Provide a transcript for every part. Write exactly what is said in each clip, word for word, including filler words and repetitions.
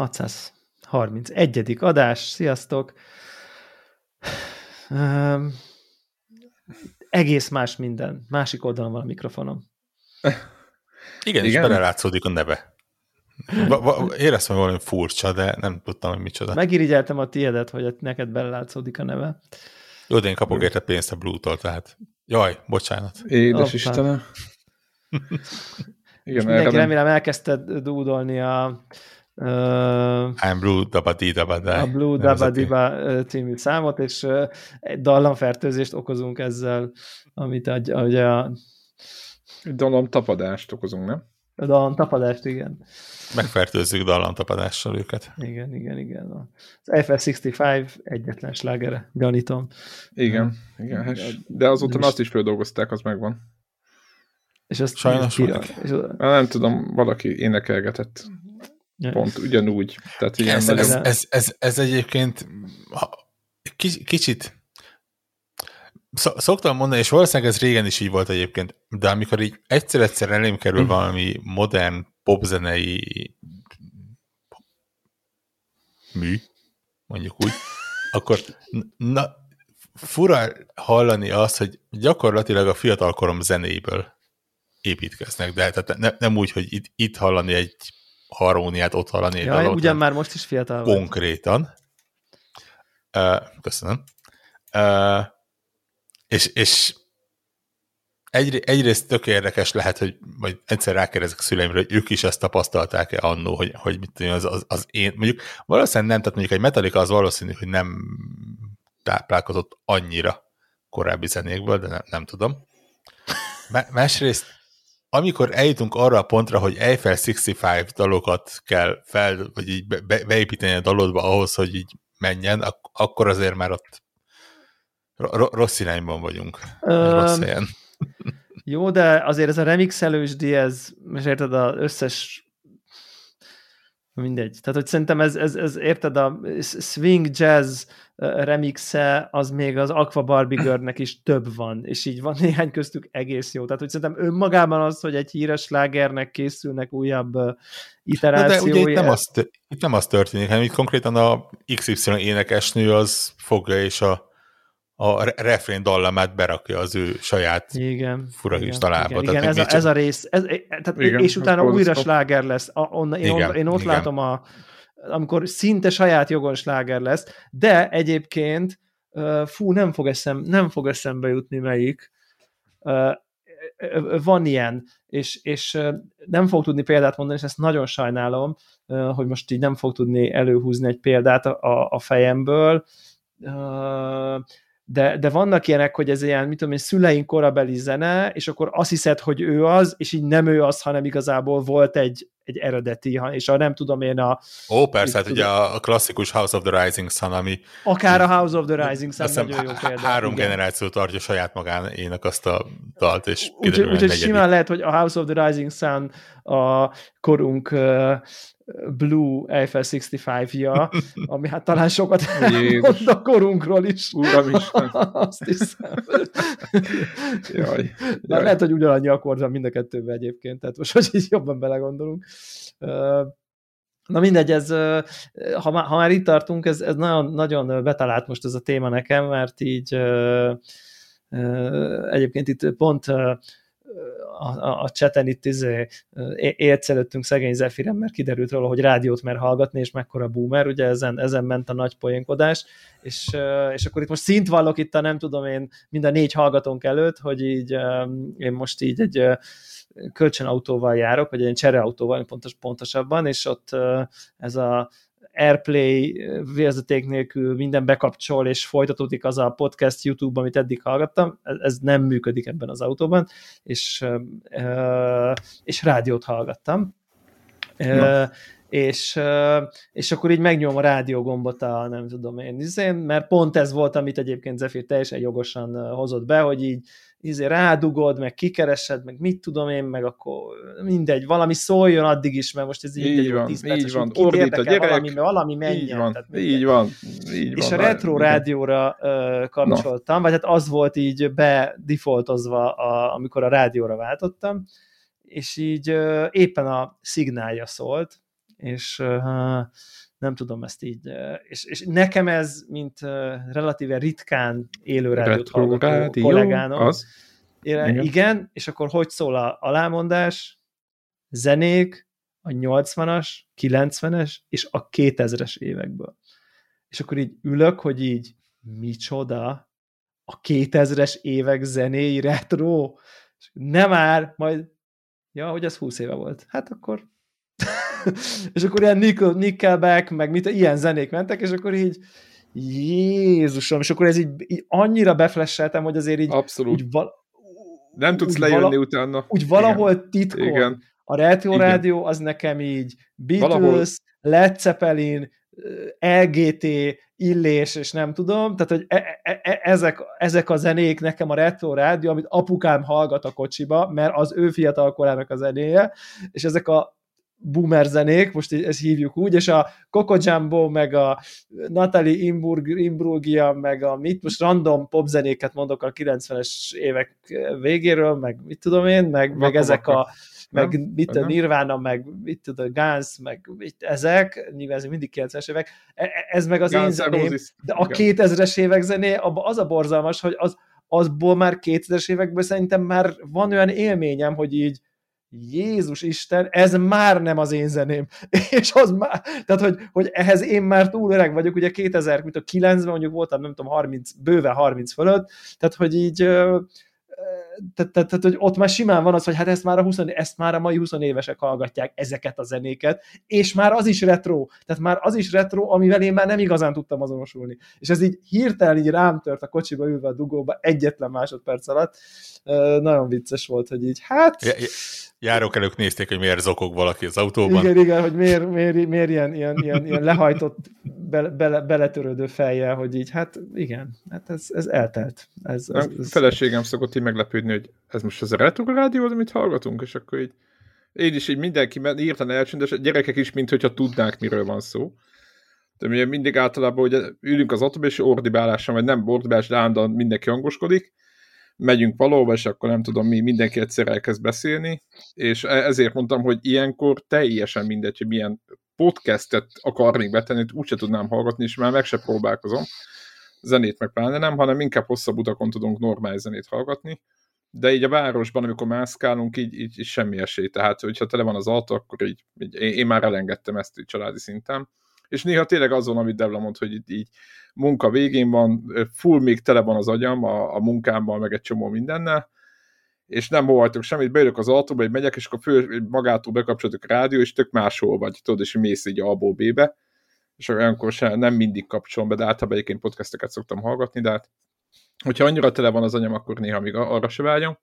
hatszázharmincegyedik adás, sziasztok! Um, egész más minden. Másik oldalon van a mikrofonom. Igen, Igen? és belelátszódik a neve. Va, va, éreztem valami furcsa, de nem tudtam, hogy micsoda. Megirigyeltem a tiédet, hogy neked belelátszódik a neve. Jó, de én kapok érte pénzt a Blue-tól, tehát jaj, bocsánat. Édes Opa. Istenem. Igen, mindenki remélem elkezdted dúdolni a Uh, I'm Blue Dabadi Dabada. A Blue Dabadiba című számot, és uh, egy dallamfertőzést okozunk ezzel, amit a, a, a dallamtapadást okozunk, nem? A dallamtapadást, igen. Megfertőzzük dallamtapadással őket. Igen, igen, igen. Az F F hatszázötvenöt egyetlen slágere, gyanítom. Igen, igen, hát, de azóta már azt is földolgozták, az megvan. És azt sajnos pira, és az... Nem tudom, valaki énekelgetett. Pont ugyanúgy. Tehát ilyen ez, nagyon... ez, ez, ez, ez egyébként kicsit szoktam mondani, és valószínűleg ez régen is így volt egyébként, de amikor így egyszer-egyszer elém kerül valami modern popzenei mű, mondjuk úgy, akkor na, fura hallani azt, hogy gyakorlatilag a fiatalkorom zenéből építkeznek, de tehát ne, nem úgy, hogy itt, itt hallani egy harmóniát, ott hallani egy dalot. Ugyan már most is fiatal vagy. Konkrétan. Uh, köszönöm. Uh, és, és egy, egyrészt tök érdekes lehet, hogy majd egyszer rákérdezek a szüleimre, hogy ők is ezt tapasztalták-e annó, hogy, hogy mit tudom, az, az, az én, mondjuk valószínűleg nem, tehát mondjuk egy Metallica az valószínű, hogy nem táplálkozott annyira korábbi zenékből, de nem, nem tudom. Másrészt amikor eljutunk arra a pontra, hogy Eiffel hatszázhatvanöt dalokat kell fel, vagy így be, beépíteni a dalodba ahhoz, hogy így menjen, ak- akkor azért már ott rossz irányban vagyunk. Um, rossz helyen. Jó, de azért ez a remixelősdi, ez, és érted, az összes mindegy. Tehát, hogy szerintem ez, ez, ez érted, a swing jazz remixe, az még az Aqua Barbie Girl-nek is több van, és így van néhány köztük egész jó. Tehát, hogy szerintem önmagában az, hogy egy híres slágernek készülnek újabb iterációi. De ugye itt nem, az, itt nem az történik, hanem itt konkrétan a iksz ipszilon énekesnő az fogja, és a a refrén dallamát berakja az ő saját igen, fura kis dalába. Igen, igen ez, a, ez a rész, ez, tehát igen, és utána újra sláger lesz. A, onna, én, igen, on, én ott igen. látom, a, amikor szinte saját jogon sláger lesz, de egyébként fú, nem fog, eszem, nem fog eszembe jutni melyik. Van ilyen, és, és nem fog tudni példát mondani, és ezt nagyon sajnálom, hogy most így nem fog tudni előhúzni egy példát a, a fejemből, De, de vannak ilyenek, hogy ez ilyen, mit tudom én, szüleink korabeli zene, és akkor azt hiszed, hogy ő az, és így nem ő az, hanem igazából volt egy, egy eredeti, és a nem tudom én a... Ó, persze, hát ugye a klasszikus House of the Rising Sun, ami... Akár a House of the Rising Sun, nagyon jó példa. Három igen. generáció tartja saját magánénak azt a dalt, és úgyhogy úgy, úgy, simán lehet, hogy a House of the Rising Sun a korunk uh, Blue Eiffel hatszázhatvanötja, ami hát talán sokat mond a korunkról is. Uram is. Azt hiszem. Jaj, de jaj. Lehet, hogy ugyanannyi akkord van mind a kettőben egyébként, tehát most, hogy így jobban belegondolunk. Na mindegy, ez, ha, már, ha már itt tartunk, ez, ez nagyon, nagyon betalált most ez a téma nekem, mert így egyébként itt pont a, a, a chaten itt izé, élc előttünk szegény Zephyren, mert kiderült róla, hogy rádiót mer hallgatni, és mekkora boomer, ugye ezen, ezen ment a nagy poénkodás, és, és akkor itt most szint vallok itt a nem tudom én mind a négy hallgatónk előtt, hogy így én most így egy kölcsönautóval járok, vagy egy csereautóval pontos, pontosabban, és ott ez a Airplay vezeték nélkül minden bekapcsol, és folytatódik az a podcast YouTube, amit eddig hallgattam, ez nem működik ebben az autóban, és, és rádiót hallgattam. No. És, és akkor így megnyom a rádió gombot a nem tudom én, izén, mert pont ez volt, amit egyébként Zephyr teljesen jogosan hozott be, hogy így izé rádugod, meg kikeresed, meg mit tudom én, meg akkor mindegy, valami szóljon addig is, mert most ez így, így van, tíz perces, így van, ordít a gyerek, valami, valami menjen. Így van, tehát így van, így és van, a retro igen. rádióra uh, kapcsoltam, no. vagy hát az volt így bedefaultozva, a, amikor a rádióra váltottam, és így uh, éppen a szignálja szólt, és uh, nem tudom ezt így, uh, és, és nekem ez, mint uh, relatíve ritkán élő rádiót hallgató rádió, kollégánom, az? Igen. igen, és akkor hogy szól a alámondás? Zenék a nyolcvanas, kilencvenes és a kétezres évekből. És akkor így ülök, hogy így micsoda a kétezres évek zenéi retro? Nem már, majd ja, hogy ez húsz éve volt. Hát akkor és akkor ilyen Nickel, Nickelback, meg mit, ilyen zenék mentek, és akkor így Jézusom, és akkor ez így, így annyira beflesseltem, hogy azért így abszolút. Úgy val- nem tudsz lejönni vala, utána. Úgy valahol igen. titkon. Igen. A Retro igen. Rádió az nekem így Beatles, valahol... Led Zeppelin, el gé té, Illés, és nem tudom, tehát hogy e- e- ezek, ezek a zenék nekem a Retro Rádió, amit apukám hallgat a kocsiba, mert az ő fiatalkorának a zenéje, és ezek a boomer zenék, most ezt hívjuk úgy, és a Coco Jumbo, meg a Natalie Imburg, Imbruglia, meg a mit, most random popzenéket mondok a kilencvenes évek végéről, meg mit tudom én, meg, meg ezek a meg nem? mit a Nirvana, meg mit tudom, Guns, meg mit, ezek, nyilván ez mindig kilencvenes évek, ez meg az Guns én zeném, de a kétezres évek zené, az a borzalmas, hogy az, azból már kétezres évekből szerintem már van olyan élményem, hogy így Jézus Isten, ez már nem az én zeném. És az már, tehát, hogy, hogy ehhez én már túl öreg vagyok, ugye kétezer-kilencben mondjuk voltam, nem tudom, harminc, bőve harminc fölött, tehát, hogy így tehát, tehát, tehát, hogy ott már simán van az, hogy hát ezt már a, húsz, ezt már a mai húsz évesek hallgatják, ezeket a zenéket, és már az is retro, tehát már az is retro, amivel én már nem igazán tudtam azonosulni. És ez így hirtelen így rám tört a kocsiba ülve a dugóba egyetlen másodperc alatt. Nagyon vicces volt, hogy így hát... Járókelők nézték, hogy miért zokog valaki az autóban. Igen, igen, hogy miért, miért, miért ilyen, ilyen, ilyen, ilyen lehajtott, bele, bele, beletörődő fejjel, hogy így, hát igen, hát ez, ez eltelt. Ez, ez, ez, feleségem szokott így meglepődni, hogy ez most az a Retro Rádió, amit hallgatunk, és akkor így én is így mindenki írtan elcsöndes, a gyerekek is, mint hogyha tudnák, miről van szó. De mi mindig általában, hogy ülünk az autóban, és ordibálással, vagy nem ordibálás, de állandóan mindenki hangoskodik, megyünk valahova, és akkor nem tudom, mi mindenki egyszer elkezd beszélni, és ezért mondtam, hogy ilyenkor teljesen mindegy, hogy milyen podcastet akarnék betenni, úgyse tudnám hallgatni, és már meg se próbálkozom, zenét meg pláne nem, hanem inkább hosszabb utakon tudunk normális zenét hallgatni, de így a városban, amikor mászkálunk, így, így, így semmi esély, tehát hogyha tele van az autó, akkor így, így én, én már elengedtem ezt így családi szinten, és néha tényleg azon, amit Devla mond, hogy így, így munka végén van, full még tele van az agyam a, a munkámmal, meg egy csomó mindennel, és nem hallgatok semmit, beülök az autóba, így megyek, és akkor fő, magától bekapcsolatok a rádió, és tök máshol vagy, tudod, és mész így A-ból B-be, és olyankor sem, nem mindig kapcsolom be, de általában egyébként podcasteket szoktam hallgatni, de hát, hogyha annyira tele van az agyam, akkor néha még arra se vágyom.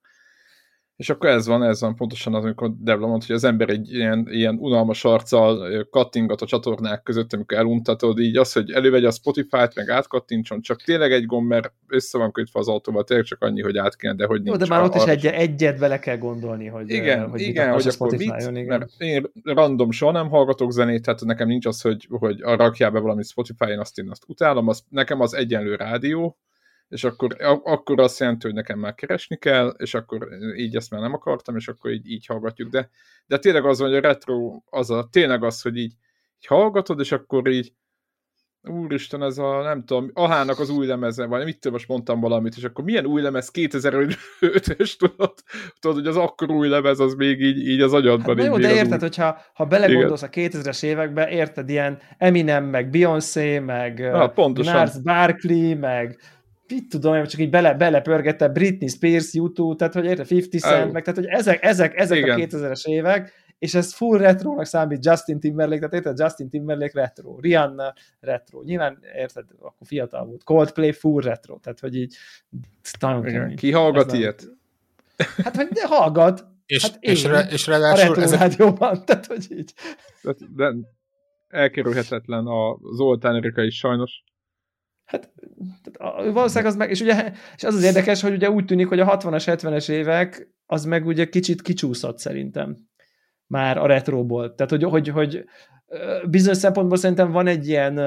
És akkor ez van, ez van pontosan az, amikor Devla mondta, hogy az ember egy ilyen, ilyen unalmas arccal kattingat a csatornák között, amikor eluntatod, így az, hogy elővegye a Spotify-t, meg átkattintson, csak tényleg egy gomb, mert össze van kötve az autóval, tényleg csak annyi, hogy át kéne, de hogy nincs. Jó, de már ott is egy, egyet bele kell gondolni, hogy igen, hogy igen, hogy akkor mit, igen. Mert én random soha nem hallgatok zenét, tehát nekem nincs az, hogy, hogy rakjál be valamit Spotify-on, azt én azt utálom, az, nekem az egyenlő rádió, és akkor, akkor azt jelenti, hogy nekem már keresni kell, és akkor így ezt már nem akartam, és akkor így, így hallgatjuk. De, de tényleg az van, hogy a retro, az a, tényleg az, hogy így, így hallgatod, és akkor így úristen, ez a, nem tudom, Ahának az új lemeze, vagy mit tudom, most mondtam valamit, és akkor milyen új lemez, kétezer-ötös, tudod, tudod, hogy az akkor új lemez, az még így, így az agyadban. Hát, jó, de érted, új... hogyha ha belegondolsz a kétezres évekbe, érted, ilyen Eminem, meg Beyoncé, meg Gnarls Barkley, meg mit tudom, csak így bele, belepörgette Britney Spears, U kettő, tehát hogy érte fifty Cent, oh. meg tehát hogy ezek, ezek, ezek a kétezres évek, és ez full retrónak számít, Justin Timberlake, tehát érted, Justin Timberlake retro, Rihanna retro, nyilván érted, akkor fiatal volt, Coldplay full retro, tehát hogy így nagyon kemény. Ki hallgat ilyet? Hát, hogy de hallgat, és, hát és, én, re, és ráadásul a retro ezek... rádióban, tehát hogy így. De elkerülhetetlen a Zoltán Erika is sajnos. Hát valószínűleg az meg, és, ugye, és az az érdekes, hogy ugye úgy tűnik, hogy a hatvanas, hetvenes évek az meg ugye kicsit kicsúszott szerintem már a retróból. Tehát, hogy, hogy, hogy bizonyos szempontból szerintem van egy ilyen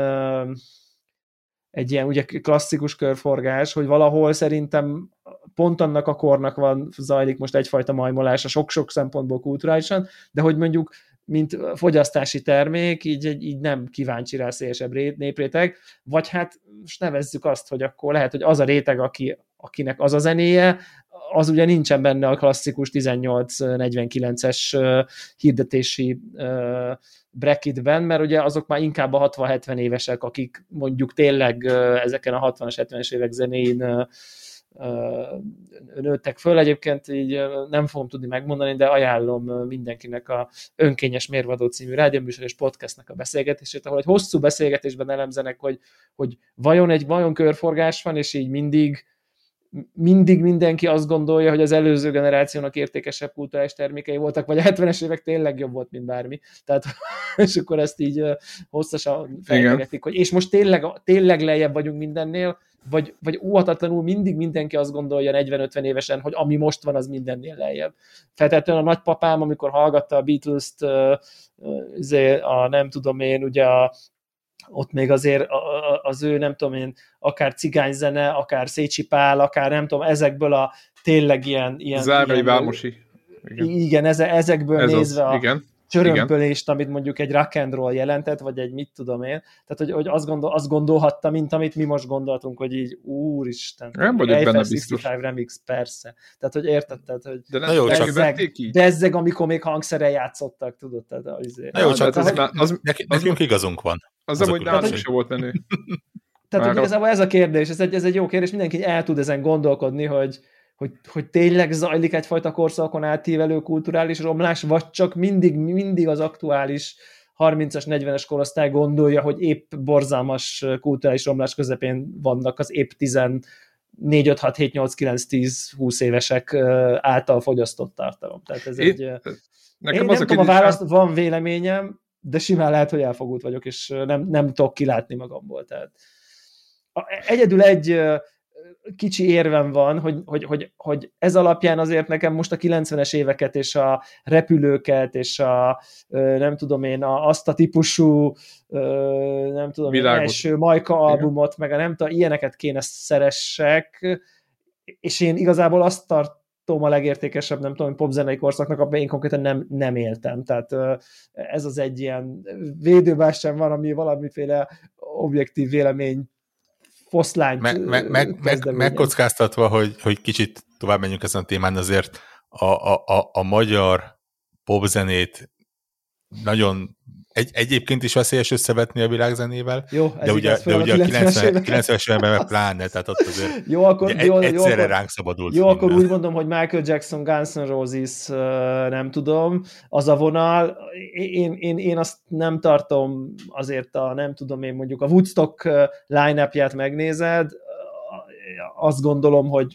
egy ilyen ugye klasszikus körforgás, hogy valahol szerintem pont annak a kornak van, zajlik most egyfajta majmolása sok-sok szempontból kulturálisan, de hogy mondjuk mint fogyasztási termék, így, így nem kíváncsi rá szélesebb népréteg, vagy hát most nevezzük azt, hogy akkor lehet, hogy az a réteg, aki, akinek az a zenéje, az ugye nincsen benne a klasszikus tizennyolc negyvenkilences hirdetési bracketben, mert ugye azok már inkább a hatvan-hetven évesek, akik mondjuk tényleg ezeken a hatvanas, hetvenes évek zenéin nőttek föl. Egyébként így nem fogom tudni megmondani, de ajánlom mindenkinek a Önkényes Mérvadó című rádióműsor és podcastnak a beszélgetését, ahol egy hosszú beszélgetésben elemzenek, hogy, hogy vajon egy vajon körforgás van, és így mindig mindig mindenki azt gondolja, hogy az előző generációnak értékesebb kulturális termékei voltak, vagy a hetvenes évek tényleg jobb volt, mint bármi. Tehát, és akkor ezt így hosszasan fejtegetik, hogy és most tényleg, tényleg lejjebb vagyunk mindennél, vagy, vagy óhatatlanul mindig mindenki azt gondolja negyven-ötven évesen, hogy ami most van, az mindennél lejjebb. Feltétlenül a nagypapám, amikor hallgatta a Beatles-t, a nem tudom én, ugye a ott még azért az ő, nem tudom én, akár cigányzene, akár Szécsi Pál, akár nem tudom, ezekből a tényleg ilyen... ilyen Zárai Vámosi. Igen, igen ezekből Ez nézve az, a igen. csörömpölést, amit mondjuk egy rock and roll jelentett, vagy egy mit tudom én. Tehát, hogy, hogy azt, gondol, azt gondolhatta, mint amit mi most gondoltunk, hogy így, úristen. Nem vagyok benne biztos. Remix, persze. Tehát, hogy érted, tehát, hogy de nem jó, bezzeg, bezzeg, amikor még hangszerrel játszottak, tudod? Tehát, azért. Na jó, csak az, az, az, nekünk igazunk van. Az, az amúgy nálunk sem volt menő. Tehát, hogy igazából ez a kérdés, ez egy, ez egy jó kérdés, mindenki el tud ezen gondolkodni, hogy Hogy, hogy tényleg zajlik egyfajta korszakon átívelő kulturális romlás, vagy csak mindig, mindig az aktuális harmincas, negyvenes korosztály gondolja, hogy épp borzalmas kulturális romlás közepén vannak az épp tizennégy, öt, hat, hét, nyolc, kilenc, tíz, húsz évesek által fogyasztott tartalom. Tehát ez én, egy... Nekem én az nem tudom, a választ, van véleményem, de simán lehet, hogy elfogult vagyok, és nem, nem tudok kilátni magamból. Tehát egyedül egy kicsi érvem van, hogy, hogy, hogy, hogy ez alapján azért nekem most a kilencvenes éveket és a repülőket és a nem tudom én, a, azt a típusú nem tudom én, első Majka albumot, meg a nem tudom, ilyeneket kéne szeressek, és én igazából azt tartom a legértékesebb, nem tudom, popzenei korszaknak, abban én konkrétan nem, nem éltem. Tehát ez az egy ilyen védőbástyán van, ami valamiféle objektív vélemény foszlányt meg, meg, meg, meg, megkockáztatva, hogy, hogy kicsit tovább menjünk ezen a témán, azért a, a, a, a magyar popzenét nagyon egy, egyébként is veszélyes összevetni a világzenével, jó, de ugye, de ugye a kilencvenes években meg pláne, tehát ott azért jó, akkor, egy, jó, egyszerre jó, ránk szabadult. Jó, minden. Akkor úgy mondom, hogy Michael Jackson, Guns N' Roses, nem tudom, az a vonal, én, én, én azt nem tartom azért a, nem tudom én mondjuk a Woodstock line-upját megnézed, azt gondolom, hogy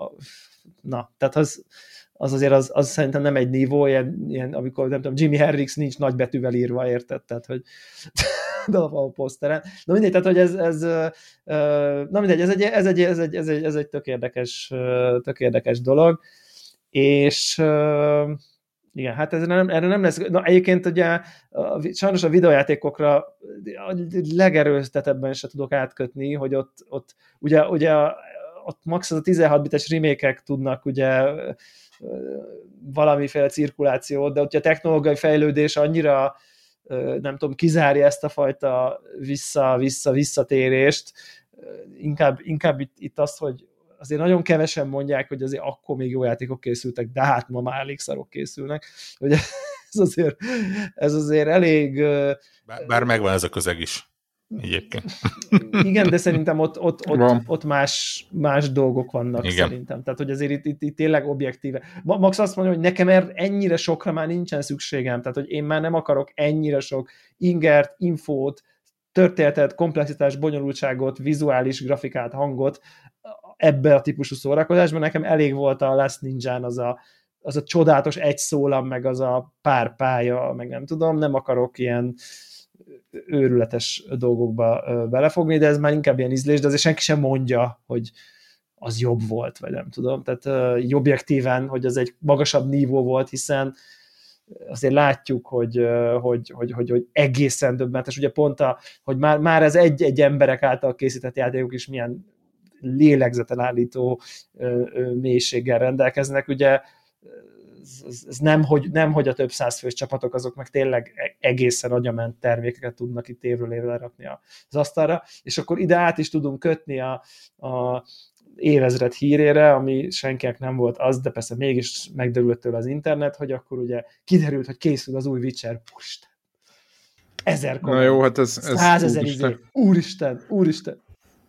na, tehát az az azért az, az szerintem nem egy nívó, ilyen, ilyen amikor nem tudom, Jimi Hendrix nincs nagybetűvel írva, érted? Tehát, hogy de a poszteren. Na mindegy, tehát, hogy ez, ez na mindegy, ez egy, ez egy, ez egy, ez egy, ez egy tök érdekes, tök érdekes dolog, és igen, hát ez nem, erre nem lesz, na egyébként ugye sajnos a videójátékokra a legerőztetebben se tudok átkötni, hogy ott, ott ugye, ugye ott max az a tizenhat bites remake-ek tudnak ugye valamiféle cirkulációt, de ott a technológiai fejlődés annyira nem tudom, kizárja ezt a fajta vissza-vissza-visszatérést. Inkább, inkább itt, itt az, hogy azért nagyon kevesen mondják, hogy azért akkor még jó játékok készültek, de hát ma már elég szarok készülnek. Ugye ez azért, ez azért elég... Bár, bár megvan ez a közeg is. Egyébként. Igen, de szerintem ott, ott, ott, ott más, más dolgok vannak. Igen. Szerintem. Tehát, hogy azért itt, itt, itt tényleg objektíve. Max azt mondja, hogy nekem ennyire sokra már nincsen szükségem, tehát, hogy én már nem akarok ennyire sok ingert, infót, történetet, komplexitás, bonyolultságot, vizuális grafikát, hangot ebbe a típusú szórakozásban. Nekem elég volt a Last Ninján az a, az a csodálatos egy szólam, meg az a pár pálya, meg nem tudom, nem akarok ilyen őrületes dolgokba belefogni, de ez már inkább ilyen ízlés, de azért senki sem mondja, hogy az jobb volt, vagy nem tudom. Tehát uh, objektíven, hogy az egy magasabb nívó volt, hiszen azért látjuk, hogy, uh, hogy, hogy, hogy, hogy egészen döbbentes. Ugye pont, a, hogy már, már ez egy-egy emberek által készített játékok is milyen lélegzeten állító uh, uh, mélységgel rendelkeznek. Ugye ez, ez, ez nem, hogy, nem, hogy a több száz fős csapatok, azok meg tényleg egészen agyament termékeket tudnak itt évről évre rakni az asztalra, és akkor ide át is tudunk kötni a, a évezred hírére, ami senkinek nem volt az, de persze mégis megderült tőle az internet, hogy akkor ugye kiderült, hogy készül az új Witcher. Úristen! Ezer komment. Na jó, hát ez... ez százezer izé. Úristen! Úristen!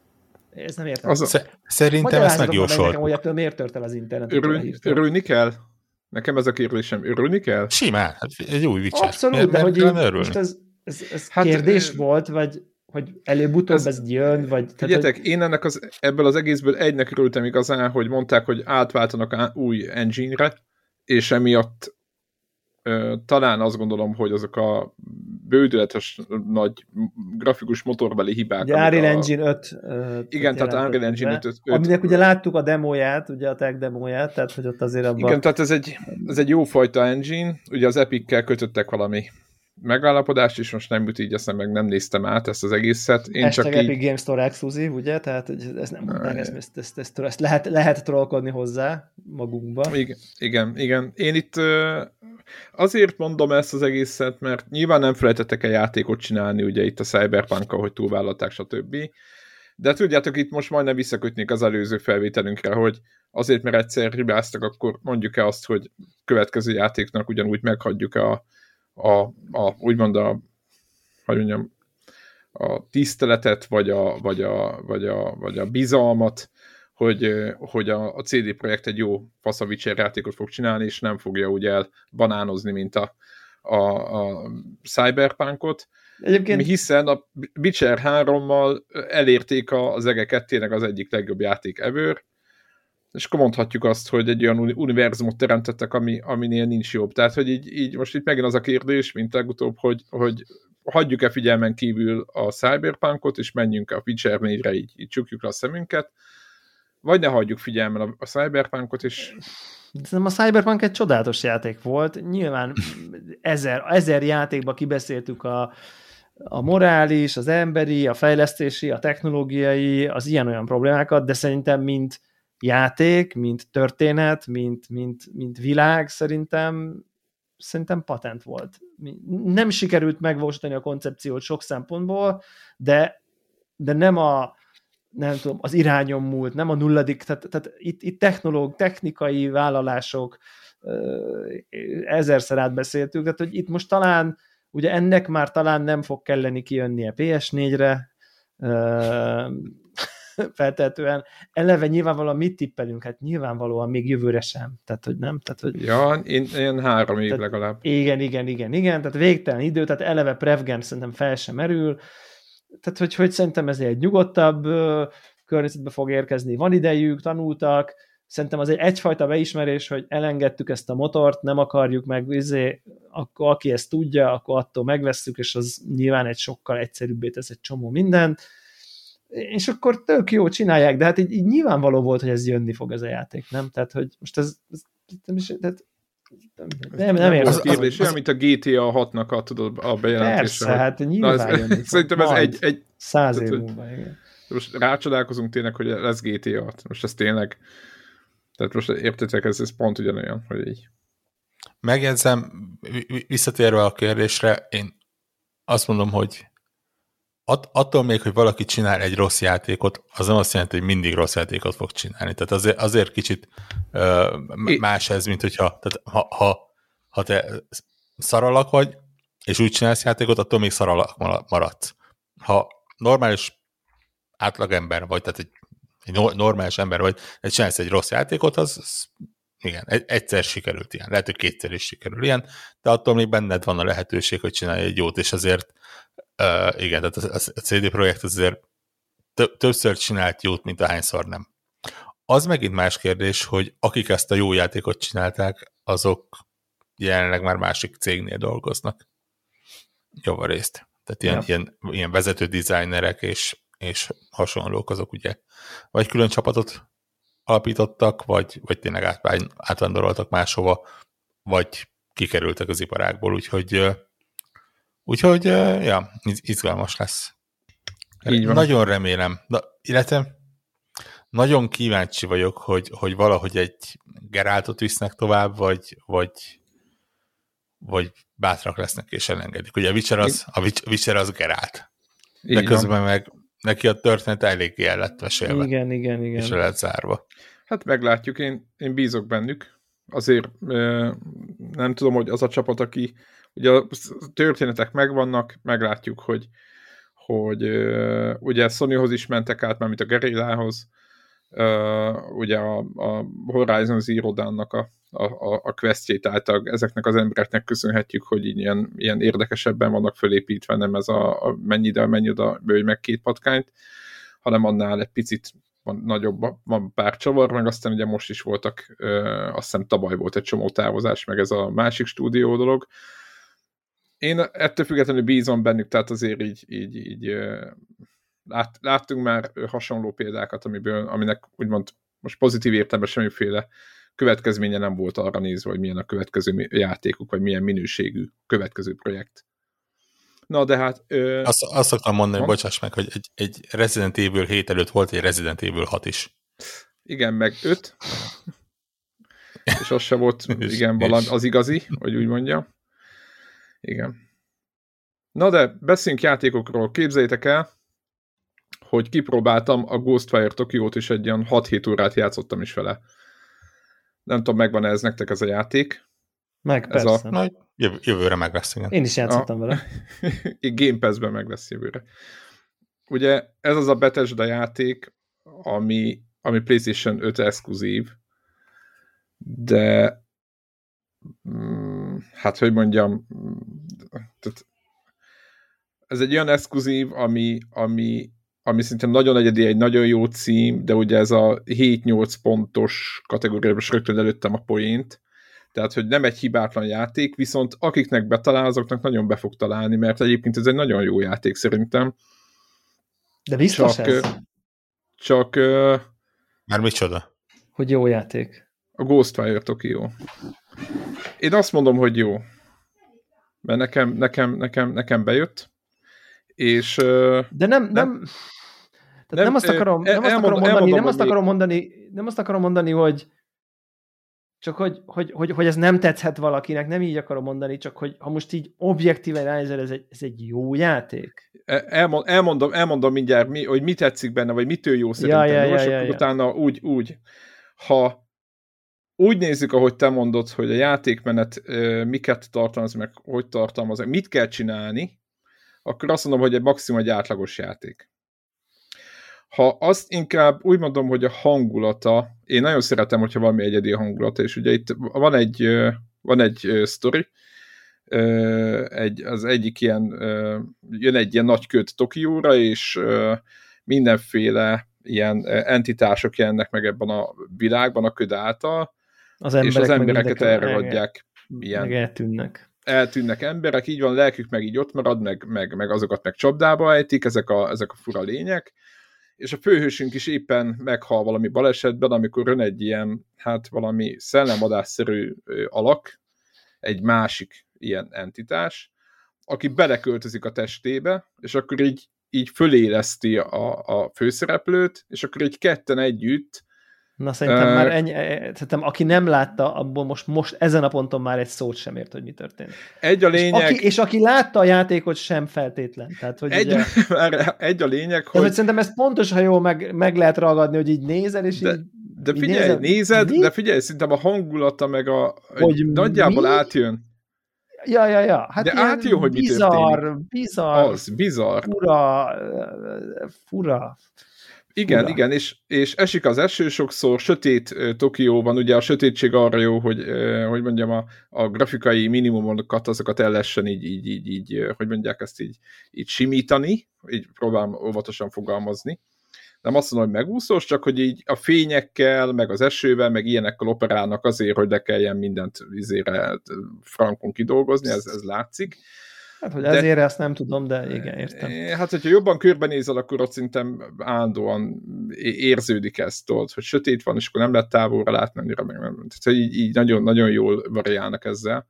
Ez nem értem. Az a... Szerintem ezt megjósolt. Hogy ettől miért tört el az internet? Örül, örülni kell? Nekem ez a kérdésem. Örülni kell? Simán. Hát egy új Witcher. Abszolút, miért, de hogy így, most ez, ez, ez hát, kérdés e... volt, vagy hogy előbb-utóbb ez, ez jön, vagy... Figyeljetek, hogy... én ennek az, ebből az egészből egynek örültem igazán, hogy mondták, hogy átváltanak új engine-re, és emiatt ö, talán azt gondolom, hogy azok a bődületes nagy grafikus motorbeli hibák... Ugye Unreal Engine öt... Igen, tehát Unreal Engine öt, öt... Aminek ugye láttuk a demóját, ugye a tech demóját, tehát hogy ott azért abban... Igen, tehát ez egy, ez egy jófajta engine, ugye az Epic-kel kötöttek valami megállapodást, és most nem jut így eszem, meg nem néztem át ezt az egészet. Én Hashtag csak Epic így... Games Store Exclusive, ugye? Tehát ez nem mondták, ezt, ezt, ezt, ezt, ezt lehet, lehet trollkodni hozzá magunkba. Igen, igen, igen. Én itt azért mondom ezt az egészet, mert nyilván nem felejtettek el játékot csinálni, ugye itt a Cyberpunk-kal, hogy túlvállalták, stb. De tudjátok, itt most majdnem visszakötnék az előző felvételünkre, hogy azért, mert egyszer hibáztak, akkor mondjuk-e azt, hogy következő játéknak ugyanúgy meghagyjuk a A, a, úgymond a, hogy mondjam, a tiszteletet, vagy a, vagy a, vagy a, vagy a bizalmat, hogy, hogy a, a cé dé Projekt egy jó fasz a Witcher játékot fog csinálni, és nem fogja úgy elbanánozni, mint a, a, a Cyberpunkot. Egyébként... Hiszen a Witcher hárommal elérték az E G E kettőnek az egyik legjobb játék ever, és akkor mondhatjuk azt, hogy egy olyan univerzumot teremtettek, ami, aminél nincs jobb. Tehát, hogy így, így most itt megint az a kérdés, mint legutóbb, hogy, hogy hagyjuk-e figyelmen kívül a Cyberpunkot, és menjünk a Witcher négyre, így, így csukjuk le a szemünket, vagy ne hagyjuk figyelmen a, a Cyberpunkot, és... Szerintem a Cyberpunk egy csodálatos játék volt. Nyilván ezer, ezer játékba kibeszéltük a, a morális, az emberi, a fejlesztési, a technológiai, az ilyen-olyan problémákat, de szerintem mint játék, mint történet, mint, mint, mint világ szerintem, szerintem patent volt. Nem sikerült megvalósítani a koncepciót sok szempontból, de, de nem a nem tudom, az irányon múlt, nem a nulladik, tehát, tehát itt, itt technológ, technikai vállalások ezerszer átbeszéltük, tehát hogy itt most talán, ugye ennek már talán nem fog kelleni kijönnie pé es négyre, feltehetően. Eleve nyilvánvalóan mit tippelünk? Hát nyilvánvalóan még jövőre sem. Tehát, hogy nem? Tehát, hogy... Ja, én, én három év tehát, legalább. Igen, igen, igen, igen. Tehát végtelen idő, tehát eleve prevgen szerintem fel sem merül. Tehát, hogy, hogy szerintem ez egy nyugodtabb uh, környezetbe fog érkezni. Van idejük, tanultak. Szerintem az egy egyfajta beismerés, hogy elengedtük ezt a motort, nem akarjuk meg, izé, akkor aki ezt tudja, akkor attól megvesszük, és az nyilván egy sokkal egyszerűbbé tesz egy csomó mindent. És akkor tök jó csinálják, de hát így, így nyilvánvaló volt, hogy ez jönni fog ez a játék, nem? Tehát, hogy most ez, ez nem is, tehát nem, nem értem. Az a kérdés, olyan, mint a gé té á hatnak a, tudod, a bejelentése. Persze, hát nyilván ez, jönni fog. Szerintem ez egy, egy... Száz év múlva, igen. Most rácsodálkozunk tényleg, hogy lesz gé té á. Most ez tényleg... Tehát most értetek, ez, ez pont ugyanolyan, hogy így. Megjegyzem, visszatérve a kérdésre, én azt mondom, hogy At, attól még, hogy valaki csinál egy rossz játékot, az nem azt jelenti, hogy mindig rossz játékot fog csinálni. Tehát azért, azért kicsit uh, más ez, mint hogyha tehát ha, ha, ha te szaralak vagy, és úgy csinálsz játékot, attól még szaralak maradsz. Ha normális átlagember vagy, tehát egy, egy normális ember vagy, de csinálsz egy rossz játékot, az, az igen, egyszer sikerült ilyen. Lehet, hogy kétszer is sikerül ilyen, de attól még benned van a lehetőség, hogy csinálj egy jót, és azért Uh, igen, tehát a, a cé dé Projekt azért tö- többször csinált jót, mint ahányszor nem. Az megint más kérdés, hogy akik ezt a jó játékot csinálták, azok jelenleg már másik cégnél dolgoznak. Javarészt. Tehát ilyen, ja. ilyen, ilyen vezető designerek és, és hasonlók azok ugye vagy külön csapatot alapítottak, vagy, vagy tényleg át, átvándoroltak máshova, vagy kikerültek az iparágból, úgyhogy Úgyhogy, ja, izgalmas lesz. Így van. Nagyon remélem. Na, illetve nagyon kíváncsi vagyok, hogy, hogy valahogy egy Geraltot visznek tovább, vagy, vagy, vagy bátrak lesznek és elengedik. Ugye a Witcher az, a Witcher az Geralt. De Így közben van. meg neki a történet eléggé el lett mesélve. Igen, igen, igen. És le lett zárva. Hát meglátjuk, én, én bízok bennük. Azért nem tudom, hogy az a csapat, aki ugye a történetek megvannak, meglátjuk, hogy, hogy ugye Sonyhoz is mentek át, mármint a Guerrillához, ugye a, a Horizon Zero Dawn-nak a, a, a questjét által ezeknek az embereknek köszönhetjük, hogy ilyen, ilyen érdekesebben vannak fölépítve, nem ez a, a mennyi ide, mennyi oda, bőj meg két patkányt, hanem annál egy picit van, nagyobb, van pár csavar, meg aztán ugye most is voltak, ö, azt hiszem tavaly volt egy csomó távozás, meg ez a másik stúdió dolog. Én ettől függetlenül bízom bennük, tehát azért így, így, így ö, lát, láttunk már hasonló példákat, amiből, aminek úgymond most pozitív értelemben semmiféle következménye nem volt arra nézve, hogy milyen a következő játékuk, vagy milyen minőségű következő projekt. Na, de hát... Ö... Azt, azt szoktam mondani, hogy bocsáss meg, hogy egy, egy Resident Evil hét előtt volt egy Resident Evil hat is. Igen, meg öt. És az se volt, és, igen, valami, az igazi, hogy úgy mondja. Igen. Na, de beszéljünk játékokról. Képzeljétek el, hogy kipróbáltam a Ghostwire Tokiót, és egy ilyen hat-hét órát játszottam is vele. Nem tudom, megvan-e ez nektek ez a játék? Meg, ez persze. A... Na, jövő, jövőre meg lesz, igen. Én is játszottam a... vele. Game Pass-ben meg lesz jövőre. Ugye ez az a Bethesda játék, ami, ami PlayStation öt exkluzív, de mm, hát, hogy mondjam, tehát ez egy olyan exkluzív, ami, ami, ami szintén nagyon egyedi, egy nagyon jó cím, de ugye ez a hét-nyolc pontos kategóriában is rögtön előttem a poént, tehát, hogy nem egy hibátlan játék, viszont akiknek betalál, azoknak nagyon be fog találni, mert egyébként ez egy nagyon jó játék szerintem. De biztos csak, ez? Csak... Már micsoda? Hogy jó játék. A Ghostwire Tokyo. Én azt mondom, hogy jó. Mert nekem, nekem, nekem, nekem bejött. És... De nem... nem... nem Tehát nem, nem azt akarom, nem azt akarom mondani, elmondom, nem azt akarom mondani, nem azt akarom mondani, hogy csak hogy, hogy, hogy, hogy ez nem tetszhet valakinek, nem így akarom mondani, csak hogy ha most így objektíven ránézel, ez egy, ez egy jó játék. Elmond, elmondom, elmondom mindjárt, mi, hogy mi tetszik benne, vagy mitől jó szerintem. Ja, ja, jó, és ja, akkor ja, utána úgy, úgy. Ha úgy nézzük, ahogy te mondod, hogy a játékmenet uh, miket tartalmaz, meg hogy tartalmaz, meg mit kell csinálni, akkor azt mondom, hogy egy maximum egy átlagos játék. Ha azt inkább úgy mondom, hogy a hangulata, én nagyon szeretem, hogyha valami egyedi a hangulata, és ugye itt van egy, van egy sztori, egy, az egyik ilyen, jön egy ilyen nagy köd Tokióra, és mindenféle ilyen entitások jelennek meg ebben a világban a köd által, az emberek és az embereket elragadják. Ilyen, meg eltűnnek. eltűnnek emberek, így van, lelkük meg így ott marad, meg, meg, meg azokat meg csapdába ejtik, ezek a, ezek a fura lények, és a főhősünk is éppen meghal valami balesetben, amikor jön egy ilyen, hát valami szellemvadászszerű alak, egy másik ilyen entitás, aki beleköltözik a testébe, és akkor így, így föléleszti a, a főszereplőt, és akkor így ketten együtt. Na szerintem uh, már ennyi, szerintem aki nem látta, abból most, most ezen a ponton már egy szót sem ért, hogy mi történt. Egy a lényeg... És aki, és aki látta a játékot, sem feltétlen. Tehát, hogy egy, ugye, egy a lényeg, tehát, hogy... hogy szerintem ez pontos, ha jól meg, meg lehet ragadni, hogy így nézel, és de, így... De figyelj, nézel, nézed, mi? de figyelj, szerintem a hangulata meg a... Hogy nagyjából mi? átjön. Ja, ja, ja. Hát de átjön, hogy mi bizarr, történik. bizarr, Az, bizarr. Fura, fura. Igen, Fura. igen, és, és esik az eső sokszor, sötét uh, Tokióban, ugye a sötétség arra jó, hogy, uh, hogy mondjam, a, a grafikai minimumokat, azokat el lehessen így, így, így, így uh, hogy mondják ezt így, így simítani, így próbálom óvatosan fogalmazni. Nem azt mondom, hogy megúszós, csak hogy így a fényekkel, meg az esővel, meg ilyenekkel operálnak azért, hogy ne kelljen mindent izére frankon kidolgozni, ez, ez látszik. Hát, hogy ezért de, ezt nem tudom, de igen, értem. Hát, hogyha jobban körbenézel, akkor ott szerintem állandóan érződik ezt, tudod, hogy sötét van, és akkor nem lehet távolra látni, meg nem. Tehát így, így nagyon, nagyon jól variálnak ezzel.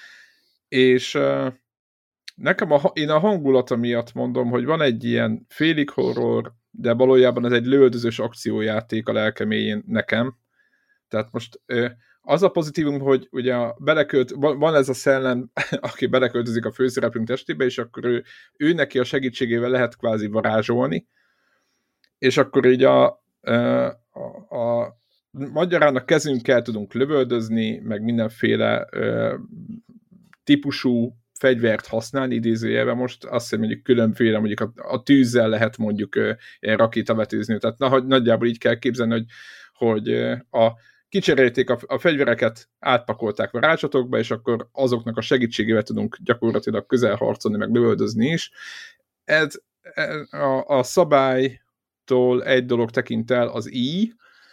És nekem a, én a hangulata miatt mondom, hogy van egy ilyen félig horror, de valójában ez egy lövöldözős akciójáték a lelkeméjén nekem. Tehát most az a pozitívum, hogy ugye belekölt, van ez a szellem, aki beleköltözik a főszereplőnk testébe, és akkor ő, ő neki a segítségével lehet kvázi varázsolni, és akkor így a, a, a magyarán a kezünkkel tudunk lövöldözni, meg mindenféle típusú fegyvert használni, idézőjelben most azt hiszem, mondjuk különféle, mondjuk a, a tűzzel lehet mondjuk ilyen rakétavetőzni, tehát na, nagyjából így kell képzelni, hogy, hogy a, kicserélték a, a fegyvereket, átpakolták varázslatokba, és akkor azoknak a segítségével tudunk gyakorlatilag közelharcolni, meg lövöldözni is. Ez, ez a, a szabálytól egy dolog tekint el az I,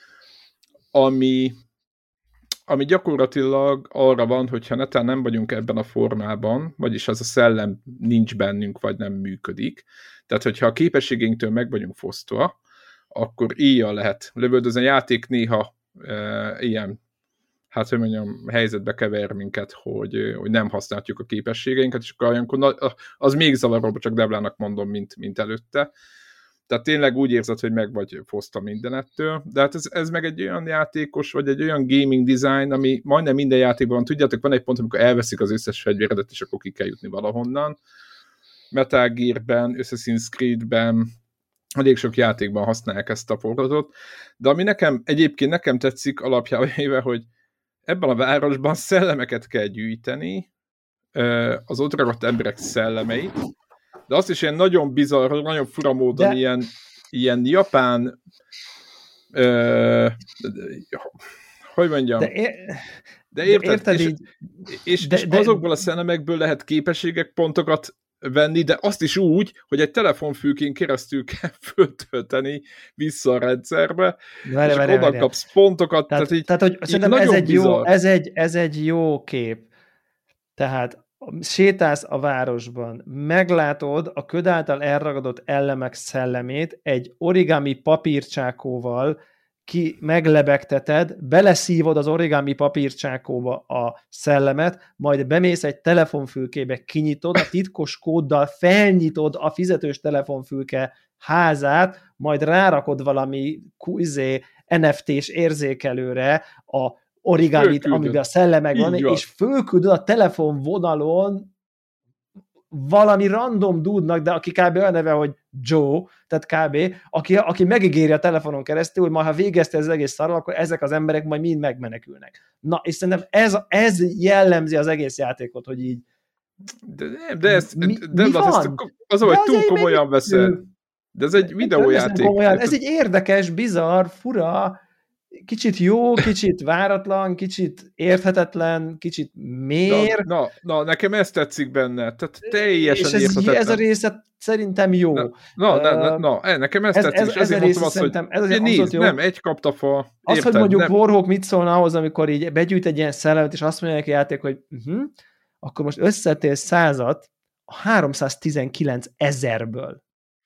ami ami gyakorlatilag arra van, hogyha netán nem vagyunk ebben a formában, vagyis az a szellem nincs bennünk, vagy nem működik. Tehát, hogyha a képességeinktől meg vagyunk fosztva, akkor íjjal lehet lövöldözni. A játék néha e, ilyen, hát hogy mondjam, helyzetbe kever minket, hogy, hogy nem használjuk a képességeinket, és akkor olyankor az még zavaróbb, csak Deblának mondom, mint, mint előtte. Tehát tényleg úgy érzed, hogy meg vagy fosztva mindenettől, de hát ez, ez meg egy olyan játékos, vagy egy olyan gaming design, ami majdnem minden játékban van. Tudjátok, van egy pont, amikor elveszik az összes fegyveredet, és akkor ki kell jutni valahonnan. Metal Gearben, Assassin's Creedben, elég sok játékban használják ezt a portatot, de ami nekem, egyébként nekem tetszik alapjában éve, hogy ebben a városban szellemeket kell gyűjteni, az ott ragadt emberek szellemeit, de azt is ilyen nagyon bizarr, nagyon fura módon de... ilyen, ilyen japán ö, hogy mondjam, de, é... de érted, de érted és, így... és, de, és de... azokból a szellemekből lehet képességek, pontokat venni, de azt is úgy, hogy egy telefonfülkén keresztül kell föltölteni vissza a rendszerbe, várj, és várj, oda várj. kapsz pontokat. Tehát, tehát, így, tehát hogy így szerintem ez egy, jó, ez, egy, ez egy jó kép. Tehát sétálsz a városban, meglátod a köd által elragadott elemek szellemét, egy origami papírcsákóval ki meglebegteted, beleszívod az origami papírcsákóba a szellemet, majd bemész egy telefonfülkébe, kinyitod, a titkos kóddal felnyitod a fizetős telefonfülke házát, majd rárakod valami izé, en ef té-s érzékelőre a origamit, amiben a szellemek van, van, és fölküldöd a telefonvonalon valami random dude-nak, de aki kb. Olyan neve, hogy Joe, tehát kb., aki, aki megígéri a telefonon keresztül, hogy majd ha végezte ez az egész szarral, akkor ezek az emberek majd mind megmenekülnek. Na, és szerintem ez, ez jellemzi az egész játékot, hogy így de, de, ez, mi, de mi az, ezt, az, hogy túl komolyan veszed. De ez egy videójáték. Ez egy érdekes, bizarr, fura, kicsit jó, kicsit váratlan, kicsit érthetetlen, kicsit mér. Na, na, na nekem ez tetszik benne. Tehát teljesen és ez, érthetetlen. ez a része szerintem jó. Na, na, na, na, na nekem ez, ez tetszik. Ez, ez a része szerintem, ez azért nézd, nem, egy kaptafa. Az, érted, hogy mondjuk nem. Warhawk mit szólna ahhoz, amikor így begyűjt egy ilyen szellemet, és azt mondja neki a játék, hogy uh-huh, akkor most összetél százat a háromszáztizenkilenc ezerből.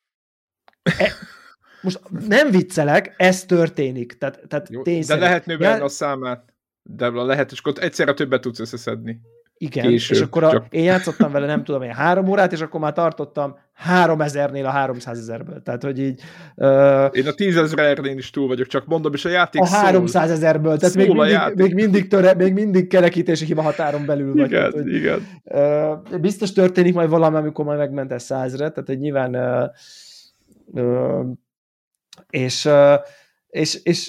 E- Most nem viccelek, ez történik. Tehát, tehát jó, de lehet növelni ja, a számát. De lehet, és akkor egyszerre többet tudsz összeszedni. Igen, Később, és akkor a, csak... én játszottam vele, nem tudom, én három órát, és akkor már tartottam háromezernél a háromszázezerből. Tehát, hogy így... Uh, én a tízezernél is túl vagyok, csak mondom, és a játék a háromszázezerből, tehát még mindig, még, mindig töre, még mindig kerekítési hiba határon belül vagy. Igen, tehát, hogy, igen. Uh, biztos történik majd valami, amikor majd megmentesz százra, tehát hogy nyilván... Uh, uh, És, és, és,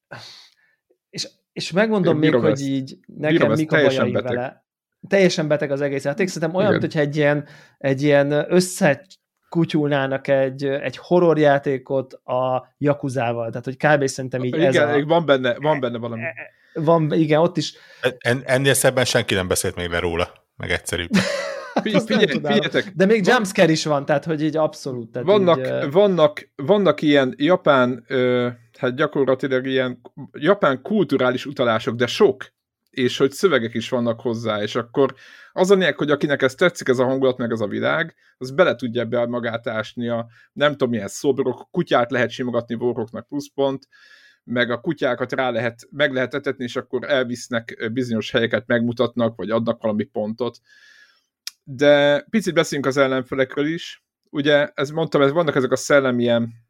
és, és megmondom még, hogy így nekem mik a bajaim vele. Teljesen beteg az egész játék. Szerintem olyan, hogyha egy ilyen, egy ilyen összekutyulnának egy, egy horrorjátékot a Yakuzával. Tehát, hogy kb. Szerintem így igen, ez a... van benne, van benne valami. Van, igen, ott is. En, ennél szebben senki nem beszélt még le róla, meg egyszerűbb. Figyelj, figyeljetek. De még jumpscare is van, tehát hogy így abszolút. Tehát vannak, így, vannak, vannak ilyen japán, ö, hát gyakorlatilag ilyen japán kulturális utalások, de sok, és hogy szövegek is vannak hozzá, és akkor az a lényeg, hogy akinek ez tetszik, ez a hangulat, meg ez a világ, az bele tudja ebbe magát ásni a nem tudom milyen szobrok, kutyát lehet simogatni Warhawknak pluszpont, meg a kutyákat rá lehet, meg lehet etetni, és akkor elvisznek bizonyos helyeket, megmutatnak, vagy adnak valami pontot. De picit beszéljünk az ellenfelekről is. Ugye, ez mondtam, ez vannak ezek a szellem ilyen,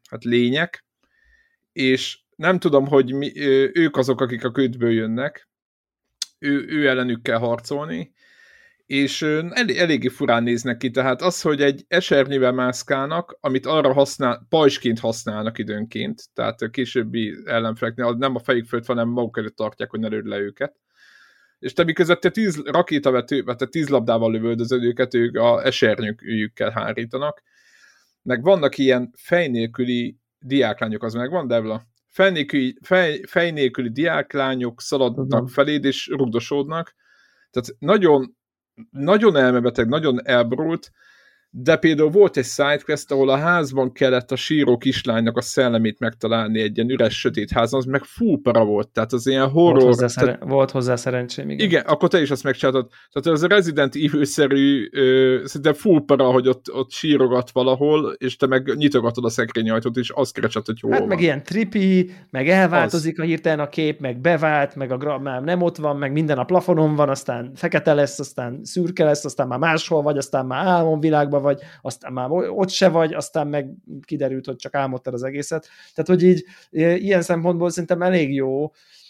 hát lények, és nem tudom, hogy mi, ők azok, akik a ködből jönnek, ő, ő ellenük kell harcolni, és elég, eléggé furán néznek ki, tehát az, hogy egy esernyővel mászkálnak, amit arra használ, pajsként használnak időnként, tehát a későbbi ellenfeleknél nem a fejük fölött van, hanem maguk előtt tartják, hogy ne lőd le őket. És te miközben te tíz rakétavető, vagy te tíz labdával lövöldözöd őket, ők a esernyőjükkel hárítanak. Meg vannak ilyen fej nélküli diáklányok, az megvan, Devla? Fej nélküli, fej, fej nélküli diáklányok szaladnak Tudom. feléd, és rugdosódnak. Tehát nagyon, nagyon elmebeteg, nagyon elborult, de például volt egy sidequest, ahol a házban kellett a síró kislánynak a szellemét megtalálni egy ilyen üres, sötét házban, az meg full para volt, tehát az ilyen horror... Volt hozzá, szeren- tehát... volt hozzá szerencsém, igen. Igen, akkor te is azt megcsináltad. Tehát az a Resident Evil-szerű, ö, szerintem full para, hogy ott, ott sírogat valahol, és te meg nyitogatod a szekrényajtót, és azt keresed, hogy hol hát van. meg ilyen trippy, meg elváltozik az. A hirtelen a kép, meg bevált, meg a gra- már nem ott van, meg minden a plafonon van, aztán fekete lesz, aztán szürke lesz, aztán már máshol vagy, aztán már álomvilágban vagy, aztán már ott se vagy, aztán meg kiderült, hogy csak álmodtad az egészet. Tehát, hogy így ilyen szempontból szerintem elég jó.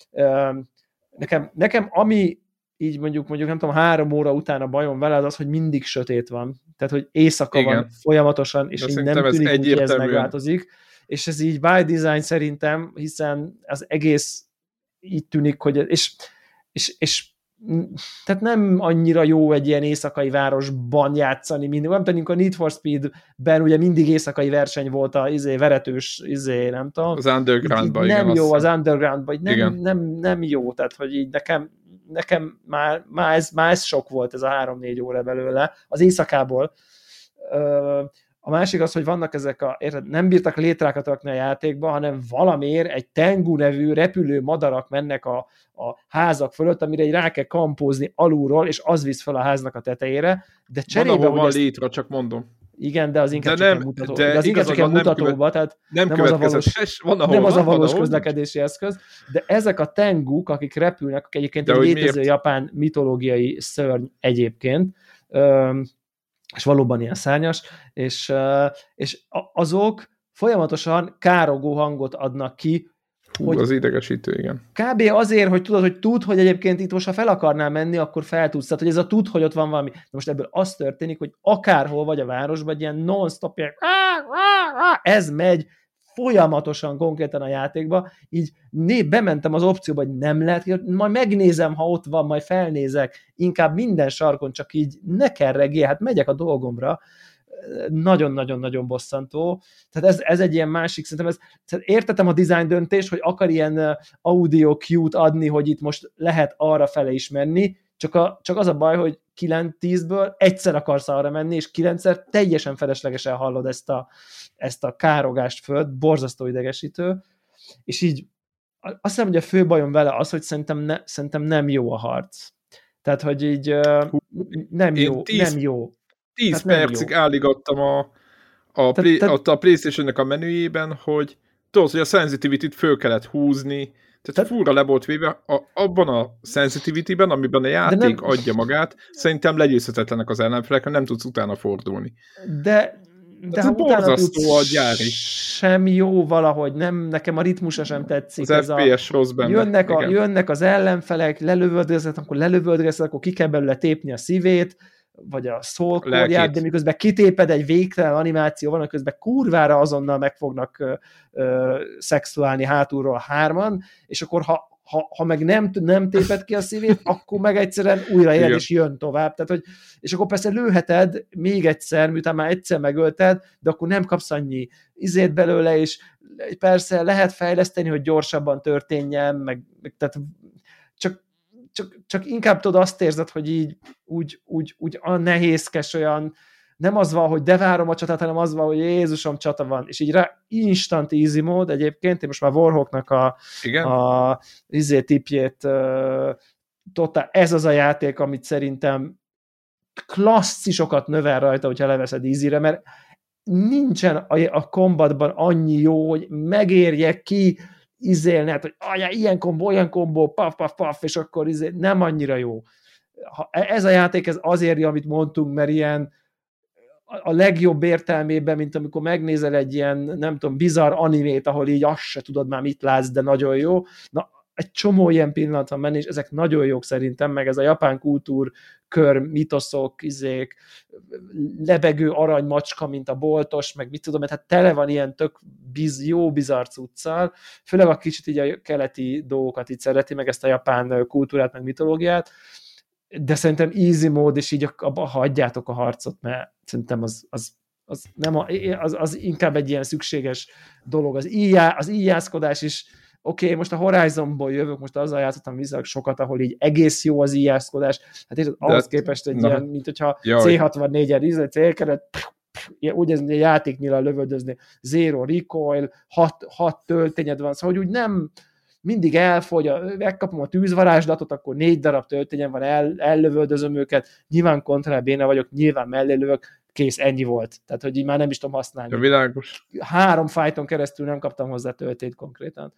Nekem, nekem ami így mondjuk, mondjuk nem tudom, három óra után a bajom vele, az az, hogy mindig sötét van. Tehát, hogy éjszaka Igen. van folyamatosan, és így nem tűnik, ez hogy ez megváltozik. És ez így by design szerintem, hiszen az egész így tűnik, hogy és, és, és tehát nem annyira jó egy ilyen éjszakai városban játszani, mindig. Nem pedig a Need for Speed-ben ugye mindig éjszakai verseny volt a izé, veretős, izé, nem tudom. Az undergroundban, nem igen. jó az undergroundban, nem, nem, nem, nem jó, tehát hogy így nekem, nekem már, már, ez, már ez sok volt ez a három-négy óra belőle, az éjszakából. A másik az, hogy vannak ezek a, érted, nem bírtak létrákat rakni a játékba, hanem valamiért egy Tengu nevű repülő madarak mennek a, a házak fölött, amire egy rá kell kampózni alulról, és az visz fel a háznak a tetejére. De cserébe, van, ahol van ezt, létra, csak mondom. Igen, de az inkább de csak nem, egy mutató. de De az inkább csak egy mutatóba, tehát nem, nem az a valós, van, nem az van, a valós van, közlekedési van. eszköz, de ezek a Tenguk, akik repülnek, akik egyébként de egy létező miért? Japán mitológiai szörny egyébként, és valóban ilyen szárnyas, és, és azok folyamatosan károgó hangot adnak ki. Hú, hogy az idegesítő, igen. Kb. Azért, hogy tudod, hogy tud, hogy egyébként itt most, ha fel akarnál menni, akkor fel tudsz. Tehát, hogy ez a tud, hogy ott van valami. De most ebből az történik, hogy akárhol vagy a városban, egy ilyen non-stop, ilyen, ez megy folyamatosan konkrétan a játékba, így né, bementem az opcióba, hogy nem lehet, hogy majd megnézem, ha ott van, majd felnézek, inkább minden sarkon csak így ne kerregjél, hát megyek a dolgomra, nagyon-nagyon-nagyon bosszantó. Tehát ez, ez egy ilyen másik, szerintem ez, értetem a design döntést, hogy akar ilyen audio cue-t adni, hogy itt most lehet arra fele is menni, csak, a, csak az a baj, hogy kilenc-tízből egyszer akarsz arra menni, és kilencszer teljesen feleslegesen hallod ezt a, ezt a károgást föld, borzasztó idegesítő, és így azt hiszem, hogy a fő bajom vele az, hogy szerintem, ne, szerintem nem jó a harc. Tehát, hogy így nem jó, tíz, nem jó. tíz percig álligattam a, a, te, play, te, ott a PlayStation-nek a menüjében, hogy tudod, hogy a sensitivity-t föl kellett húzni, tehát fúra le volt véve, a, abban a sensitivity-ben, amiben a játék nem, adja magát, szerintem legyőzhetetlenek az ellenfelek, nem tudsz utána fordulni. De, de ha utána tudsz sem jó valahogy, nem, nekem a ritmusa sem tetszik. Az ef pé es rossz benne. Jönnek, a, jönnek az ellenfelek, lelövöldöznek, akkor lelövöldöznek, akkor ki kell belőle tépni a szívét, vagy a szólkórját, de miközben kitéped egy végtelen animáció, van, közben kurvára azonnal meg fognak ö, ö, szexuálni hátulról hárman, és akkor ha, ha, ha meg nem, nem téped ki a szívét, akkor meg egyszerűen újra él, és jön tovább. Tehát, hogy, és akkor persze lőheted még egyszer, miután már egyszer megölted, de akkor nem kapsz annyi izét belőle, és persze lehet fejleszteni, hogy gyorsabban történjen, meg, meg tehát csak Csak, csak inkább tudod azt érzed, hogy így úgy, úgy, úgy a nehézkes olyan, nem az van, hogy de várom a csatát, hanem az van, hogy Jézusom, csata van, és így rá instant easy mód egyébként, én most már Warhawknak a, a izé tipjét uh, totál, ez az a játék, amit szerintem klasszisokat növel rajta, hogyha leveszed easyre, mert nincsen a, a combatban annyi jó, hogy megérje ki izélni, hát, hogy anya, ilyen kombó, olyan kombó, paf, paf, paf, és akkor izé, nem annyira jó. Ha ez a játék ez azért, amit mondtunk, mert ilyen a legjobb értelmében, mint amikor megnézel egy ilyen, nem tudom, bizarr animét, ahol így azt se tudod már mit látsz, de nagyon jó. Na, egy csomó ilyen pillanat van menni, és ezek nagyon jók szerintem, meg ez a japán kultúrkör, mitoszok, izék, lebegő aranymacska, mint a boltos, meg mit tudom, mert hát tele van ilyen tök biz, jó bizarr cuccal, főleg a kicsit így a keleti dolgokat így szereti, meg ezt a japán kultúrát, meg mitológiát, de szerintem easy mód, és így abba hagyjátok a harcot, mert szerintem az, az, az, nem a, az, az inkább egy ilyen szükséges dolog. Az, íjá, az íjászkodás is, oké, okay, most a Horizonból jövök, most azzal játszottam viszonylag sokat, ahol így egész jó az íjászkodás, hát és ahhoz képest egy na, ilyen, mint hogyha cé hatvannégy-en ízlet célkeret, úgy ez a játéknyilal lövöldözni, zero recoil, hat, hat töltényed van, szóval hogy úgy nem mindig elfogy, megkapom a tűzvarázslatot, akkor négy darab töltényem van, el, ellövöldözöm őket, nyilván kontrál béna vagyok, nyilván mellé lövök, kész, ennyi volt. Tehát, hogy így már nem is tudom használni. A világos. Három fájton keresztül nem kaptam hozzá töltényt konkrétan.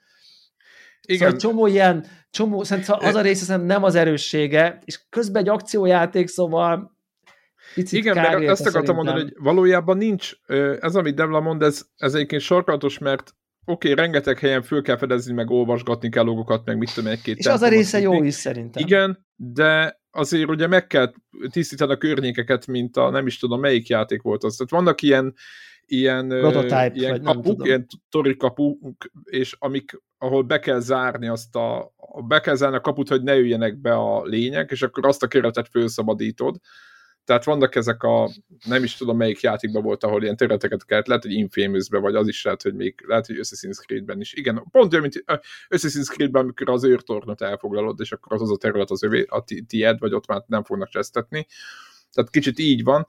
Igen. Szóval csomó ilyen, csomó, szerintem az a része szerintem nem az erőssége, és közben egy akciójáték, szóval picit igen, kár meg azt akartam mondani, hogy valójában nincs, ez, amit Devla mond, ez, ez egyébként sarkalatos, mert oké, okay, rengeteg helyen föl kell fedezni, meg olvasgatni kell logokat, meg mit tudom, egy-két. És az a része jó is szerintem. Igen, de azért ugye meg kell tisztítani a környékeket, mint a nem is tudom, melyik játék volt az. Tehát vannak ilyen ilyen, Prototype, ilyen kapuk, ilyen torikapuk, és amik, ahol be kell zárni azt a, be kell zárni a kaput, hogy ne üljenek be a lények, és akkor azt a keretet felszabadítod. Tehát vannak ezek a, nem is tudom melyik játékban volt, ahol ilyen területeket kellett, lehet, hogy Infamous-ben, vagy az is lehet, hogy még lehet, hogy Assassin's Creed-ben is. Igen, pont olyan, mint Assassin's Creed-ben, amikor az őrtornot elfoglalod, és akkor az az a terület az övé, a tied, vagy ott már nem fognak csesztetni. Tehát kicsit így van.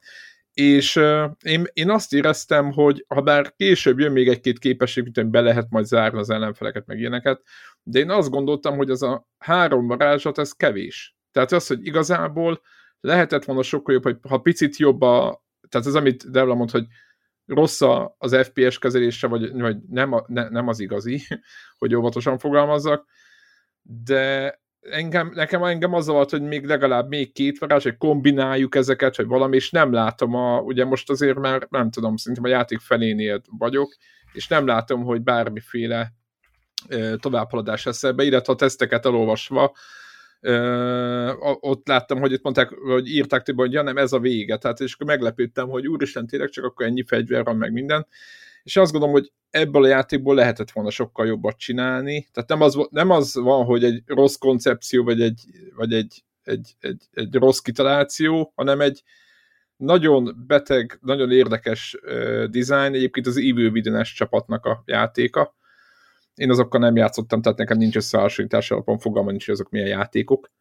És uh, én, én azt éreztem, hogy ha bár később jön még egy-két képesség, mint be lehet majd zárni az ellenfeleket, meg ilyeneket, de én azt gondoltam, hogy ez a három varázslat, ez kevés. Tehát az, hogy igazából lehetett volna sokkal jobb, hogy ha picit jobb a, tehát ez, amit Devla mond, hogy rossz az ef pé es kezelése, vagy, vagy nem, a, ne, nem az igazi, hogy óvatosan fogalmazzak, de engem, nekem engem az volt, hogy még legalább még két varázs, hogy kombináljuk ezeket, vagy valami, és nem látom a, ugye most azért már nem tudom, szerintem a játék felénél vagyok, és nem látom, hogy bármiféle e, továbbhaladás lesz ebbe, illetve a teszteket elolvasva, e, ott láttam, hogy itt mondták, hogy írták többen, hogy ja nem, ez a vége, tehát és akkor meglepődtem, hogy úristen, tényleg csak akkor ennyi fegyver van, meg minden, és azt gondolom, hogy ebből a játékból lehetett volna sokkal jobbat csinálni. Tehát nem az, nem az van, hogy egy rossz koncepció, vagy egy, vagy egy, egy, egy, egy rossz kitaláció, hanem egy nagyon beteg, nagyon érdekes uh, design. Egyébként az Evil Within-es csapatnak a játéka. Én azokkal nem játszottam, tehát nekem nincs összehasonlítás alapon, fogalma nincs, hogy azok milyen játékok.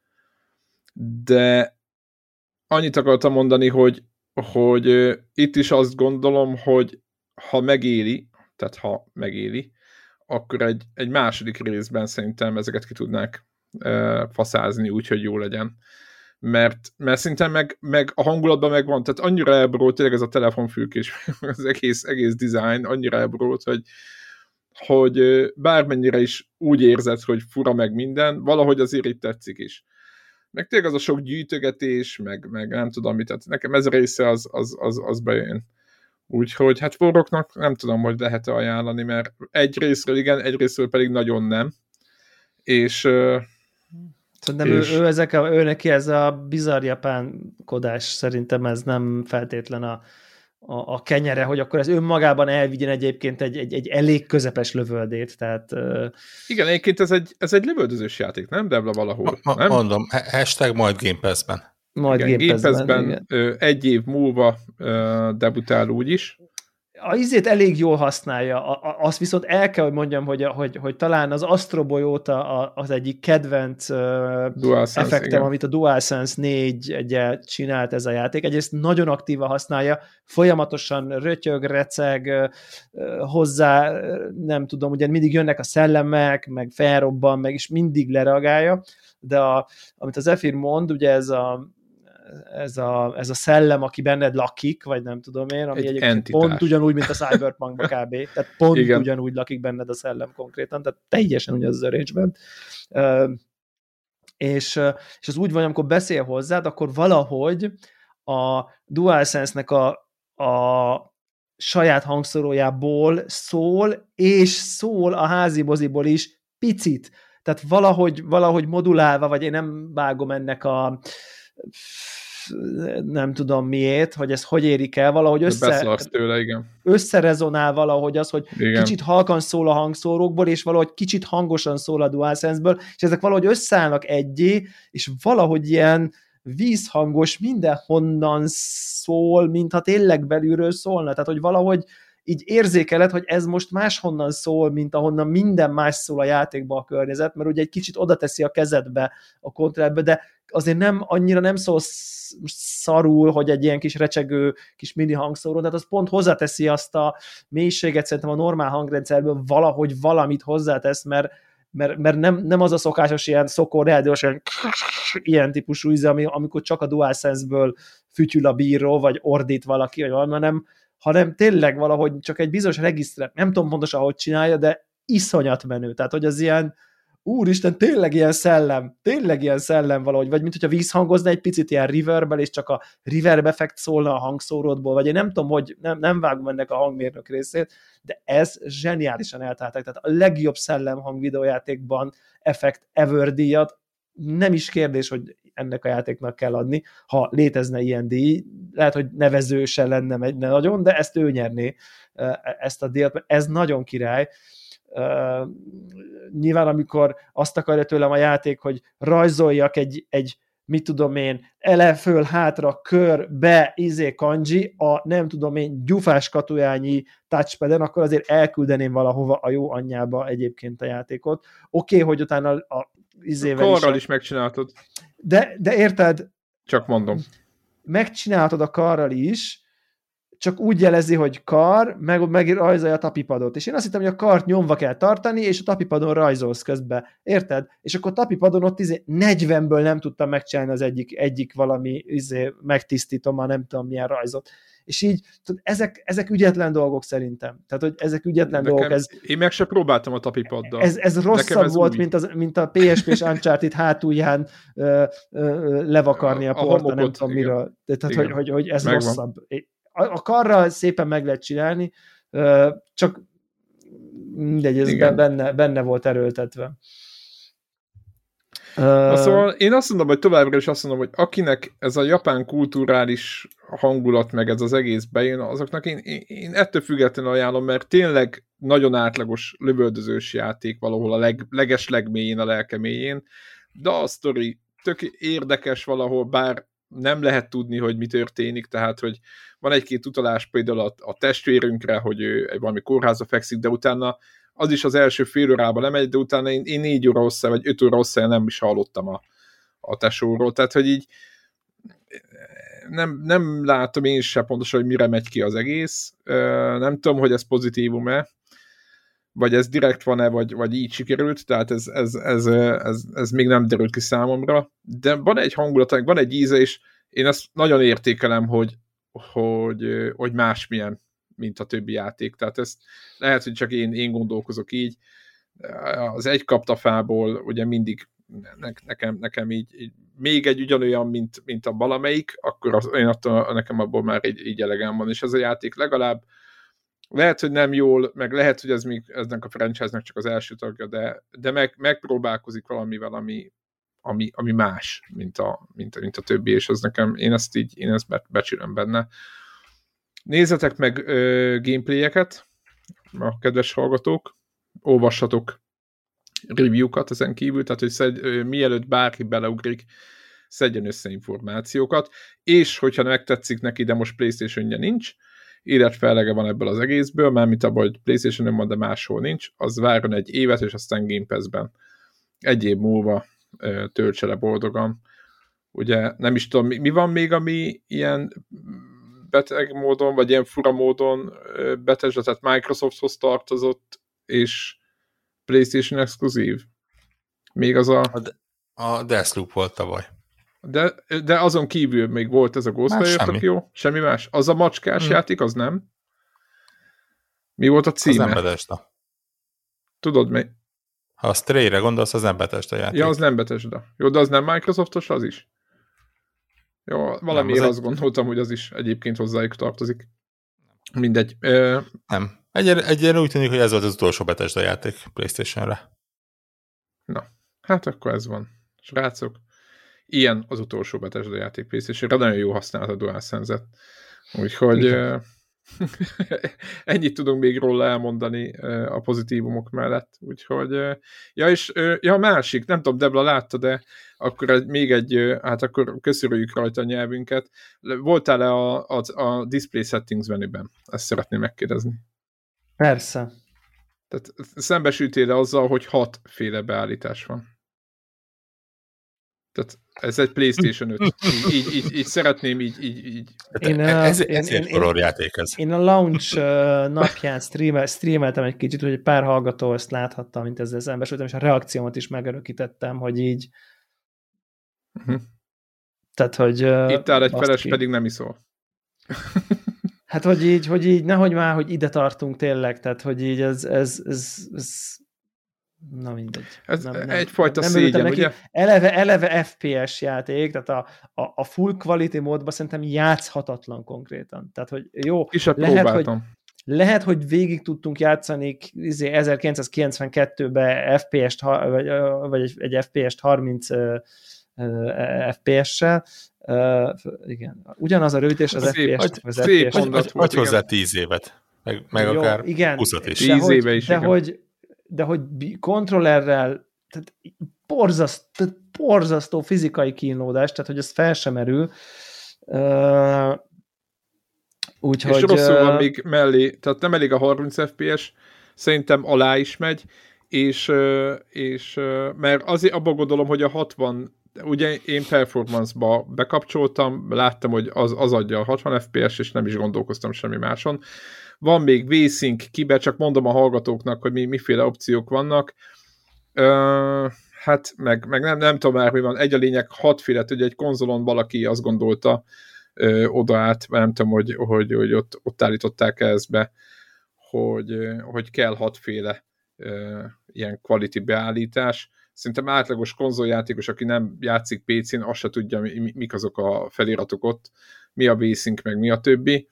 De annyit akartam mondani, hogy, hogy uh, itt is azt gondolom, hogy ha megéli, tehát ha megéli, akkor egy, egy második részben szerintem ezeket ki tudnák e, faszázni úgy, hogy jó legyen. Mert, mert szerintem meg, meg a hangulatban megvan, tehát annyira elbrólt, tényleg ez a telefonfülkés, az egész, egész design annyira elbrólt, hogy, hogy bármennyire is úgy érzed, hogy fura meg minden, valahogy azért itt tetszik is. Meg tényleg az a sok gyűjtögetés, meg, meg nem tudom mit, tehát nekem ez a része az, az, az, az bejön. Úgyhogy hát forroknak nem tudom, hogy lehet-e ajánlani, mert egy részről igen, egy részről pedig nagyon nem. És... Szerintem és... Ő, ő, ezek a, ő neki ez a bizarr japánkodás, szerintem ez nem feltétlen a, a, a kenyere, hogy akkor ez önmagában elvigyen egyébként egy, egy, egy elég közepes lövöldét, tehát... Igen, egyébként ez egy, ez egy lövöldözős játék, nem? Devla valahol, ma, nem? Mondom, hashtag majd Game Pass-ben. Majd igen, Game Pass-ben, Game Pass-ben egy év múlva uh, debutál úgyis. A izét elég jól használja, a, a, azt viszont el kell, hogy mondjam, hogy, hogy, hogy talán az Astro Boy óta az egyik kedvenc uh, effektem, igen. Amit a DualSense négy-egyel csinált ez a játék. Egyrészt nagyon aktívan használja, folyamatosan rötyög, receg, uh, hozzá, nem tudom, ugye mindig jönnek a szellemek, meg felrobban, meg is mindig lereagálja, de a, amit az Zephyr mond, ugye ez a Ez a, ez a szellem, aki benned lakik, vagy nem tudom én, ami egy egyébként entitás. Pont ugyanúgy, mint a Cyberpunkban kb. Tehát pont igen. Ugyanúgy lakik benned a szellem konkrétan, tehát teljesen ugyanaz az arrangement. Uh, és, és az úgy van, amikor beszél hozzád, akkor valahogy a DualSense-nek a, a saját hangszórójából szól, és szól a házi moziból is picit. Tehát valahogy, valahogy modulálva, vagy én nem vágom ennek a nem tudom miért, hogy ez hogy érik el, valahogy össze, tőle, igen. összerezonál valahogy az, hogy igen. kicsit halkan szól a hangszórókból, és valahogy kicsit hangosan szól a DualSense-ből, és ezek valahogy összeállnak egyé, és valahogy ilyen vízhangos, mindenhonnan szól, mintha tényleg belülről szólna. Tehát, hogy valahogy így érzékeled, hogy ez most máshonnan szól, mint ahonnan minden más szól a játékba a környezet, mert ugye egy kicsit oda teszi a kezedbe a kontrollerbe, de azért nem, annyira nem szól szarul, hogy egy ilyen kis recsegő kis mini hangszóró, tehát az pont hozzáteszi azt a mélységet, szerintem a normál hangrendszerből valahogy valamit hozzátesz, mert, mert, mert nem, nem az a szokásos ilyen szokó, rádiós, ilyen, ilyen típusú íze, ami, amikor csak a DualSense-ből fütyül a bíró, vagy ordít valaki, vagy valami, hanem, hanem tényleg valahogy csak egy bizonyos regisztret, nem tudom pontosan, hogy csinálja, de iszonyat menő. Tehát, hogy az ilyen, úristen, tényleg ilyen szellem, tényleg ilyen szellem valahogy, vagy mint hogyha vízhangozna egy picit ilyen reverbbel, és csak a reverb effekt szólna a hangszóródból, vagy én nem tudom, hogy nem, nem vágom ennek a hangmérnök részét, de ez zseniálisan eltalálták. Tehát a legjobb szellem hang videójátékban effekt ever díjat, nem is kérdés, hogy ennek a játéknak kell adni, ha létezne ilyen díj, lehet, hogy nevező se lenne nagyon, de ezt ő nyerné, ezt a díjat, mert ez nagyon király. Uh, nyilván amikor azt akarja tőlem a játék, hogy rajzoljak egy, egy mit tudom én, ele, föl, hátra, kör, be, izé, kanji, a nem tudom én, gyufás katujányi touchpaden, akkor azért elküldeném valahova a jó anyjába egyébként a játékot. Oké, okay, hogy utána a izével karral is, is megcsináltad. De, de érted? Csak mondom. Megcsináltad a karral is, csak úgy jelezi, hogy kar, meg, meg rajzolja a tapipadot. És én azt hittem, hogy a kart nyomva kell tartani, és a tapipadon rajzolsz közben. Érted? És akkor a tapipadon ott izé negyvenből nem tudtam megcsinálni az egyik, egyik valami izé, megtisztítom, már nem tudom milyen rajzot. És így, tudod, ezek, ezek ügyetlen dolgok szerintem. Tehát, hogy ezek ügyetlen Nekem, dolgok. Ez, én meg se próbáltam a tapipaddal. Ez, ez rosszabb ez volt, mint, az, mint a pé es pés Uncharted hátulján ö, ö, levakarni a, a porta, homokot, nem tudom igen. miről. Tehát, hogy, hogy, hogy ez megvan. Rosszabb. A karral szépen meg lehet csinálni, csak mindegy, ez igen. benne, benne volt erőltetve. Na, szóval én azt mondom, hogy továbbra is azt mondom, hogy akinek ez a japán kulturális hangulat, meg ez az egész bejön, azoknak én, én, én ettől függetlenül ajánlom, mert tényleg nagyon átlagos lövöldözős játék valahol a leg, leges legmélyén, a lelke mélyén, de a sztori tök érdekes valahol, bár nem lehet tudni, hogy mi történik, tehát, hogy van egy-két utalás például a, a testvérünkre, hogy ő valami kórházba fekszik, de utána az is az első fél órában lemegy, de utána én, én négy óra hosszá, vagy öt óra hosszá nem is hallottam a, a tesóról, tehát, hogy így nem, nem látom én sem pontosan, hogy mire megy ki az egész, nem tudom, hogy ez pozitívum-e, vagy ez direkt van-e, vagy, vagy így sikerült, tehát ez, ez, ez, ez, ez még nem derült ki számomra, de van egy hangulat, van egy íze, és én ezt nagyon értékelem, hogy, hogy, hogy másmilyen, mint a többi játék, tehát ezt lehet, hogy csak én, én gondolkozok így, az egy kaptafából ugye mindig ne, nekem, nekem így, így még egy ugyanolyan, mint, mint a valamelyik, akkor az, én attól, nekem abból már így, így elegem van, és ez a játék legalább lehet, hogy nem jól, meg lehet, hogy ez még eznek a franchise-nak csak az első tagja, de, de meg, megpróbálkozik valamivel, ami, ami, ami más, mint a, mint, mint a többi, és az nekem, én ezt így, én ezt becsülöm benne. Nézzetek meg ö, gameplayeket, a kedves hallgatók, olvassatok review-kat ezen kívül, tehát, hogy szed, ö, mielőtt bárki beleugrik, szedjen össze információkat, és hogyha megtetszik neki, de most PlayStation-je nincs, életfellege van ebből az egészből, mármint abban, hogy PlayStation-on van, de máshol nincs, az várjon egy évet, és aztán Game Pass-ben egy év múlva ö, töltse le boldogan. Ugye nem is tudom, mi, mi van még, ami ilyen beteg módon, vagy ilyen fura módon beteg, tehát Microsofthoz tartozott, és PlayStation exkluzív. Még az a... A, a Deathloop volt tavaly. De, de azon kívül még volt ez a Ghostwire Tokyo. Semmi más. Az a macskás hmm. játék, az nem? Mi volt a címe? Az nem Bethesda. Tudod mi? Ha a Stray-re gondolsz, az nem Bethesda játék. Ja, az nem Bethesda. Jó, de az nem Microsoftos, az is? Jó, valamiért azt gondoltam, hogy az is egyébként hozzájuk tartozik. Mindegy. Ö... Nem. Egyen, egyen úgy tűnik, hogy ez volt az utolsó Bethesda játék PlayStation-re. Na, hát akkor ez van. Srácok, ilyen az utolsó Bethesda játék PlayStation-re. Nagyon jó használat a DualSense-et. Úgyhogy ö... ennyit tudunk még róla elmondani a pozitívumok mellett. Úgyhogy, ja, és ja, másik, nem tudom, Debla látta, de akkor egy, még egy, hát akkor köszörüljük rajta a nyelvünket. Voltál-e a, a, a Display Settings menüben? Ezt szeretném megkérdezni. Persze. Tehát szembesültél-e azzal, hogy hatféle beállítás van? Tehát ez egy PlayStation öt. Így, így, így, így szeretném így... így, így. Én, ez, én, ezért én, horrorjáték ez. Én a launch napján streamel, streameltem egy kicsit, hogy egy pár hallgató ezt láthatta, mint ezzel szembesültem, és a reakciómat is megörökítettem, hogy így... Uh-huh. Tehát, hogy... Itt áll egy feles, ki. pedig nem iszol. Hát, hogy így, hogy így, nehogy már, hogy ide tartunk tényleg, tehát, hogy így ez, ez, ez, ez na mindegy. Ez nem, nem, egyfajta nem szégyen, neki. ugye? Eleve, eleve ef pé es játék, tehát a, a, a full quality módban szerintem játszhatatlan konkrétan. Tehát, hogy jó, lehet, hogy, lehet, hogy végig tudtunk játszani ezerkilencszázkilencvenkettőben ef pé est, vagy, vagy egy, egy ef pé est harminc uh, ef pé es-sel. Uh, igen. Ugyanaz a rövidítés az szép, ef pé es-nek. Az ef pé es Adj hozzá tíz évet. Meg, meg jó, akár igen, huszat is. De hogy, éve is, de, hogy, de hogy kontrollerrel tehát borzaszt, tehát borzasztó fizikai kínlódás, tehát hogy ez fel sem merül. Uh, úgyhogy... És rosszul van még mellé, tehát nem elég a harminc ef pé es, szerintem alá is megy, és, és mert azért abban gondolom, hogy a hatvan, ugye én performance-ba bekapcsoltam, láttam, hogy az, az adja a hatvan ef pé es, és nem is gondolkoztam semmi máson. Van még V-Sync kibe, csak mondom a hallgatóknak, hogy mi, miféle opciók vannak. Uh, hát meg, meg nem, nem tudom már, mi van. Egy a lényeg, hatféle, ugye egy konzolon valaki azt gondolta uh, oda át, nem tudom, hogy, hogy, hogy ott, ott állították ezt be, hogy, hogy kell hatféle uh, ilyen quality beállítás. Szerintem átlagos konzoljátékos, aki nem játszik pé cén, azt se tudja, mi, mik azok a feliratok ott, mi a V-Sync, meg mi a többi.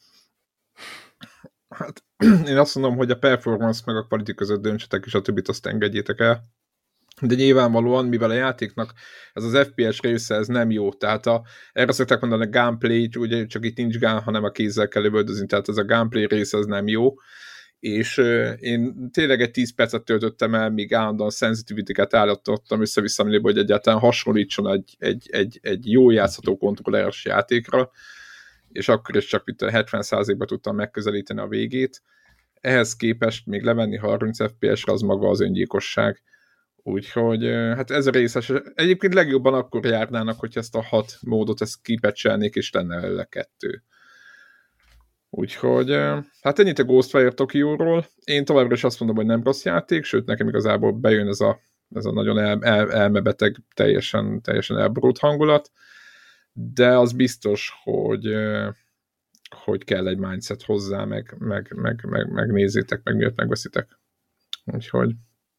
Hát én azt mondom, hogy a performance meg a quality között döntsetek, és a többit azt engedjétek el. De nyilvánvalóan, mivel a játéknak ez az ef pé es része, ez nem jó. Tehát a, erre szokták mondani a gunplay, ugye csak itt nincs gun, hanem a kézzel kell lövöldözni, tehát ez a gunplay része, ez nem jó. És uh, én tényleg egy tíz percet töltöttem el, míg állandóan sensitivity-ket állítottam össze-vissza, hogy egyáltalán hasonlítson egy, egy, egy, egy jó játszható kontrolleres játékra, és akkor is csak itt a hetven százalékban tudtam megközelíteni a végét. Ehhez képest még levenni harminc ef pé es-re az maga az öngyilkosság. Úgyhogy hát ez a részes. Egyébként legjobban akkor járnának, hogy ezt a hat módot ezt kipecselnék, és lenne előle kettő. Úgyhogy hát ennyit a Ghostwire Tokyo-ról. Én továbbra is azt mondom, hogy nem rossz játék, sőt nekem igazából bejön ez a, ez a nagyon el, el, elmebeteg, teljesen, teljesen elborult hangulat. De az biztos, hogy, hogy kell egy mindset hozzá, meg, meg, meg, meg, meg nézzétek, meg miért megveszitek. Úgyhogy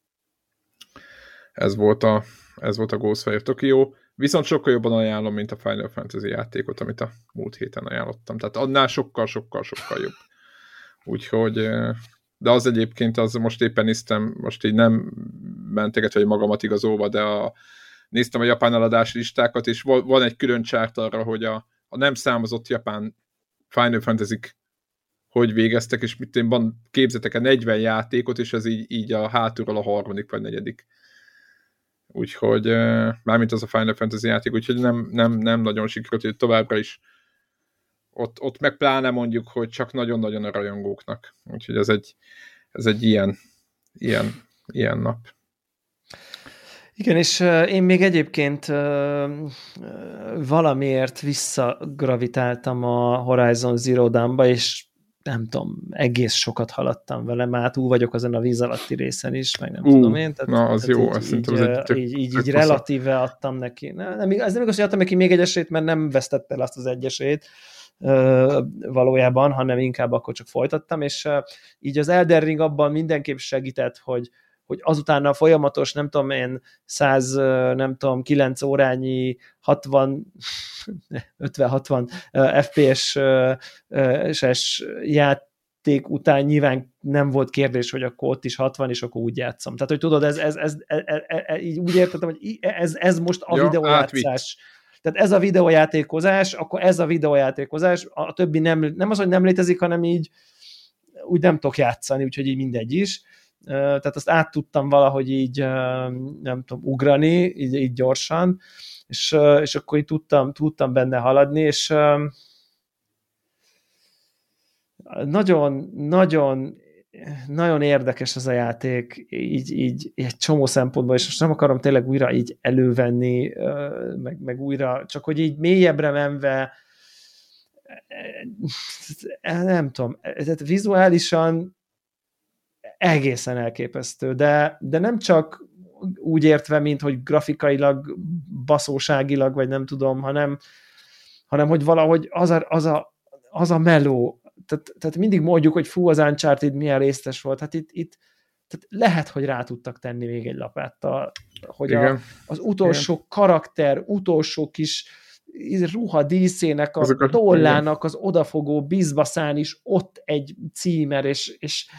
ez volt a, ez volt a Ghostwire Tokyo. Viszont sokkal jobban ajánlom, mint a Final Fantasy játékot, amit a múlt héten ajánlottam. Tehát annál sokkal, sokkal, sokkal jobb. Úgyhogy, de az egyébként, az most éppen néztem, most így nem mentegetve magamat igazolva, de a néztem a japán eladási listákat, és van egy külön csárt arra, hogy a, a nem számozott japán Final Fantasy-k hogy végeztek, és mit én van, képzetek a negyven játékot, és ez így, így a hátulról a harmadik vagy negyedik. Úgyhogy, mármint az a Final Fantasy játék, úgyhogy nem, nem, nem nagyon sikerült, hogy továbbra is ott, ott meg pláne mondjuk, hogy csak nagyon-nagyon a rajongóknak. Úgyhogy ez egy, ez egy ilyen, ilyen, ilyen nap. Igen, és uh, én még egyébként uh, uh, valamiért visszagravitáltam a Horizon Zero Dawn-ba, és nem tudom, egész sokat haladtam vele, már túl vagyok azon a víz alatti részen is, meg nem uh, tudom én. Tehát, na, az tehát jó, így, azt így, így, tök, így, így, tök így relatíve adtam neki. Nem, nem, ez nem igaz, hogy adtam neki még egy esélyt, mert nem vesztette el azt az egy esélyt uh, valójában, hanem inkább akkor csak folytattam, és uh, így az Elden Ring abban mindenképp segített, hogy hogy azután a folyamatos, nem tudom én, száz, nem tudom, kilenc órányi, hatvan, ötven-hatvan ef pé es-es lelőtték után nyilván nem volt kérdés, hogy akkor ott is hatvan, és akkor úgy játszom. Tehát, hogy tudod, ez, ez, ez, ez, ez, ez így úgy értettem, hogy ez, ez most a ja, videójátszás. Tehát ez a videójátékozás, akkor ez a videójátékozás, a többi nem, nem az, hogy nem létezik, hanem így úgy nem tudok játszani, úgyhogy így mindegy is. Tehát azt át tudtam valahogy így, nem tudom, ugrani, így, így gyorsan, és, és akkor így tudtam, tudtam benne haladni, és nagyon, nagyon, nagyon érdekes ez a játék, így, így egy csomó szempontból, és most nem akarom tényleg újra így elővenni, meg, meg újra, csak hogy így mélyebbre menve, nem tudom, tehát vizuálisan egészen elképesztő, de, de nem csak úgy értve, mint hogy grafikailag, baszóságilag, vagy nem tudom, hanem, hanem hogy valahogy az a, az a, az a meló, tehát, tehát mindig mondjuk, hogy fú, az Uncharted milyen résztes volt, hát itt, itt tehát lehet, hogy rá tudtak tenni még egy lapáttal, hogy a, az utolsó igen. karakter, utolsó kis ruha díszének, a Azokat, tollának az odafogó bizbaszán is ott egy címer, és, és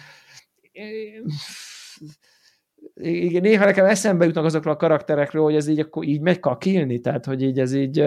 igen, néha nekem eszembe jutnak azokról a karakterekről, hogy ez így akkor így megy kakilni, tehát hogy így ez így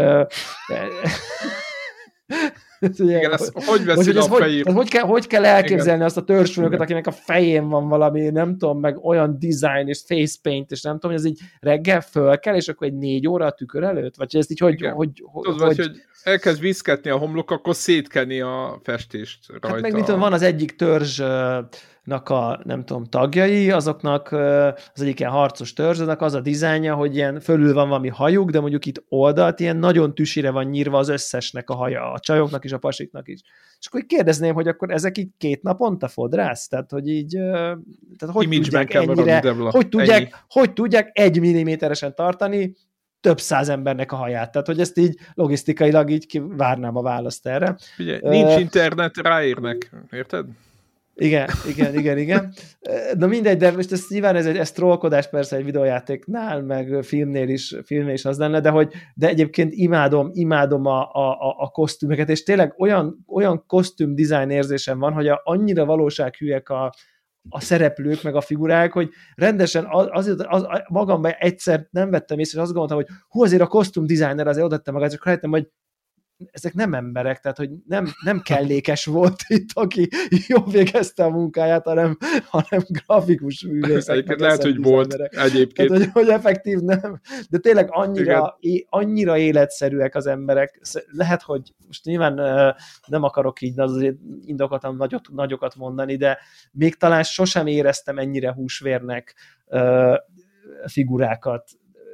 igen, ez hogy veszi a fejét? Hogy, hogy, kell, hogy kell elképzelni igen. azt a törzsfőnöket, akinek a fején van valami, nem tudom, meg olyan design és face paint, és nem tudom, hogy ez így reggel föl kell, és akkor egy négy óra a tükör előtt? Vagy ezt így hogy... Igen. hogy, Tudod, hogy, hogy elkezd viszketni a homlok, akkor szétkenni a festést rajta. Hát meg mit tudom, van az egyik törzsnak a, nem tudom, tagjai, azoknak az egyik ilyen harcos törzsnek az a dizájnja, hogy ilyen fölül van valami hajuk, de mondjuk itt oldalt ilyen nagyon tüsire van nyírva az összesnek a haja, a csajoknak is, a pasiknak is. És akkor kérdezném, hogy akkor ezek így két naponta fodrász? Tehát, hogy így, tehát hogy tudják ennyire, hogy tudják, hogy tudják egy milliméteresen tartani több száz embernek a haját. Tehát, hogy ezt így logisztikailag így várnám a választ erre. Figyelj, nincs uh, internet, ráérnek, érted? Igen, igen, igen, igen. Na mindegy, de most ez nyilván ez egy ez trollkodás persze egy videójátéknál, meg filmnél is, filmnél is az lenne, de, hogy, de egyébként imádom, imádom a, a, a kosztümöket, és tényleg olyan, olyan kosztüm design érzésem van, hogy a, annyira valósághűek a, a szereplők, meg a figurák, hogy rendesen az, az, az, magamban egyszer nem vettem észre, és azt gondoltam, hogy hú, azért a kosztüm designer azért odaadta magát, csak rájöttem, hogy ezek nem emberek, tehát hogy nem, nem kellékes volt itt, aki jól végezte a munkáját, hanem, hanem grafikus művészek. Egyébként lehet, hogy volt egyébként. Tehát, hogy, hogy effektív nem, de tényleg annyira, é, annyira életszerűek az emberek. Lehet, hogy most nyilván nem akarok így azért indokoltam nagyot, nagyokat mondani, de még talán sosem éreztem ennyire húsvérnek figurákat,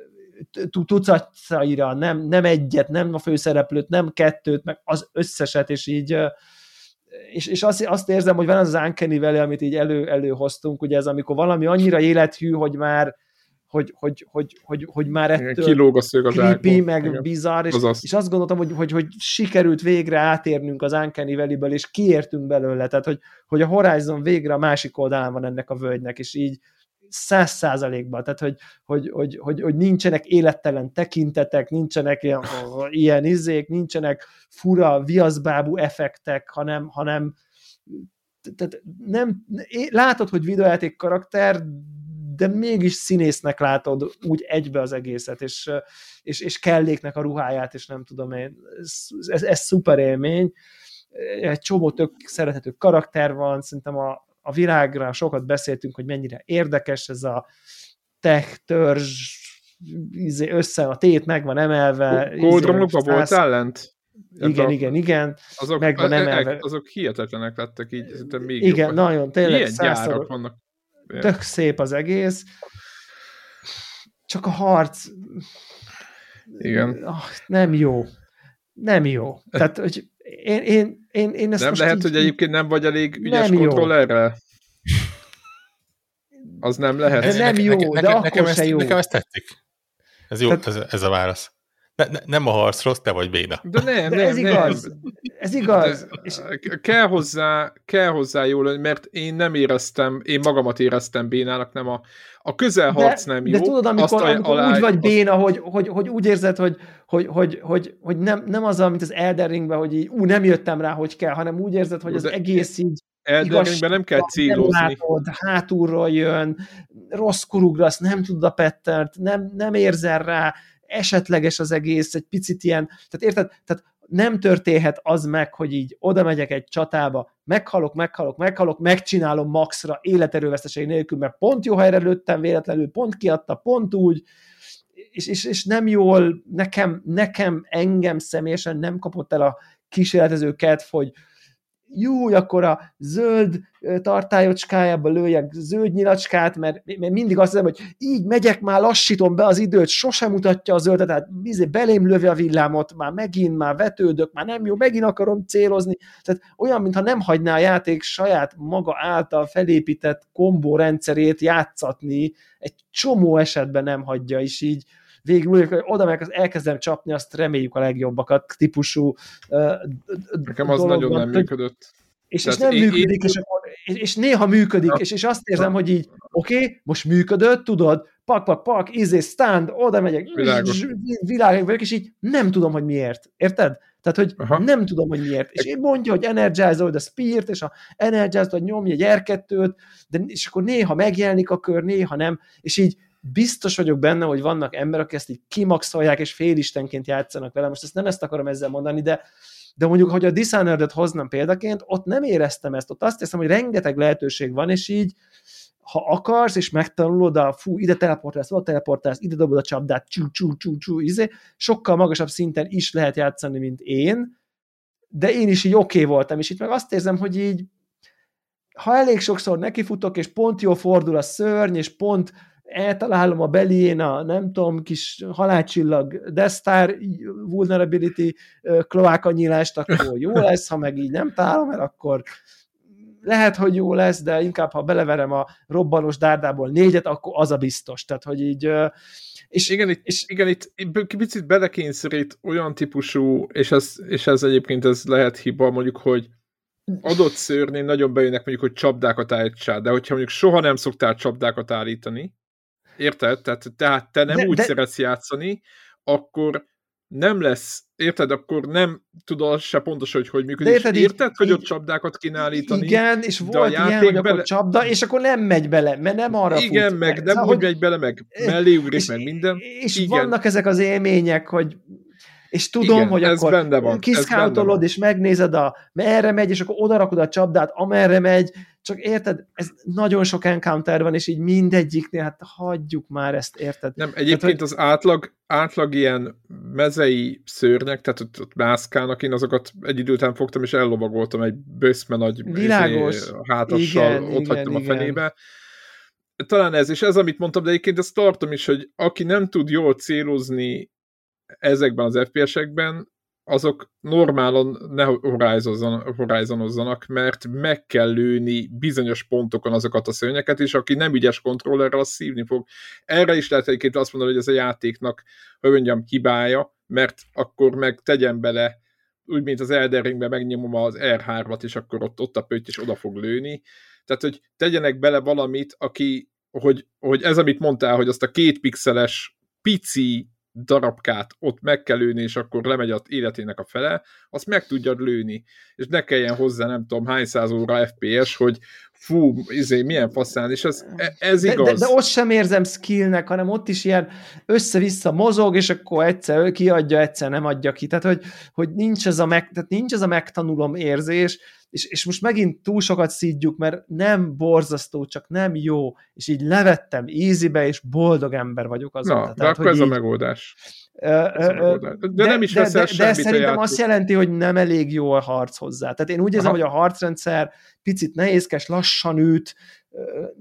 tucatjaira, nem, nem egyet, nem a főszereplőt, nem kettőt, meg az összeset, és így és, és azt, azt érzem, hogy van az az Uncanny Valley, amit így elő, előhoztunk, ugye ez, amikor valami annyira élethű, hogy már hogy, hogy, hogy, hogy, hogy már ettől kilóg a szög az creepy, meg igen. bizarr, és, és azt gondoltam, hogy, hogy, hogy sikerült végre átérnünk az Uncanny Valley-ből, és kiértünk belőle, tehát hogy, hogy a Horizon végre a másik oldalán van ennek a völgynek, és így száz százalékban, tehát hogy, hogy, hogy, hogy, hogy nincsenek élettelen tekintetek, nincsenek ilyen, ilyen izék, nincsenek fura viaszbábú effektek, hanem, hanem tehát nem, látod, hogy videójáték karakter, de mégis színésznek látod úgy egybe az egészet, és, és, és kelléknek a ruháját, és nem tudom én, ez, ez, ez szuper élmény, egy csomó tök szerethető karakter van, szerintem a a világra sokat beszéltünk, hogy mennyire érdekes ez a tech törzs, össze a tét meg van emelve. Kódromlokban voltál lent? Igen, igen, igen. Azok, meg van emelve. Azok hihetetlenek lettek így, szerintem még igen, jobban. nagyon, tényleg ilyen gyárak vannak. Tök szép az egész. Csak a harc igen. nem jó. Nem jó. Tehát, hogy én, én, én, én ezt nem most lehet, így, hogy egyébként nem vagy elég ügyes nem kontrollerrel? Az nem lehet. De nem jó, nekem, de nekem, akkor nekem se ezt, jó. Nekem ez tetszik. Ez jó, Tehát, ez, ez a válasz. Ne, ne, nem a harc rossz, te vagy béna. De nem, de nem, ez nem. igaz. Ez igaz. És... Kell hozzá, kell hozzá jól, mert én nem éreztem, én magamat éreztem bénának, nem a, a közelharc de, nem jó. De tudod, amikor, amikor alá, úgy vagy azt... béna, hogy, hogy, hogy úgy érzed, hogy, hogy, hogy, hogy, hogy nem, nem az, mint az Elden Ringben, hogy így, ú, nem jöttem rá, hogy kell, hanem úgy érzed, hogy az de egész így Elden Ringben nem kell célozni. Nem látod, hátulról jön, rosszkor ugrasz, nem tudod a pattert, nem, nem érzel rá, esetleges az egész, egy picit ilyen, tehát érted? Tehát nem történhet az meg, hogy így oda megyek egy csatába, meghalok, meghalok, meghalok, megcsinálom maxra életerőveszteség nélkül, mert pont jó helyre lőttem véletlenül, pont kiadta, pont úgy, és, és, és nem jól, nekem, nekem, engem személyesen nem kapott el a kísérletező kedv, hogy jó, akkor a zöld tartályocskájába lőjek zöld nyilacskát, mert, mert mindig azt hiszem, hogy így megyek, már lassítom be az időt, sosem mutatja a zöldet, tehát belém lövi a villámot, már megint, már vetődök, már nem jó, megint akarom célozni, tehát olyan, mintha nem hagyná a játék saját maga által felépített kombó rendszerét játszatni, egy csomó esetben nem hagyja, és így végül, hogy oda meg elkezdem csapni, azt reméljük a legjobbakat típusú uh, Nekem az dologban, nagyon nem működött. És, és nem én, működik, én... és, és, és néha működik, és, és azt érzem, hogy így, oké, okay, most működött, tudod, pak, pak, pak, izé, stand, oda megyek, világos vagyok, és így nem tudom, hogy miért. Érted? Tehát, hogy aha. nem tudom, hogy miért. És én mondja, hogy energize-old a speart, és a energize-old nyomj egy er kettőt, de és akkor néha megjelenik a kör, néha nem, és így biztos vagyok benne, hogy vannak emberek, akik ezt így kimaxolják, és félistenként játszanak vele. Most ezt nem ezt akarom ezzel mondani, de, de mondjuk, hogy a Dishonored-et hoznám példaként, ott nem éreztem ezt, ott azt hiszem, hogy rengeteg lehetőség van, és így, ha akarsz, és megtanulod a fú, ide teleportálsz, oda teleportálsz, ide dobod a csapdát, csú, csú, csú, csú, izé, sokkal magasabb szinten is lehet játszani, mint én, de én is így oké okay voltam, és itt meg azt érzem, hogy így, ha elég sokszor nekifutok, és pont jól fordul a szörny, és pont eltalálom a belién a, nem tudom, kis halálcsillag Death Star vulnerability kloákanyílást, akkor jó lesz, ha meg így nem találom el, akkor lehet, hogy jó lesz, de inkább, ha beleverem a robbanós dárdából négyet, akkor az a biztos. Tehát, hogy így... És, igen, itt, és, igen, itt picit belekényszerít olyan típusú, és ez, és ez egyébként ez lehet hiba, mondjuk, hogy adott szörnyén nagyon bejönnek mondjuk, hogy csapdákat állítsál, de hogyha mondjuk soha nem szoktál csapdákat állítani, érted? Tehát, tehát te nem de, úgy de... szeretsz játszani, akkor nem lesz, érted? Akkor nem tudod se pontosan, hogy hogy működik. Érted, érted így, hogy ott csapdákat kéne állítani? Igen, és volt ilyen, hogy bele... akkor csapda, és akkor nem megy bele, mert nem arra igen, fut. meg nem szóval, úgy megy bele, meg mellé ugrik, meg minden. És igen. vannak ezek az élmények, hogy és tudom, igen, hogy akkor kiszkáutolod, és megnézed, a, merre megy, és akkor odarakod a csapdát, amerre megy, csak érted, ez nagyon sok encounter van, és így mindegyiknél, hát hagyjuk már ezt, érted? Nem, egyébként tehát, az átlag, átlag ilyen mezei szőrnek, tehát ott, ott mászkálnak, én azokat egy idő után fogtam, és ellovagoltam egy böszme nagy világos, hátassal, igen, ott igen, hagytam igen. a fenébe. Talán ez, és ez, amit mondtam, de egyébként ezt tartom is, hogy aki nem tud jól célozni ezekben az ef pé es-ekben, azok normálon ne horizonozzanak, mert meg kell lőni bizonyos pontokon azokat a szörnyeket, és aki nem ügyes kontrollerrel, az szívni fog. Erre is lehet egyébként azt mondani, hogy ez a játéknak, hogy mondjam, hibája, mert akkor meg tegyen bele, úgy, mint az Elden Ringben megnyomom az er hármat, és akkor ott, ott a pötty, és oda fog lőni. Tehát, hogy tegyenek bele valamit, aki, hogy, hogy ez, amit mondtál, hogy azt a két pixeles pici darabkát ott meg kell lőni, és akkor lemegy az életének a fele, azt meg tudjad lőni. És ne kelljen hozzá, nem tudom, hány száz óra ef pé es, hogy fú, izé, milyen faszán, és ez, ez igaz. De, de, de ott sem érzem skillnek, hanem ott is ilyen össze-vissza mozog, és akkor egyszer kiadja, egyszer nem adja ki. Tehát, hogy, hogy nincs, ez a meg, tehát nincs ez a megtanulom érzés, és, és most megint túl sokat szídjuk, mert nem borzasztó, csak nem jó, és így levettem easybe, és boldog ember vagyok azon. Na, tehát, de akkor ez így, a megoldás. Uh, uh, de, de nem is de, de, de szerintem azt jelenti, hogy nem elég jó a harc hozzá. Tehát én úgy érzem, hogy a harcrendszer picit nehézkes, lassan üt, uh,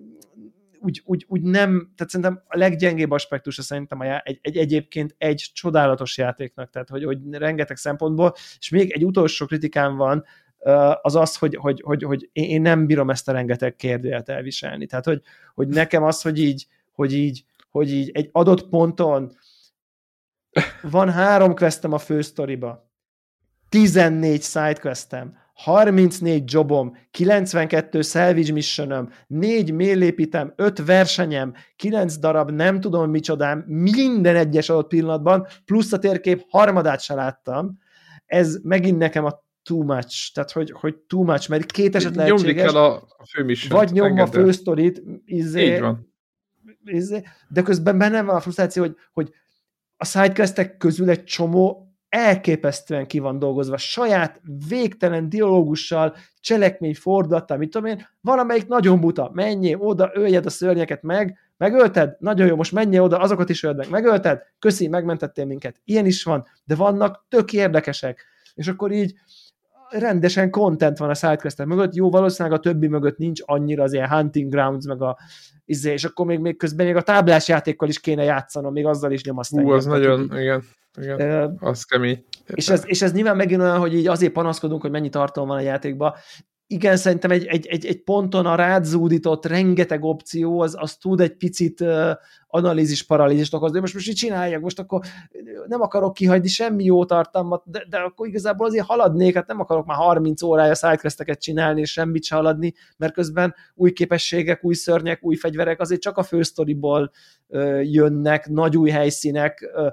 úgy, úgy, úgy nem, tehát szerintem a leggyengébb aspektusa szerintem a já, egy, egy, egyébként egy csodálatos játéknak, tehát hogy, hogy rengeteg szempontból, és még egy utolsó kritikám van, az az, hogy, hogy, hogy, hogy én nem bírom ezt a rengeteg kérdőjelet elviselni. Tehát, hogy, hogy nekem az, hogy így, hogy így, hogy így egy adott ponton van három questem a fősztoriba, tizennégy sidequestem, harmincnégy jobom, kilencvenkettő salvage missionom, négy méllépítem, öt versenyem, kilenc darab nem tudom micsodám, minden egyes adott pillanatban, plusz a térkép harmadát se láttam. Ez megint nekem a too much, tehát hogy, hogy too much, mert két eset Nyomni lehetséges. kell a, a főmissont. Vagy nyom a fősztorit, izé, így van. Izé, de közben benne van a frusztráció, hogy, hogy a sidequestek közül egy csomó elképesztően ki van dolgozva, saját végtelen dialógussal, cselekményfordulattal, mit tudom én, valamelyik nagyon buta, menjél oda, öljed a szörnyeket meg, megölted, nagyon jó, most menjél oda, azokat is öld meg, megölted, köszi, megmentettél minket. Ilyen is van, de vannak tök érdekesek. És akkor így rendesen content van a sidequestek mögött, jó, valószínűleg a többi mögött nincs annyira az ilyen hunting grounds, meg a izé, és akkor még, még közben még a táblás játékkal is kéne játszanom, még azzal is nyomaszt engem. Hú, az nagyon, így, igen, igen, uh, az kemény. És ez, és ez nyilván megint olyan, hogy így azért panaszkodunk, hogy mennyi tartalom van a játékban. Igen, szerintem egy, egy, egy, egy ponton a rád zúdított rengeteg opció, az, az tud egy picit uh, analízis paralízist okozni. Most most így csináljak, most akkor nem akarok kihagyni semmi jó tartalmat, de, de akkor igazából azért haladnék, hát nem akarok már harminc órája sidequesteket csinálni, és semmit se haladni, mert közben új képességek, új szörnyek, új fegyverek azért csak a fősztoriból uh, jönnek, nagy új helyszínek, uh,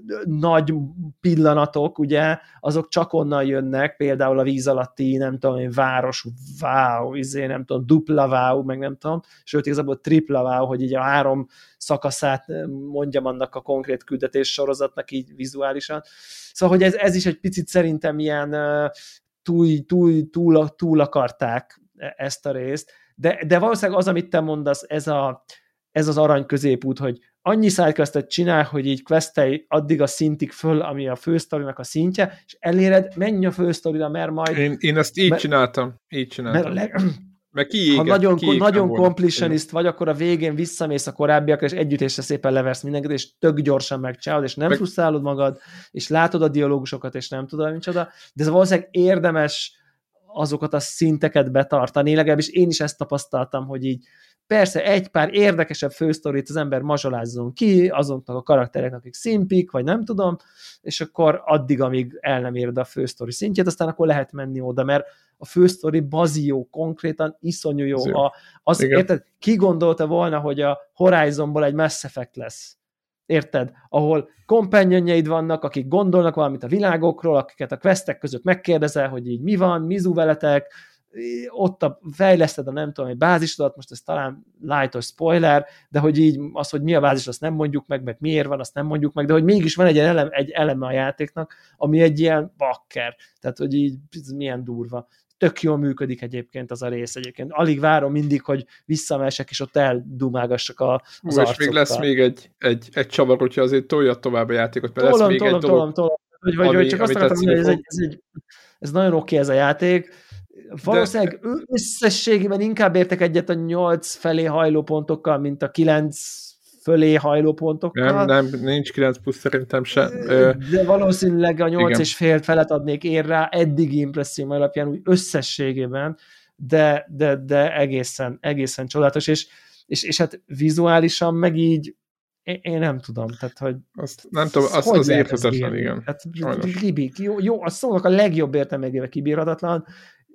nagy pillanatok, ugye, azok csak onnan jönnek, például a víz alatti, nem tudom, város, wow, izé, nem tudom, dupla wow, meg nem tudom, sőt, igazából tripla wow, hogy így a három szakaszát mondjam annak a konkrét küldetés sorozatnak így vizuálisan. Szóval, hogy ez, ez is egy picit szerintem ilyen uh, túl, túl, túl, túl akarták ezt a részt, de, de valószínűleg az, amit te mondasz, ez, a, ez az arany középút, hogy annyi sidequestet csinál, hogy így questelj addig a szintig föl, ami a fősztorinak a szintje, és eléred, menj a fősztorira, mert majd... Én, én ezt így mert, csináltam, így csináltam. Mert a leg, Meg kiéget, ha nagyon, nagyon completionist vagy, akkor a végén visszamész a korábbiakra, és együttésre szépen leversz mindenkit, és tök gyorsan megcsinálod, és nem meg... frusztrálod magad, és látod a dialógusokat, és nem tudod, micsoda, de ez valószínűleg érdemes azokat a szinteket betartani, legalábbis én is ezt tapasztaltam, hogy így persze egy pár érdekesebb fősztorit az ember mazsolázzon ki, azoknak a karaktereknek, akik szimpik, vagy nem tudom, és akkor addig, amíg el nem éred a fősztori szintjét, aztán akkor lehet menni oda, mert a fősztori bazió, konkrétan iszonyú jó. A, az, érted, ki gondolta volna, hogy a Horizonból egy Mass Effect lesz? Érted? Ahol companionjeid vannak, akik gondolnak valamit a világokról, akiket a questek között megkérdezel, hogy így mi van, mizu veletek, ott a, fejleszted a nem tudom, egy bázisodat, most ez talán lightos spoiler, de hogy így az, hogy mi a bázis, azt nem mondjuk meg, meg miért van, azt nem mondjuk meg, de hogy mégis van egy elem, egy eleme a játéknak, ami egy ilyen bakker, tehát hogy így milyen durva. Tök jól működik egyébként az a rész egyébként. Alig várom mindig, hogy visszamesek, és ott eldumágassak a, az arcokkal. És még lesz még egy, egy, egy csavar, hogyha azért tolja tovább a játékot, mert tolom, lesz még tolom, egy dolog, tolom, tolom. Hogy, vagy, ami, csak azt akartam mondani, hogy ez, egy, ez, egy, ez nagyon oké ez a játék. Valószínűleg de... összességében inkább értek egyet a nyolc felé hajló pontokkal, mint a kilenc fölé hajló pontokkal. Nem, nem, nincs kilenc plusz szerintem sem. De valószínűleg a nyolc és fél felet adnék ér rá eddigi impresszióm alapján úgy összességében, de, de, de egészen, egészen csodálatos, és, és, és hát vizuálisan meg így én, én nem tudom, tehát hogy azt nem tudom, az, az érthetetlen, igen. Hát, ribik, jó, jó, a szónak a legjobb értelmegével kibírhatatlan.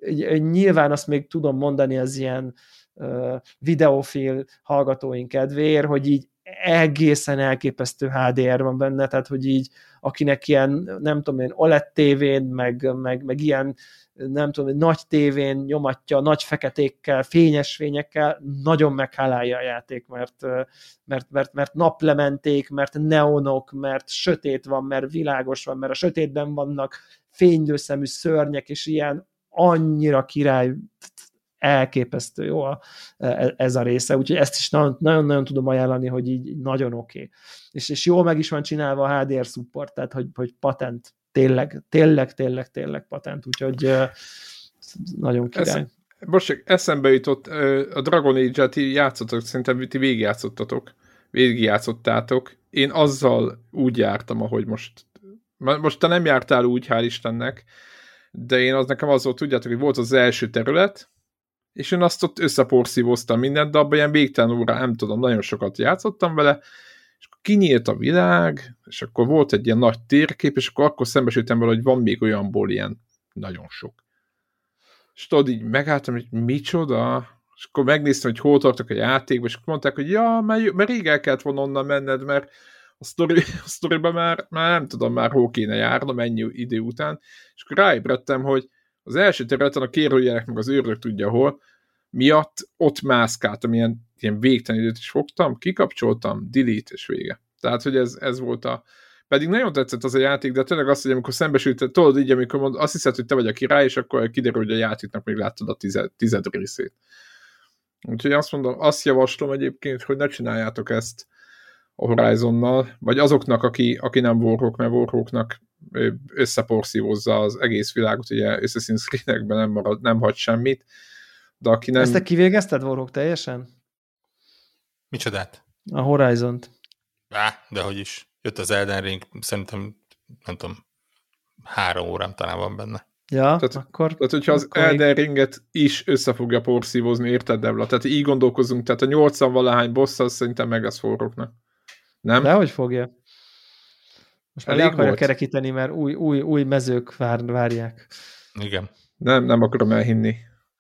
Nyilván azt még tudom mondani az ilyen uh, videófil hallgatóink kedvéért, hogy így egészen elképesztő há dé er van benne, tehát hogy így akinek ilyen, nem tudom én, o el e dé tévén, meg, meg, meg ilyen, nem tudom, nagy tévén nyomatja, nagy feketékkel, fényes fényekkel, nagyon meghálálja a játék, mert, mert, mert, mert naplementék, mert neonok, mert sötét van, mert világos van, mert a sötétben vannak fénylőszemű szörnyek, és ilyen annyira király, elképesztő jó a, ez a része, úgyhogy ezt is nagyon-nagyon tudom ajánlani, hogy így nagyon oké. Okay. És, és jól meg is van csinálva a há dé er support, tehát hogy, hogy patent, tényleg, tényleg, tényleg, tényleg patent, úgyhogy nagyon király. Ez, most csak eszembe jutott, a Dragon Age-et ti játszottatok, szerintem ti végigjátszottatok, végigjátszottátok. Én azzal úgy jártam, ahogy most, most te nem jártál úgy, hál' Istennek, de én az nekem az volt, tudjátok, hogy volt az első terület, és én azt ott összeporszívoztam mindent, de abban ilyen végtelen óra, nem tudom, nagyon sokat játszottam vele, és akkor kinyílt a világ, és akkor volt egy ilyen nagy térkép, és akkor, akkor szembesültem vele, hogy van még olyanból ilyen nagyon sok. És tudod, így megálltam, hogy micsoda, és akkor megnéztem, hogy hol tartok a játékba, és akkor mondták, hogy ja, mert, mert rég el kellett volna onnan menned, mert a sztori, a sztoriban már, már nem tudom már hol kéne járnom ennyi idő után, és akkor ráébredtem, hogy Az első területen a kérőjelek meg az őrök tudja hol, miatt ott mászkáltam, ilyen, ilyen végtelen időt is fogtam, kikapcsoltam, delete, és vége. Tehát, hogy ez, ez volt a... Pedig nagyon tetszett az a játék, de tényleg azt, hogy amikor szembesülted, tudod így, amikor mond, azt hiszed, hogy te vagy a király, és akkor kiderül, hogy a játéknak még láttad a tized, tized részét. Úgyhogy azt mondom, azt javaslom egyébként, hogy ne csináljátok ezt a Horizonnal, vagy azoknak, aki, aki nem Warhawk, mert Warhawknak összeporszívozza az egész világot, ugye Assassin's Creed-ekben nem, marad, nem hagy semmit, de aki nem... Ezt te kivégezted, Warhawk, teljesen? Micsodát? A Horizont. Á, dehogy is. Jött az Elden Ring, szerintem, nem tudom, három órám talán van benne. Ja, tehát, akkor... Tehát, hogyha az akkor Elden Ringet is össze fogja porszívozni, érted, Devla? Tehát így gondolkozunk, tehát a nyolcvan valahány boss, az szerintem meg lesz Warhawknak. Nem? Dehogy fogja. Most már le Elég akarja volt. kerekíteni, mert új, új, új mezők vár, várják. Igen. Nem, nem akarom elhinni.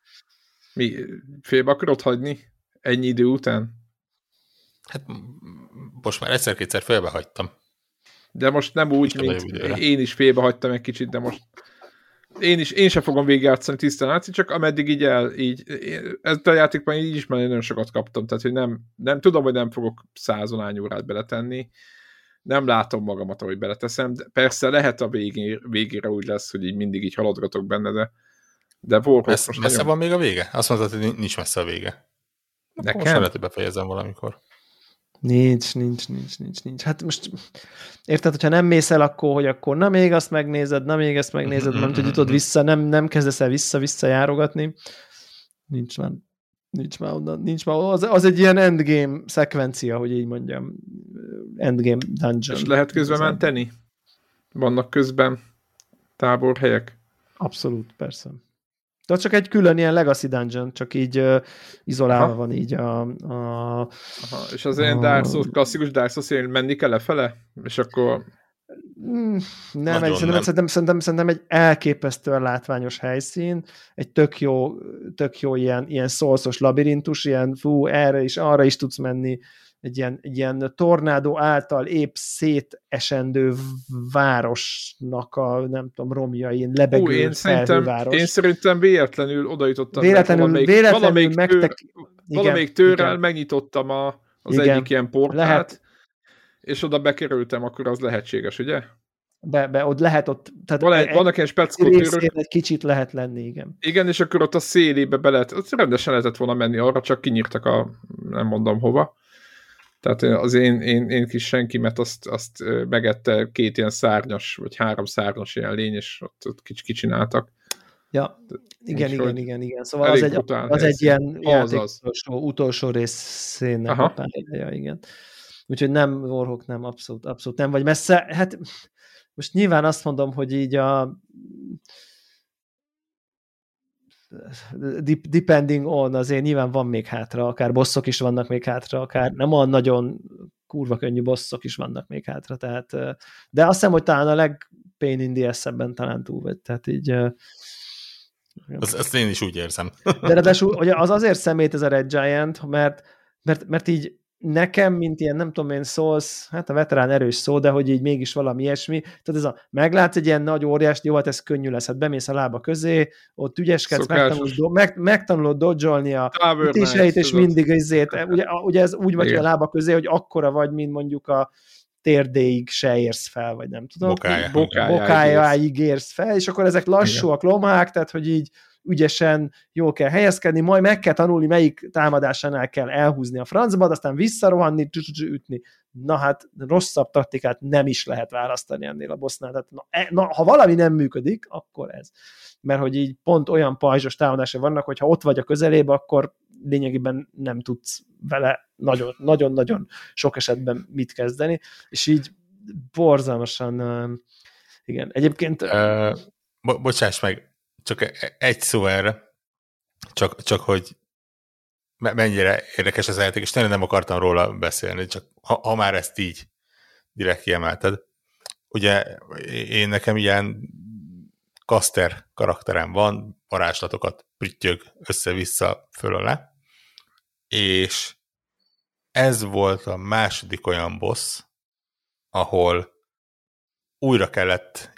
Mi, félbe akarod hagyni? Ennyi idő után? Hát most már egyszer-kétszer félbehagytam. De most nem úgy, Isten mint nagyobb időre. én is félbe hagytam egy kicsit, de most én is, én sem fogom végigjátszani tisztán látszik, csak ameddig így el, így, ezt a játékban így is már nagyon sokat kaptam, tehát hogy nem, nem tudom, hogy nem fogok százonányi órát beletenni, nem látom magamat, ahogy beleteszem, de persze lehet a végén, végére úgy lesz, hogy így mindig így haladgatok benne, de de Warhawk Messze, most messze nagyon... van még a vége? Azt mondtad, hogy nincs messze a vége. Nekem? Most lehet, hogy befejezem valamikor. Nincs, nincs, nincs, nincs, nincs. Hát most érted, hogyha nem mész el, akkor, hogy akkor na még azt megnézed, na még ezt megnézed, nem hogy jutod vissza, nem, nem kezdesz el vissza-vissza járogatni. Nincs már, nincs már onnan, nincs már, az, az egy ilyen endgame szekvencia, hogy így mondjam, endgame dungeon. És lehet közben menteni? Vannak közben táborhelyek? Abszolút, persze. De csak egy külön ilyen legacy dungeon, csak így uh, izolálva Aha. van így a... a Aha, és az ilyen Dark Souls, klasszikus Dark Souls, menni kell lefele? És akkor... Mm, nem, Nagyon egy, szerintem, nem. szerintem, szerintem, szerintem egy elképesztően látványos helyszín, egy tök jó, tök jó ilyen, ilyen szolszos labirintus, ilyen fú, erre is, arra is tudsz menni, egy ilyen, egy ilyen tornádó által épp szétesendő városnak a, nem tudom, romjain lebegő Ú, én szerintem, felhőváros. én szerintem véletlenül oda jutottam. Véletlenül, valamelyik, véletlenül valamelyik, megtek... tőr, valamelyik tőrrel megnyitottam a, az igen. egyik ilyen portát, Lehet. és oda bekerültem, akkor az lehetséges, ugye? Be, be, ott lehet ott... Tehát Van egy, vannak ilyen speckó tőrök. Egy kicsit lehet lenni, igen. Igen, és akkor ott a szélébe be lehet, ott rendesen lehetett volna menni arra, csak kinyírtak a, nem mondom hova. Tehát az én, én, én kis senkimet azt, azt megette két ilyen szárnyas, vagy három szárnyas ilyen lény, és ott, ott kicsi kicsináltak. Ja, igen, igen, igen, igen. Szóval az egy, az helyszín. egy ilyen játék az. utolsó, utolsó részének a pályája, igen. Úgyhogy nem, Warhawk nem, abszolút, abszolút nem vagy messze. Hát most nyilván azt mondom, hogy így a depending on, azért nyilván van még hátra, akár bosszok is vannak még hátra, akár nem olyan nagyon kurva könnyű bosszok is vannak még hátra, tehát, de azt hiszem, hogy talán a leg pain in the ass-ebben talán túl vagy, tehát így... Azt, azt én is úgy érzem. De ráadásul ugye az azért szemét ez a Red Giant, mert, mert, mert így nekem, mint ilyen, nem tudom én, Souls, hát a veterán erős szó, de hogy így mégis valami ilyesmi. Tehát ez a, meglátsz egy ilyen nagy óriást, jó, hát ez könnyű lesz, hát bemész a lába közé, ott ügyeskedsz, megtanulod, do, meg, megtanulod dodge-olni a ütéseit, és mindig izét, ugye, ugye ez úgy vagy a lába közé, hogy akkora vagy, mint mondjuk a térdéig se érsz fel, vagy nem tudom. Bokája. Bokájáig, Bokájáig érsz fel, és akkor ezek lassúak lomhák, tehát hogy így ügyesen jól kell helyezkedni, majd meg kell tanulni, melyik támadásánál kell elhúzni a francba, aztán visszarohanni, ütni. Na hát rosszabb taktikát nem is lehet választani ennél a bossnál. Tehát, na, na, ha valami nem működik, akkor ez. Mert hogy így pont olyan pajzsos támadások vannak, hogy ha ott vagy a közelébe, akkor lényegében nem tudsz vele nagyon-nagyon sok esetben mit kezdeni, és így borzalmasan igen. Egyébként... Uh, bo- bocsáss meg, csak egy szó erre, csak, csak hogy mennyire érdekes az játék, és tényleg nem akartam róla beszélni, csak ha, ha már ezt így direkt kiemelted. Ugye én nekem ilyen caster karakterem van, varázslatokat prüttyög össze-vissza fölöle, és ez volt a második olyan boss, ahol újra kellett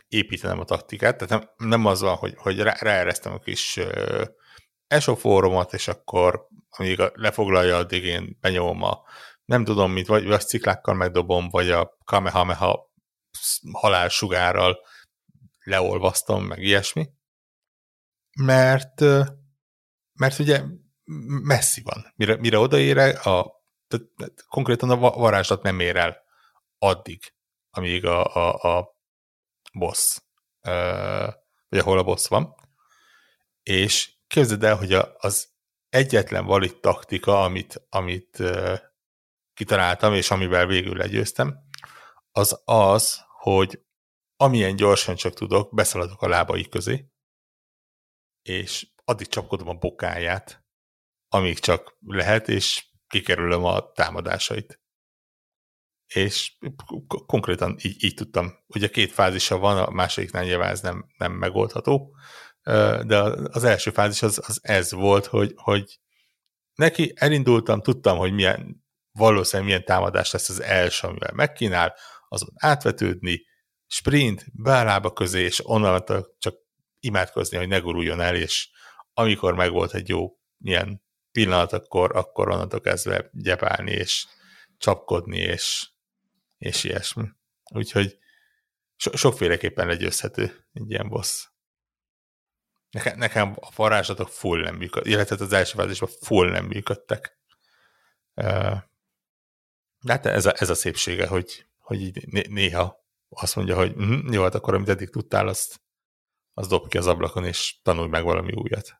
építenem a taktikát, tehát nem, nem az van, hogy, hogy rá, ráeresztem a kis uh, esofóromat, és akkor amíg a, lefoglalja, addig én benyomom a nem tudom mit, vagy, vagy sziklákkal megdobom, vagy a kamehameha halálsugárral leolvasztom, meg ilyesmi. Mert, mert ugye messzi van. Mire, mire odaére, a, tehát konkrétan a varázslat nem ér el addig, amíg a, a, a boss, vagy ahol a boss van. És képzeld el, hogy a, az egyetlen valid taktika, amit, amit kitaláltam, és amivel végül legyőztem, az az, hogy amilyen gyorsan csak tudok, beszaladok a lábai közé, és addig csapkodom a bokáját, amíg csak lehet, és kikerülöm a támadásait. És konkrétan így, így tudtam. Ugye két fázisa van, a másodiknál nyilván ez nem, nem megoldható, de az első fázis az, az ez volt, hogy, hogy neki elindultam, tudtam, hogy milyen valószínűleg milyen támadás lesz az első, amivel megkínál, azon átvetődni, sprint, be a lába közé, és onnan csak imádkozni, hogy ne guruljon el, és amikor megvolt egy jó ilyen pillanat, akkor, akkor onnantól kezdve gyepálni, és csapkodni, és, és ilyesmi. Úgyhogy so, sokféleképpen legyőzhető egy ilyen boss. Nekem, nekem a varázslatok full nem működtek, illetve az első fázisban full nem működtek. De hát ez a, ez a szépsége, hogy, hogy így néha azt mondja, hogy hm, jó, hát akkor amit eddig tudtál, azt, azt dob ki az ablakon, és tanulj meg valami újat.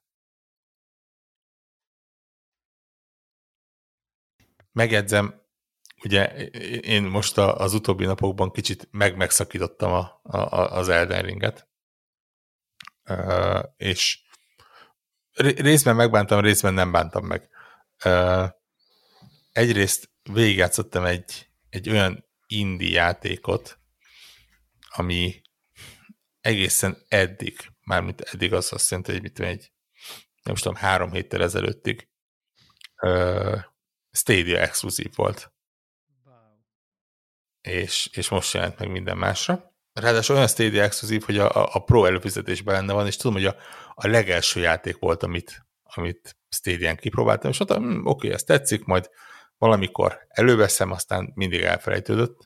Megjegyzem, ugye én most az utóbbi napokban kicsit meg megszakítottam a, a, az Elden Ringet, uh, és részben megbántam, részben nem bántam meg. Uh, egyrészt végigjátszottam egy, egy olyan indie játékot, ami egészen eddig, mármint eddig az azt jelenti, hogy mit tudom, egy, nem tudom, három héttel ezelőttig uh, Stadia exkluzív volt. Wow. És, és most jelent meg minden másra. Ráadásul olyan Stadia exkluzív, hogy a, a, a Pro előfizetésben benne van, és tudom, hogy a, a legelső játék volt, amit, amit Stadián kipróbáltam, és mondtam, hm, oké, okay, ez tetszik, majd valamikor előveszem, aztán mindig elfelejtődött.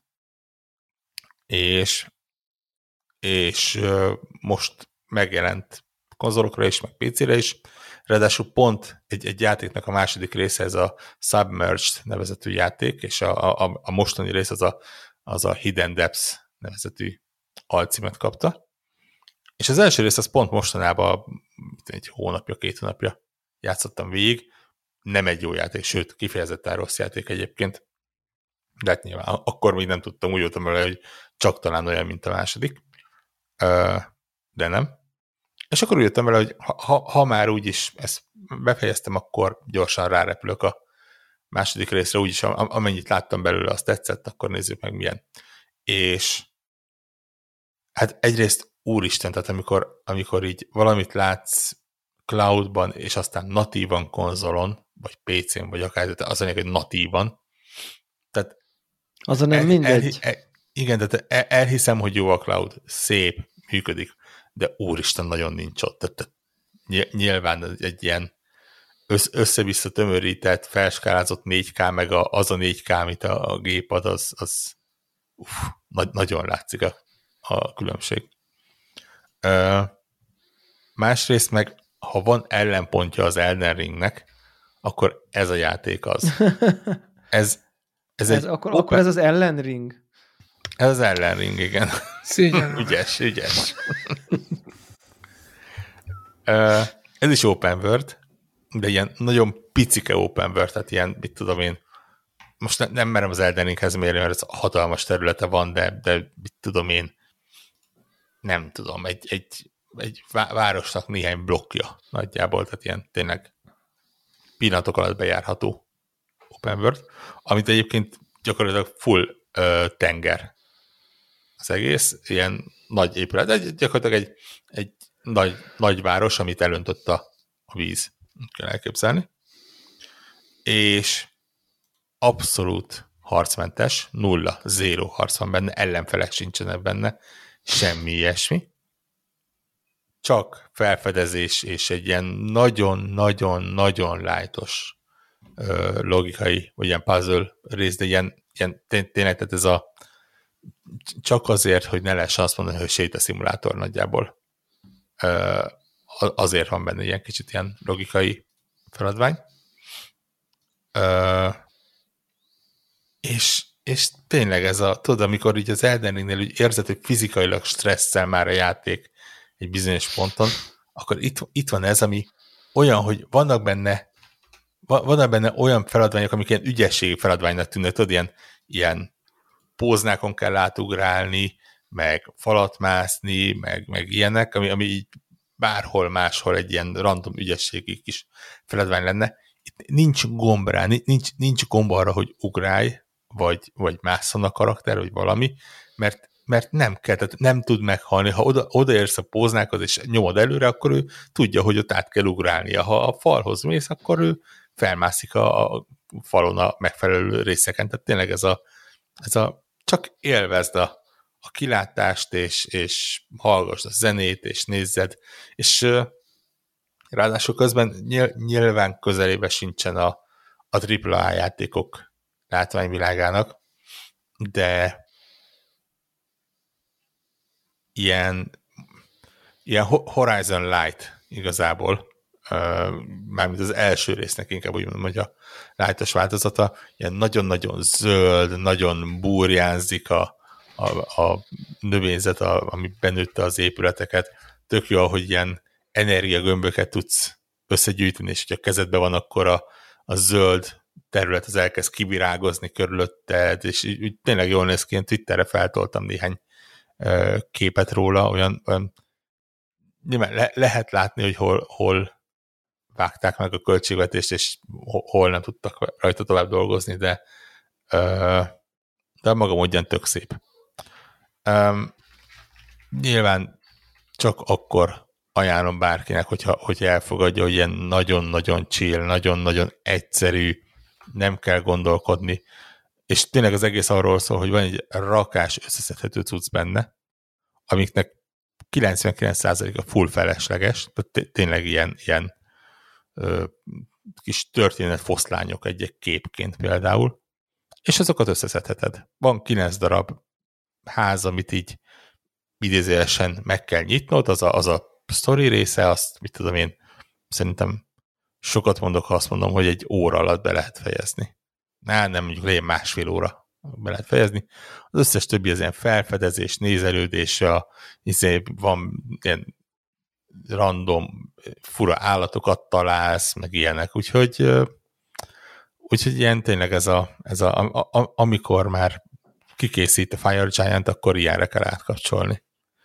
És, és uh, most megjelent konzolokra is, meg pé cére is. Ráadásul pont egy, egy játéknak a második része, ez a Submerged nevezetű játék, és a, a, a mostani rész az a, az a Hidden Depths nevezetű alcímet kapta. És az első rész az pont mostanában egy hónapja, két hónapja játszottam végig. Nem egy jó játék, sőt, kifejezetten rossz játék egyébként. De hát nyilván akkor még nem tudtam, úgy voltam vele, hogy csak talán olyan, mint a második. De nem. És akkor úgy jöttem vele, hogy ha, ha már úgyis ezt befejeztem, akkor gyorsan rárepülök a második részre, úgyis amennyit láttam belőle, azt tetszett, akkor nézzük meg milyen. És hát egyrészt úristen, tehát amikor, amikor így valamit látsz cloudban, és aztán natívan konzolon, vagy pé cén, vagy akár, az anyag, hogy natívan. Tehát azon nem el, mindegy. El, el, igen, tehát el, elhiszem, hogy jó a cloud, szép, működik, de úristen, nagyon nincs ott. Tehát nyilván egy ilyen össze-vissza tömörített, felskálázott négy ká, meg az a négy ká, amit a, a gép ad, az, az uff, na, nagyon látszik a, a különbség. Ö, másrészt meg, ha van ellenpontja az Elden Ringnek, akkor ez a játék az. Ez, ez, ez egy akkor, open... akkor ez az Elden Ring? Ez az Elden Ring, igen. Szégyen. ügyes, ügyes. uh, ez is open world, de ilyen nagyon picike open world, tehát ilyen, mit tudom én, most ne, nem merem az Elden Ringhez mérni, mert ez hatalmas területe van, de, de mit tudom én, nem tudom, egy, egy, egy városnak néhány blokkja nagyjából, tehát ilyen tényleg pillanatok alatt bejárható open world, amit egyébként gyakorlatilag full uh, tenger az egész, ilyen nagy épület, egy, gyakorlatilag egy, egy nagy, nagy város, amit elöntött a, a víz, kell elképzelni, és abszolút harcmentes, nulla, zéro harc van benne, ellenfelek sincsenek benne, semmi ilyesmi. Csak felfedezés és egy ilyen nagyon-nagyon-nagyon lightos ö, logikai, vagy ilyen puzzle rész, de ilyen, ilyen tényleg, tehát ez a csak azért, hogy ne lehessen azt mondani, hogy sétaszimulátor nagyjából. Ö, azért van benne ilyen kicsit ilyen logikai feladvány. Ö, és, és tényleg ez a, tudod, amikor így az Elden Ringnél úgy érzed, hogy fizikailag stresszel már a játék egy bizonyos ponton, akkor itt, itt van ez, ami olyan, hogy vannak benne vannak benne olyan feladványok, amik ilyen ügyességi feladványnak tűnnek, tudod, ilyen, ilyen póznákon kell átugrálni, meg falat mászni, meg, meg ilyenek, ami, ami így bárhol máshol egy ilyen random ügyességi kis feladvány lenne. Itt nincs gomb rá, nincs, nincs gomb arra, hogy ugrálj, vagy, vagy másszon a karakter, vagy valami, mert, mert nem kell, tehát nem tud meghalni. Ha oda, odaérsz a póznákhoz, és nyomod előre, akkor ő tudja, hogy ott át kell ugrálnia. Ha a falhoz mész, akkor ő felmászik a, a falon a megfelelő részeken. Tehát tényleg ez a, ez a csak élvezd a, a kilátást, és, és hallgass a zenét, és nézzed, és uh, ráadásul közben nyilv, nyilván közelébe sincsen a, a tripla á játékok látványvilágának, de ilyen, ilyen Horizon Light igazából, uh, mármint az első résznek inkább úgy mondom, hogy a lightos változata, ilyen nagyon-nagyon zöld, nagyon burjánzik a, a, a növényzet, a, ami benőtte az épületeket. Tök jó, hogy ilyen energiagömböket tudsz összegyűjteni, és hogyha kezedben van, akkor a, a zöld terület az elkezd kivirágozni körülötted, és úgy, úgy tényleg jól néz ki, én Twitterre feltoltam néhány uh, képet róla, olyan, olyan le, lehet látni, hogy hol, hol vágták meg a költségvetést, és hol nem tudtak rajta tovább dolgozni, de, uh, de maga módján tök szép. Um, nyilván csak akkor ajánlom bárkinek, hogyha, hogyha elfogadja, hogy ilyen nagyon-nagyon chill, nagyon-nagyon egyszerű, nem kell gondolkodni, és tényleg az egész arról szól, hogy van egy rakás összeszedhető cucc benne, amiknek kilencvenkilenc százaléka full felesleges, tehát tényleg ilyen, ilyen ö, kis történet foszlányok egy-egy képként például, és azokat összeszedheted. Van kilenc darab ház, amit így idézőjelesen meg kell nyitnod, az a, az a sztori része, azt, mit tudom én, szerintem sokat mondok, ha azt mondom, hogy egy óra alatt be lehet fejezni. Ná, nem, mondjuk legyen másfél óra be lehet fejezni. Az összes többi az ilyen felfedezés, nézelődés, a, van ilyen random, fura állatokat találsz, meg ilyenek, úgyhogy úgyhogy ilyen tényleg ez a, ez a, a, a amikor már kikészít a Fire Giant, akkor ilyenre kell átkapcsolni.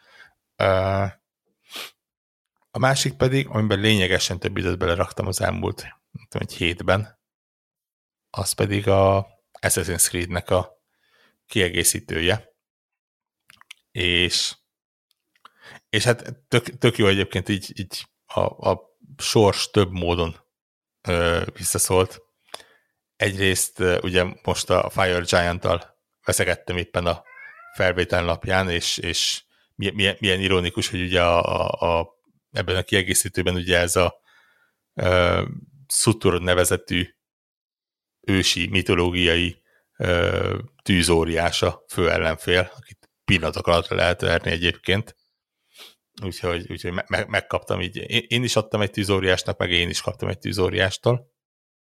A másik pedig, amiben lényegesen több időt beleraktam az elmúlt tudom, egy hétben, az pedig a Assassin's Creed-nek a kiegészítője. És, és hát tök, tök jó egyébként így, így a, a sors több módon ö, visszaszólt. Egyrészt ugye most a Fire Giant-tal veszegettem éppen a felvétel napján, és, és milyen, milyen ironikus, hogy ugye a, a, a, ebben a kiegészítőben ugye ez a uh, Sutur nevezetű ősi, mitológiai uh, tűzóriása főellenfél, akit pillanatok alatt lehet verni egyébként. Úgyhogy, úgyhogy me- megkaptam így. Én, én is adtam egy tűzóriásnak, meg én is kaptam egy tűzóriástól.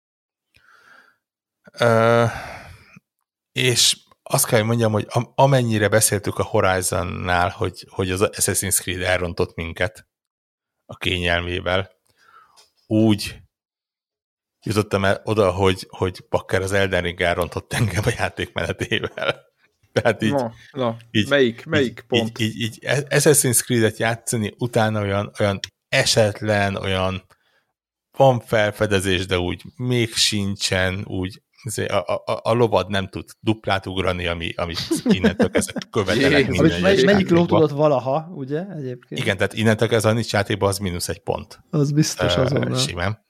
Uh, és azt kell, hogy mondjam, hogy amennyire beszéltük a Horizonnál, hogy, hogy az Assassin's Creed elrontott minket a kényelmével, úgy jutottam el oda, hogy, hogy bakker az Elden Ring elrontott engem a játékmenetével. Tehát így, na, na, így, melyik, melyik így, pont? Így, így, így Assassin's Creed-et játszani, utána olyan, olyan esetlen, olyan van felfedezés, de úgy még sincsen, úgy A, a, a lovad nem tud duplát ugrani, ami, amit innentől kezdve követelek minden egyes melyik játékban. ló tudott valaha, ugye, egyébként? Igen, tehát innentől kezdve a nincs játékban, az mínusz egy pont. Az biztos uh, azonnal. Simán.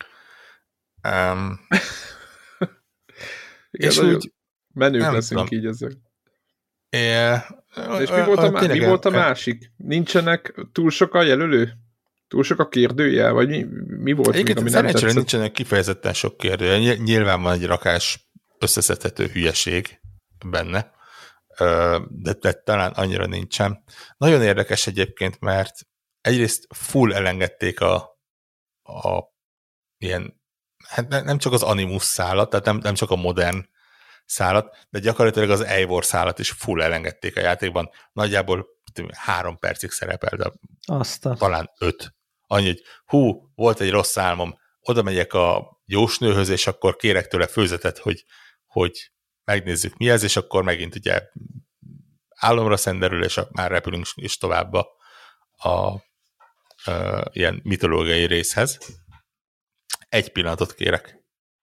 Um, igen, és úgy... Menők leszünk tudom. Így ezzel. É, és mi volt a, má- mi volt a másik? Nincsenek túl sok a jelölő? Túl sok a kérdője? Vagy mi, mi volt Egyébként még, ami nem tetszett? tetszett? Nincsenek kifejezetten sok kérdője. Nyilván van egy rakás összeszedhető hülyeség benne, de, de talán annyira nincsen. Nagyon érdekes egyébként, mert egyrészt full elengedték a, a ilyen, hát nem csak az Animus szálat, tehát nem, nem csak a modern szálat, de gyakorlatilag az Eivor szálat is full elengedték a játékban. Nagyjából három percig szerepel, de Aztán. talán öt. Annyi, hogy hú, volt egy rossz álmom, oda megyek a jósnőhöz, és akkor kérek tőle főzetet, hogy, hogy megnézzük mi ez, és akkor megint ugye álomra szenderül, és már repülünk is tovább a, a, a ilyen mitológiai részhez. Egy pillanatot kérek.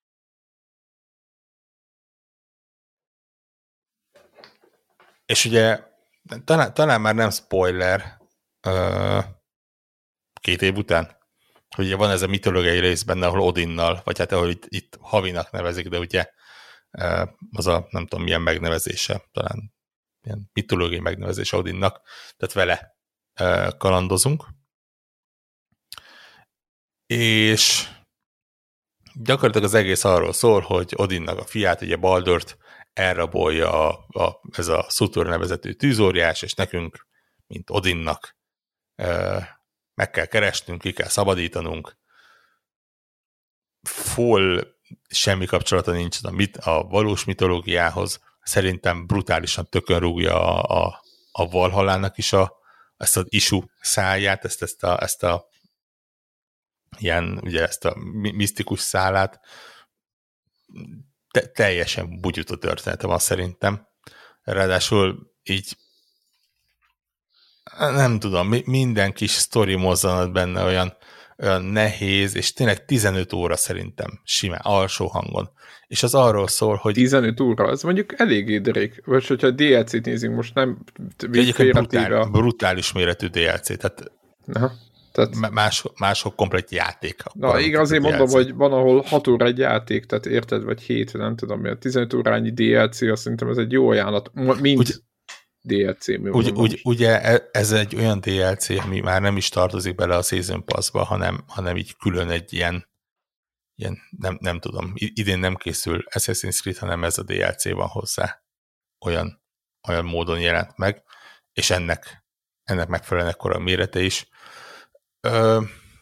És ugye talán, talán már nem spoiler két év után, hogy ugye van ez a mitológiai rész benne, ahol Odinnal, vagy hát ahol itt, itt Havinak nevezik, de ugye az a nem tudom milyen megnevezése, talán ilyen mitológiai megnevezése Odinnak, tehát vele kalandozunk. És gyakorlatilag az egész arról szól, hogy Odinnak a fiát, ugye Baldurt elrabolja a, a, ez a Sutur nevezetű tűzóriás, és nekünk, mint Odinnak meg kell keresnünk, ki kell szabadítanunk. Full semmi kapcsolata nincs a, mit, a valós mitológiához. Szerintem brutálisan tökön rúgja a, a, a Valhallának is a, ezt az isu száját, ezt, ezt, a, ezt a ilyen, ugye ezt a misztikus szálát. Te, teljesen bugyutó története van szerintem. Ráadásul így nem tudom, minden kis sztori mozzanat benne olyan, olyan nehéz, és tényleg tizenöt óra szerintem simán, alsó hangon. És az arról szól, hogy... tizenöt óra, az mondjuk eléggé derék. Vagy hogyha dé el cét nézünk, most nem... Brutál, a... brutális méretű dé el cé, tehát, Aha, tehát... Más, mások komplet játék. Na igen, azért mondom, hogy van, ahol hat óra egy játék, tehát érted, vagy hét, nem tudom, mert tizenöt órányi dé el cé, azt szerintem ez egy jó ajánlat, mint... Úgy... dé el cé. Ugy, ugy, ugye ez egy olyan dé el cé, ami már nem is tartozik bele a Season Pass-ba, hanem, hanem így külön egy ilyen, ilyen nem, nem tudom, idén nem készül Assassin's Creed, hanem ez a dé el cé van hozzá. Olyan, olyan módon jelent meg, és ennek, ennek megfelelően ekkora a mérete is. Ö,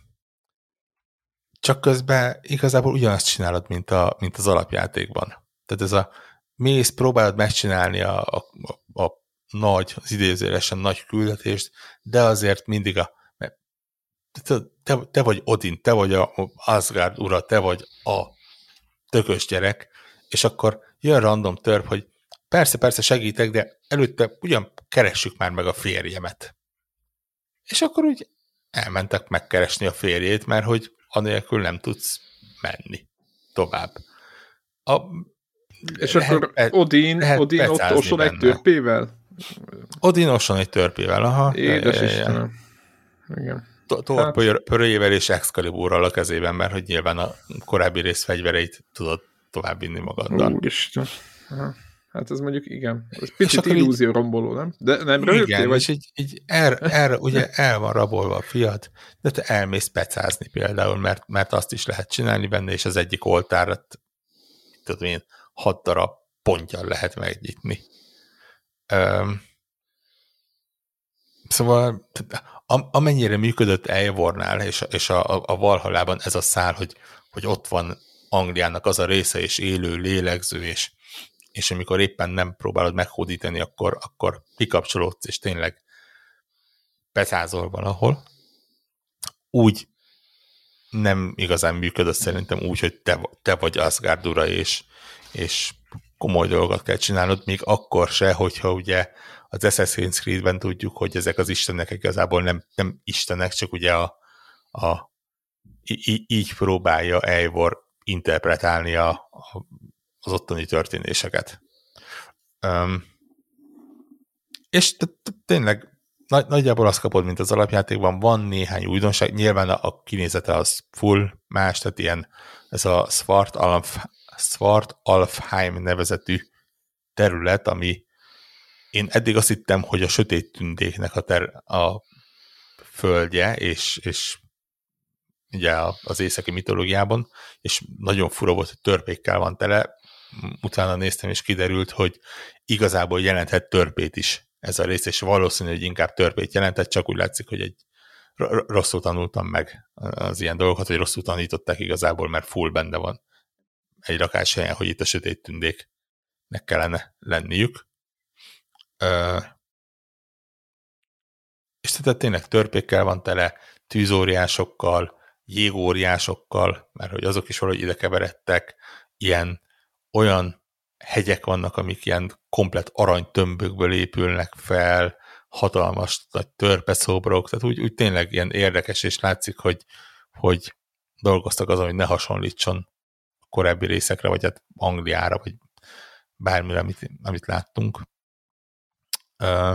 csak közben igazából ugyanazt csinálod, mint, a, mint az alapjátékban. Tehát ez a mész, próbálod megcsinálni a, a, a nagy, az idézőjelesen nagy küldetést, de azért mindig a te, te, te vagy Odin, te vagy a Asgard ura, te vagy a tökös gyerek, és akkor jön random törp, hogy persze, persze segítek, de előtte ugyan keressük már meg a férjemet. És akkor úgy elmentek megkeresni a férjét, mert hogy anélkül nem tudsz menni tovább. A, és lehet, akkor Odin, Odin ott oson egy törpével? Odin oson egy törpével, aha. Édes Istenem. Igen. Torpörőjével és Excaliburral a kezében, mert hogy nyilván a korábbi rész fegyvereit tudod továbbvinni magaddal. Úristen. Hát ez mondjuk igen. Ez picit illúzió romboló, nem? De nem rögtön, igen, vagy? És így, így erre, erre ugye el van rabolva a fiat, de te elmész pecázni például, mert, mert azt is lehet csinálni benne, és az egyik oltárat tudom én, hat darab pontjal lehet megnyitni. Um, szóval amennyire működött Eivornál, és, és a, a, a Valhallában ez a szál, hogy, hogy ott van Angliának az a része, és élő, lélegző, és, és amikor éppen nem próbálod meghódítani, akkor, akkor kikapcsolódsz, és tényleg pecázol valahol. Úgy nem igazán működött szerintem úgy, hogy te, te vagy Asgard ura, és, és komoly dolgokat kell csinálnod, még akkor se, hogyha ugye az Assassin's Creed-ben tudjuk, hogy ezek az istenek igazából nem, nem istenek, csak ugye a, a, í- így próbálja Eivor interpretálni a, a, az ottani történéseket. Um, és tényleg nagy, nagyjából azt kapod, mint az alapjátékban, van néhány újdonság, nyilván a, a kinézete az full más, tehát ilyen ez a Svartalf, Svartalfheim nevezetű terület, ami én eddig azt hittem, hogy a sötét tündéknek a, ter, a földje, és, és ugye az északi mitológiában, és nagyon fura volt, hogy törpékkel van tele, utána néztem, és kiderült, hogy igazából jelenthet törpét is ez a rész, és valószínű, hogy inkább törpét jelentett, csak úgy látszik, hogy egy rosszul tanultam meg az ilyen dolgokat, hogy rosszul tanították igazából, mert full benne van egy rakás helyen, hogy itt a sötét tündéknek kellene lenniük. Ö, és tehát tényleg törpékkel van tele, tűzóriásokkal, jégóriásokkal, mert hogy azok is valahogy ide keveredtek, ilyen olyan hegyek vannak, amik ilyen komplet aranytömbökből épülnek fel, hatalmas nagy törpeszobrok, tehát úgy, úgy tényleg ilyen érdekes, és látszik, hogy, hogy dolgoztak azon, hogy ne hasonlítson a korábbi részekre, vagy hát Angliára, vagy bármire, amit, amit láttunk. Uh,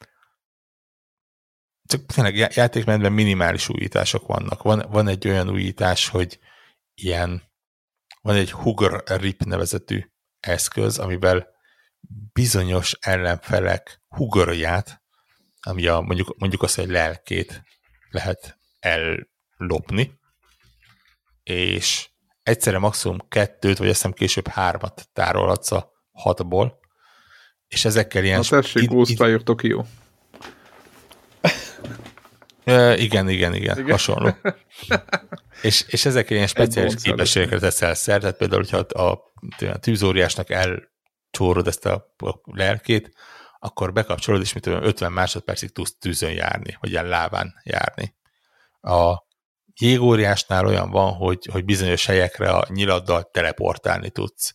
csak tényleg játékmenetben minimális újítások vannak. Van, van egy olyan újítás, hogy ilyen van egy Hugr Rip nevezetű eszköz, amivel bizonyos ellenfelek hugarját, ami a, mondjuk, mondjuk azt, hogy lelkét lehet ellopni, és egyszerre maximum kettőt, vagy azt hiszem később hármat tárolhatsz a hatból, és ezekkel ilyen... Na tessék, Ghostwire Tokyo. Uh, igen, igen, igen, igen, hasonló. és, és ezekkel ilyen speciális képességekre teszel szert, tehát például, hogyha a, a tűzóriásnak elcsórod ezt a, a lelkét, akkor bekapcsolod, és mit tudom, ötven másodpercig tudsz tűzön járni, vagy ilyen láván járni. A jégóriásnál olyan van, hogy, hogy bizonyos helyekre a nyiladdal teleportálni tudsz.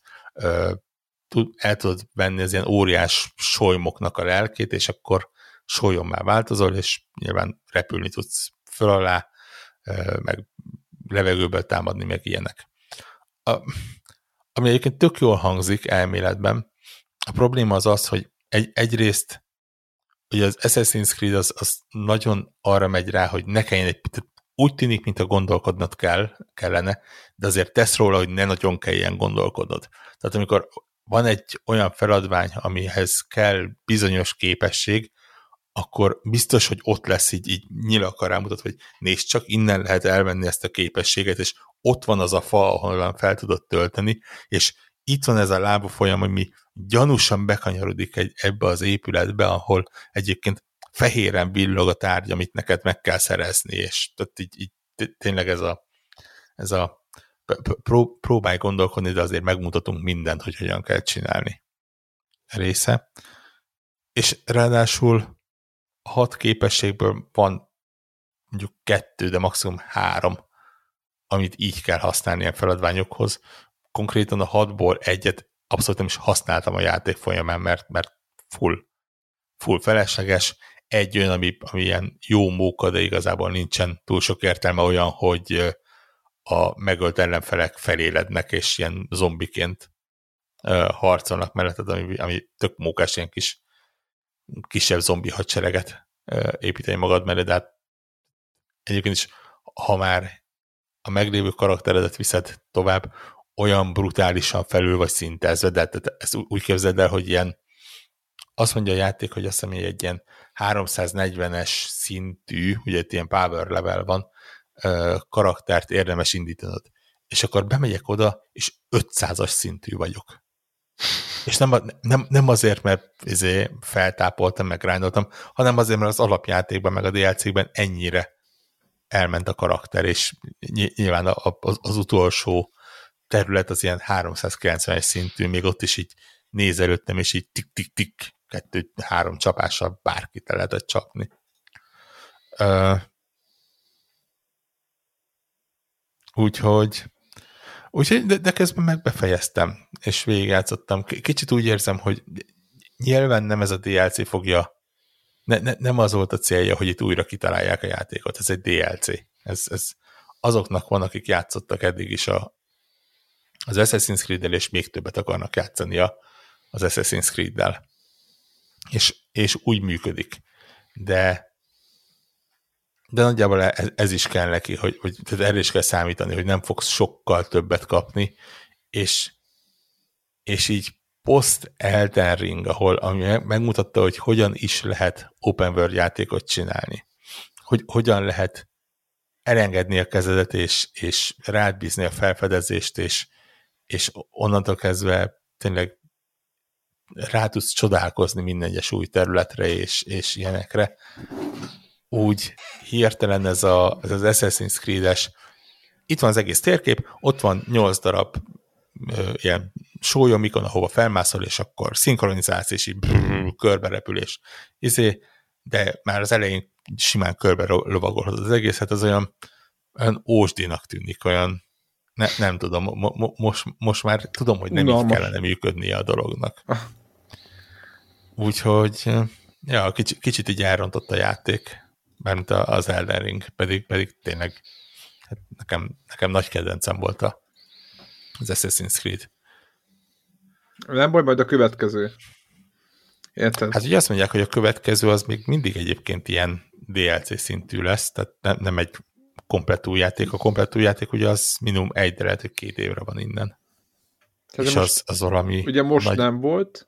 El tudod venni az ilyen óriás solymoknak a lelkét, és akkor sólyommá változol, és nyilván repülni tudsz föl alá, meg levegőből támadni, meg ilyenek. A, ami egyébként tök jól hangzik elméletben, a probléma az az, hogy egy, egyrészt ugye az Assassin's Creed az, az nagyon arra megy rá, hogy ne kelljen egy picit, úgy tűnik, mint a gondolkodnod kell, kellene, de azért tesz róla, hogy ne nagyon kelljen gondolkodnod. Tehát amikor van egy olyan feladvány, amihez kell bizonyos képesség, akkor biztos, hogy ott lesz így, így nyilakkal rámutat, hogy nézd csak, innen lehet elvenni ezt a képességet, és ott van az a fa, ahol fel tudod tölteni, és itt van ez a lábafolyam, ami gyanúsan bekanyarodik egy, ebbe az épületbe, ahol egyébként fehéren villog a tárgy, amit neked meg kell szerezni, és tehát így, így tényleg ez a, ez a pró, próbálj gondolkodni, de azért megmutatunk mindent, hogy hogyan kell csinálni része. És ráadásul a hat képességből van mondjuk kettő, de maximum három, amit így kell használni a feladványokhoz. Konkrétan a hatból egyet abszolút nem is használtam a játék folyamán, mert, mert full, full felesleges. Egy olyan, ami, ami ilyen jó móka, de igazából nincsen túl sok értelme, olyan, hogy a megölt ellenfelek felélednek, és ilyen zombiként harcolnak melletted, ami, ami tök mókás, ilyen kis kisebb zombi hadsereget építeni magad mellé, de hát egyébként is, ha már a meglévő karakteredet viszed tovább, olyan brutálisan felül vagy szintezve, de ezt úgy képzeld el, hogy ilyen, azt mondja a játék, hogy azt hiszem, egy ilyen háromszáznegyvenes szintű, ugye egy ilyen power level van, karaktert érdemes indítanod. És akkor bemegyek oda, és ötszázas szintű vagyok. És nem, nem, nem azért, mert izé feltápoltam, meg grindoltam, hanem azért, mert az alapjátékban, meg a dé el cé-ben ennyire elment a karakter, és nyilván az, az utolsó terület az ilyen háromszázkilencvenes szintű, még ott is így néz előttem, és így tik-tik-tik, kettő-három csapással bárkit el lehetett csapni. Uh, úgyhogy Úgyhogy, de, de közben meg befejeztem, és végigjátszottam. Kicsit úgy érzem, hogy nyilván nem ez a dé el cé fogja, ne, ne, nem az volt a célja, hogy itt újra kitalálják a játékot, ez egy dé el cé. Ez, ez azoknak van, akik játszottak eddig is a, az Assassin's Creed-del, és még többet akarnak játszani a, az Assassin's Creed-del. És, és úgy működik. De de nagyjából ez, ez is kell neki, hogy, hogy tehát erre is kell számítani, hogy nem fogsz sokkal többet kapni, és, és így post Elden Ring, ahol ami megmutatta, hogy hogyan is lehet open world játékot csinálni. Hogy hogyan lehet elengedni a kezedet, és, és rád bízni a felfedezést, és, és onnantól kezdve tényleg rá tudsz csodálkozni minden egyes új területre, és, és ilyenekre. Úgy hirtelen ez, a, ez az Assassin's Creed-es, itt van az egész térkép, ott van nyolc darab ö, ilyen sólyomikon, ahova felmászol, és akkor szinkronizálsz, és így brrr, körbe repülés. Izé, de már az elején simán körbe lovagolhatod az egészet, az olyan, olyan ósdinak tűnik, olyan ne, nem tudom, mo, mo, most, most már tudom, hogy nem Unalmas. Így kellene működnie a dolognak. Ah. Úgyhogy ja, kicsit, kicsit így elrontott a játék, mármint az Elden Ring, pedig, pedig tényleg hát nekem, nekem nagy kedvencem volt az Assassin's Creed. Nem baj, majd a következő. Érted? Hát ugye azt mondják, hogy a következő az még mindig egyébként ilyen dé el cé szintű lesz, tehát nem, nem egy komplett új játék. A komplett új játék ugye az minimum egy, de lehet, hogy két évre van innen. Tehát és most, az, az valami... Ugye most nagy... nem volt,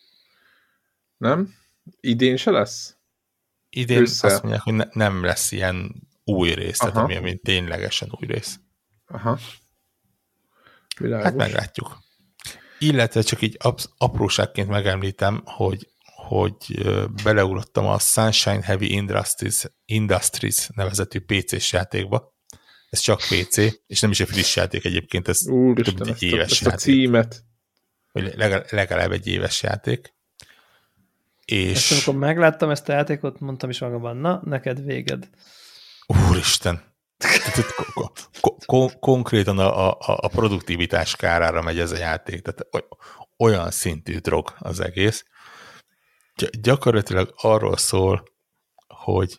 nem? Idén se lesz? Idén Össze. Azt mondják, hogy ne, nem lesz ilyen új rész, Aha. tehát ami, ami ténylegesen új rész. Aha. Világos. Hát meglátjuk. Illetve csak így apróságként megemlítem, hogy, hogy beleugrottam a Sunshine Heavy Industries, Industries nevezetű pé cés játékba. Ez csak pé cé, és nem is egy friss játék egyébként, ez Úristen, több egy éves ezt a, játék. Ezt a címet. Vagy legalább, legalább egy éves játék. És... Ezt amikor megláttam ezt a játékot, mondtam is magamban, na, neked véged. Úristen! Kon- kon- konkrétan a, a, a produktivitás kárára megy ez a játék, tehát olyan szintű drog az egész. Gy- gyakorlatilag arról szól, hogy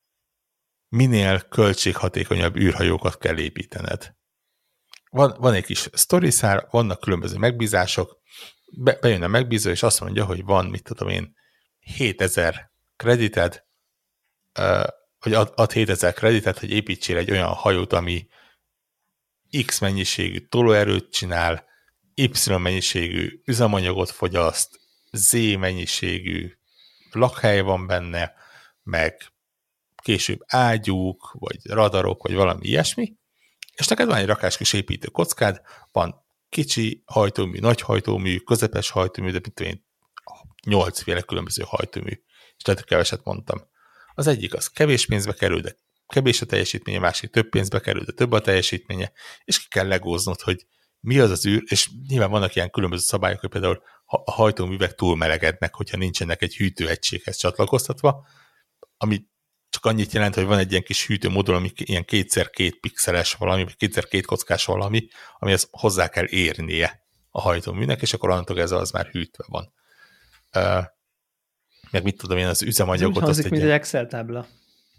minél költséghatékonyabb űrhajókat kell építened. Van, van egy kis sztoriszár, vannak különböző megbízások, be, bejön a megbízó, és azt mondja, hogy van, mit tudom én, hétezer kredited, uh, hogy ad, ad hétezer kreditet, hogy építsél egy olyan hajót, ami X mennyiségű tolóerőt csinál, Y mennyiségű üzemanyagot fogyaszt, Z mennyiségű lakhely van benne, meg később ágyúk, vagy radarok, vagy valami ilyesmi, és neked van egy rakás kis építő kockád, van kicsi hajtómű, nagy hajtómű, közepes hajtómű, de mint én nyolcféle különböző hajtómű, és tehát keveset mondtam. Az egyik az kevés pénzbe kerül, de kevés a teljesítménye, másik több pénzbe kerül, de több a teljesítménye, és ki kell legóznod, hogy mi az az űr, és nyilván vannak ilyen különböző szabályok, hogy például a hajtóművek túlmelegednek, hogyha nincsenek egy hűtőegységhez csatlakoztatva, ami csak annyit jelent, hogy van egy ilyen kis hűtőmódul, ami ilyen kétszer két pixeles valami, vagy kétszer két kockás valami, amihez hozzá kell érnie a hajtóműnek, és akkor onnantól ez az már hűtve van. Uh, meg mit tudom én, az üzemanyagot... Ez úgy hangzik, mint egy Excel tábla.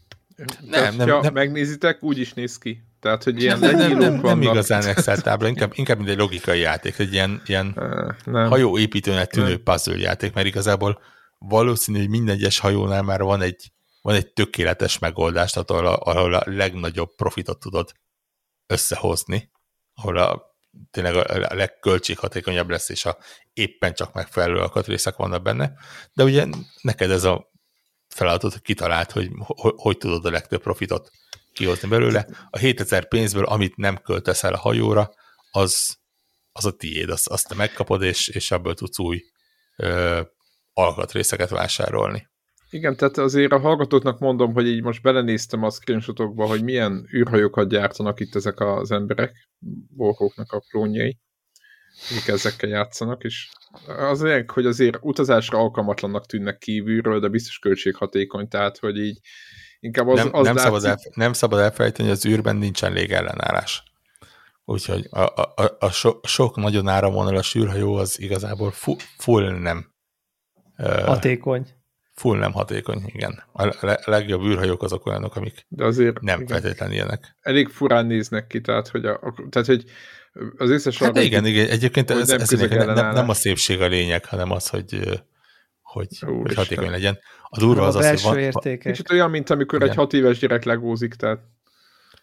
Nem, nem, nem, nem. Megnézitek, úgy is néz ki. Tehát, hogy ilyen nem, nem, nem, nem igazán Excel tábla, inkább, inkább mint egy logikai játék, egy ilyen, ilyen uh, hajóépítőnek tűnő nem. puzzle játék, mert igazából valószínű, hogy minden egyes hajónál már van egy, van egy tökéletes megoldás, tehát ahol a, ahol a legnagyobb profitot tudod összehozni, ahol a, tényleg a legköltséghatékonyabb lesz, és a éppen csak megfelelő alkatrészek vannak benne, de ugye neked ez a feladatot, hogy kitalált, hogy hogy tudod a legtöbb profitot kihozni belőle. A hétezer pénzből, amit nem költesz el a hajóra, az, az a tiéd, azt, azt te megkapod, és, és ebből tudsz új ö, alkatrészeket vásárolni. Igen, tehát azért a hallgatóknak mondom, hogy így most belenéztem a screenshotokba, hogy milyen űrhajókat gyártanak itt ezek az emberek, borgóknak a klónjai, akik ezekkel játszanak, és az olyan, hogy azért utazásra alkalmatlannak tűnnek kívülről, de biztos költséghatékony, tehát, hogy így inkább az, nem, az nem, látszik... szabad el, nem szabad elfelejteni, hogy az űrben nincsen légellenállás. Úgyhogy a, a, a, a so, sok nagyon áramvonalas űrhajó az igazából full, full nem hatékony. Uh, full nem hatékony, igen. A legjobb űrhajók azok olyanok, amik de azért, nem igen, feltétlenül ilyenek. Elég furán néznek ki, tehát, hogy, a, tehát, hogy az összes... Hát igen, igen, egyébként ez, ez nem, nem, nem a szépség a lényeg, hanem az, hogy, hogy, hogy hatékony legyen. A durva az az, hogy van... Értékek. Kicsit olyan, mint amikor igen. egy hat éves gyerek legózik, tehát...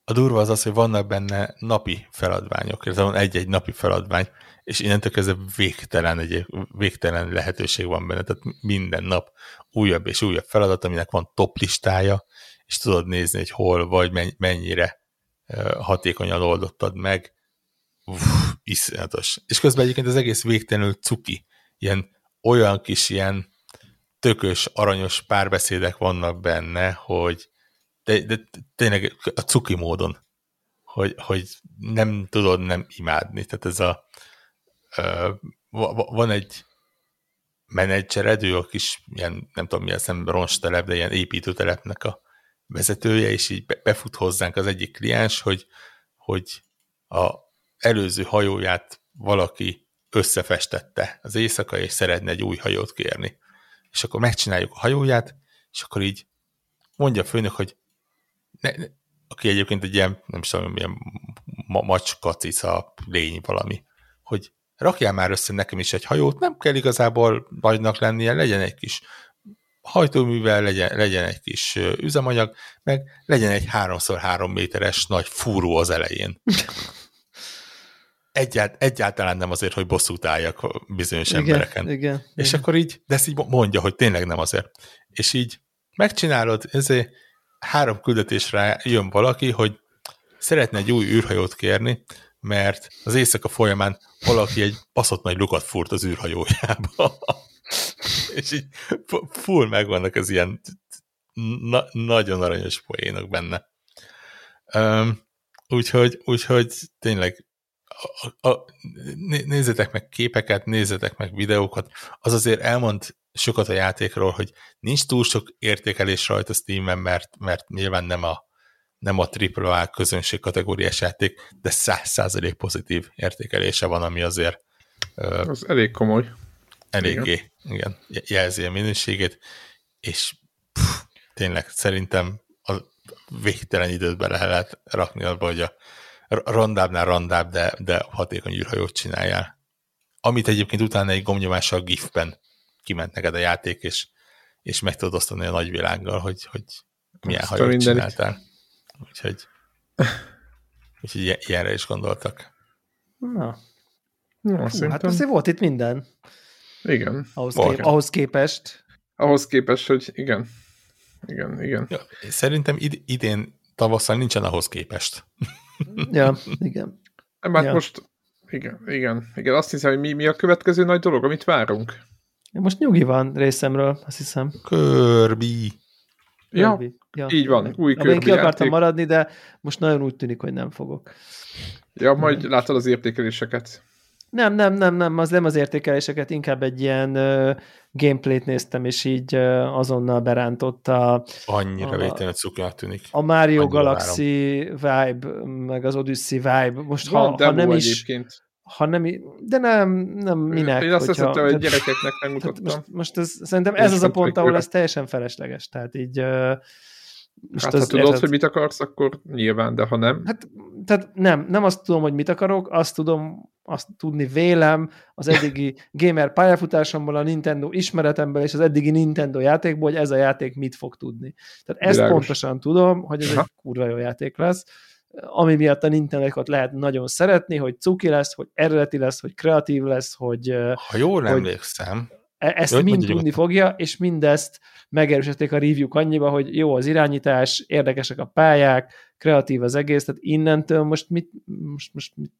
a durva az az, hogy vannak benne napi feladványok, ez van egy-egy napi feladvány, és innentől kezdve végtelen, egy, végtelen lehetőség van benne, tehát minden nap újabb és újabb feladat, aminek van top listája, és tudod nézni, hogy hol vagy, mennyire hatékonyan oldottad meg. Uff, iszonyatos. És közben egyébként az egész végtelenül cuki. Ilyen olyan kis ilyen tökös, aranyos párbeszédek vannak benne, hogy de, de tényleg a cuki módon, hogy, hogy nem tudod nem imádni. Tehát ez a uh, van egy menedzsered, ő a kis ilyen, nem tudom milyen szem, roncstelep, de ilyen építőtelepnek a vezetője, és így befut hozzánk az egyik kliens, hogy, hogy a előző hajóját valaki összefestette az éjszaka, és szeretne egy új hajót kérni. És akkor megcsináljuk a hajóját, és akkor így mondja a főnök, hogy ne, ne, aki egyébként egy ilyen, nem is tudom, ilyen ma, macska, cica, lény valami, hogy rakjál már össze nekem is egy hajót, nem kell igazából nagynak lennie, legyen egy kis hajtóművel, legyen, legyen egy kis üzemanyag, meg legyen egy háromszor három méteres nagy fúró az elején. Egyált, egyáltalán nem azért, hogy bosszút álljak bizonyos igen, embereken. Igen, és igen. akkor így, de ezt így mondja, hogy tényleg nem azért. És így megcsinálod, ezért három küldetésre jön valaki, hogy szeretne egy új űrhajót kérni, mert az éjszaka folyamán valaki egy baszott nagy lukat fúrt az űrhajójába. És így full megvannak az ilyen na- nagyon aranyos poénok benne. Um, úgyhogy, úgyhogy tényleg a, a, nézzetek meg képeket, nézzetek meg videókat, az azért elmond sokat a játékról, hogy nincs túl sok értékelés rajta Steamen, mert, mert nyilván nem a, nem a tripla á közönség kategóriás játék, de száz százalék pozitív értékelése van, ami azért az uh, elég komoly. Eléggé, igen, igen jelzi a minőségét, és pff, tényleg szerintem a végtelen időt bele lehet rakni abba, hogy a rondábbnál rondább, de, de hatékony űrhajót csináljál. Amit egyébként utána egy gombnyomással gifben kiment neked a játék, és, és meg tudod osztani a nagyvilággal, hogy, hogy milyen azt hajót csináltál. Úgyhogy, úgyhogy ilyenre is gondoltak. Na. Na, Hú, hát azért volt itt minden. Igen. Ahhoz, kép, ahhoz képest. Ahhoz képest, hogy igen. Igen, igen. Ja, szerintem id- idén tavasszal nincsen ahhoz képest. Ja, igen. Nem, hát ja. most igen, igen, igen. Azt hiszem, hogy mi, mi a következő nagy dolog, amit várunk. Most nyugi van részemről, azt hiszem. Kirby. Ja, ja, így van. Új Kirby én ki akartam játék. maradni, de most nagyon úgy tűnik, hogy nem fogok. Ja, majd nem. Láttad az értékeléseket. Nem, nem, nem, nem, az nem az értékeléseket, inkább egy ilyen uh, gameplayt néztem, és így uh, azonnal berántotta. Annyira végtelen cukinak tűnik. A Mario Annyira Galaxy várom. Vibe, meg az Odyssey vibe. Most ha, ha nem is... Egyébként. Ha nem, de nem, nem minek. Én azt hiszem, hogy gyerekeknek megmutattam. Most, most ez, szerintem ez az a pont, ahol ez teljesen felesleges. Tehát így... Uh, most hát, ha tudod, érted... hogy mit akarsz, akkor nyilván, de ha nem... Hát, tehát nem, nem azt tudom, hogy mit akarok, azt tudom, azt tudni vélem az eddigi gamer pályafutásomból, a Nintendo ismeretemből és az eddigi Nintendo játékból, hogy ez a játék mit fog tudni. Tehát ezt Világos. Pontosan tudom, hogy ez Aha. egy kurva jó játék lesz, ami miatt a Nintendo-ot lehet nagyon szeretni, hogy cuki lesz, hogy eredeti lesz, hogy kreatív lesz, hogy... Ha jól emlékszem... Ezt Jött, mind tudni fogja, és mindezt megerősítették a review-k annyiba, hogy jó az irányítás, érdekesek a pályák, kreatív az egész, tehát innentől most mit... Most, most mit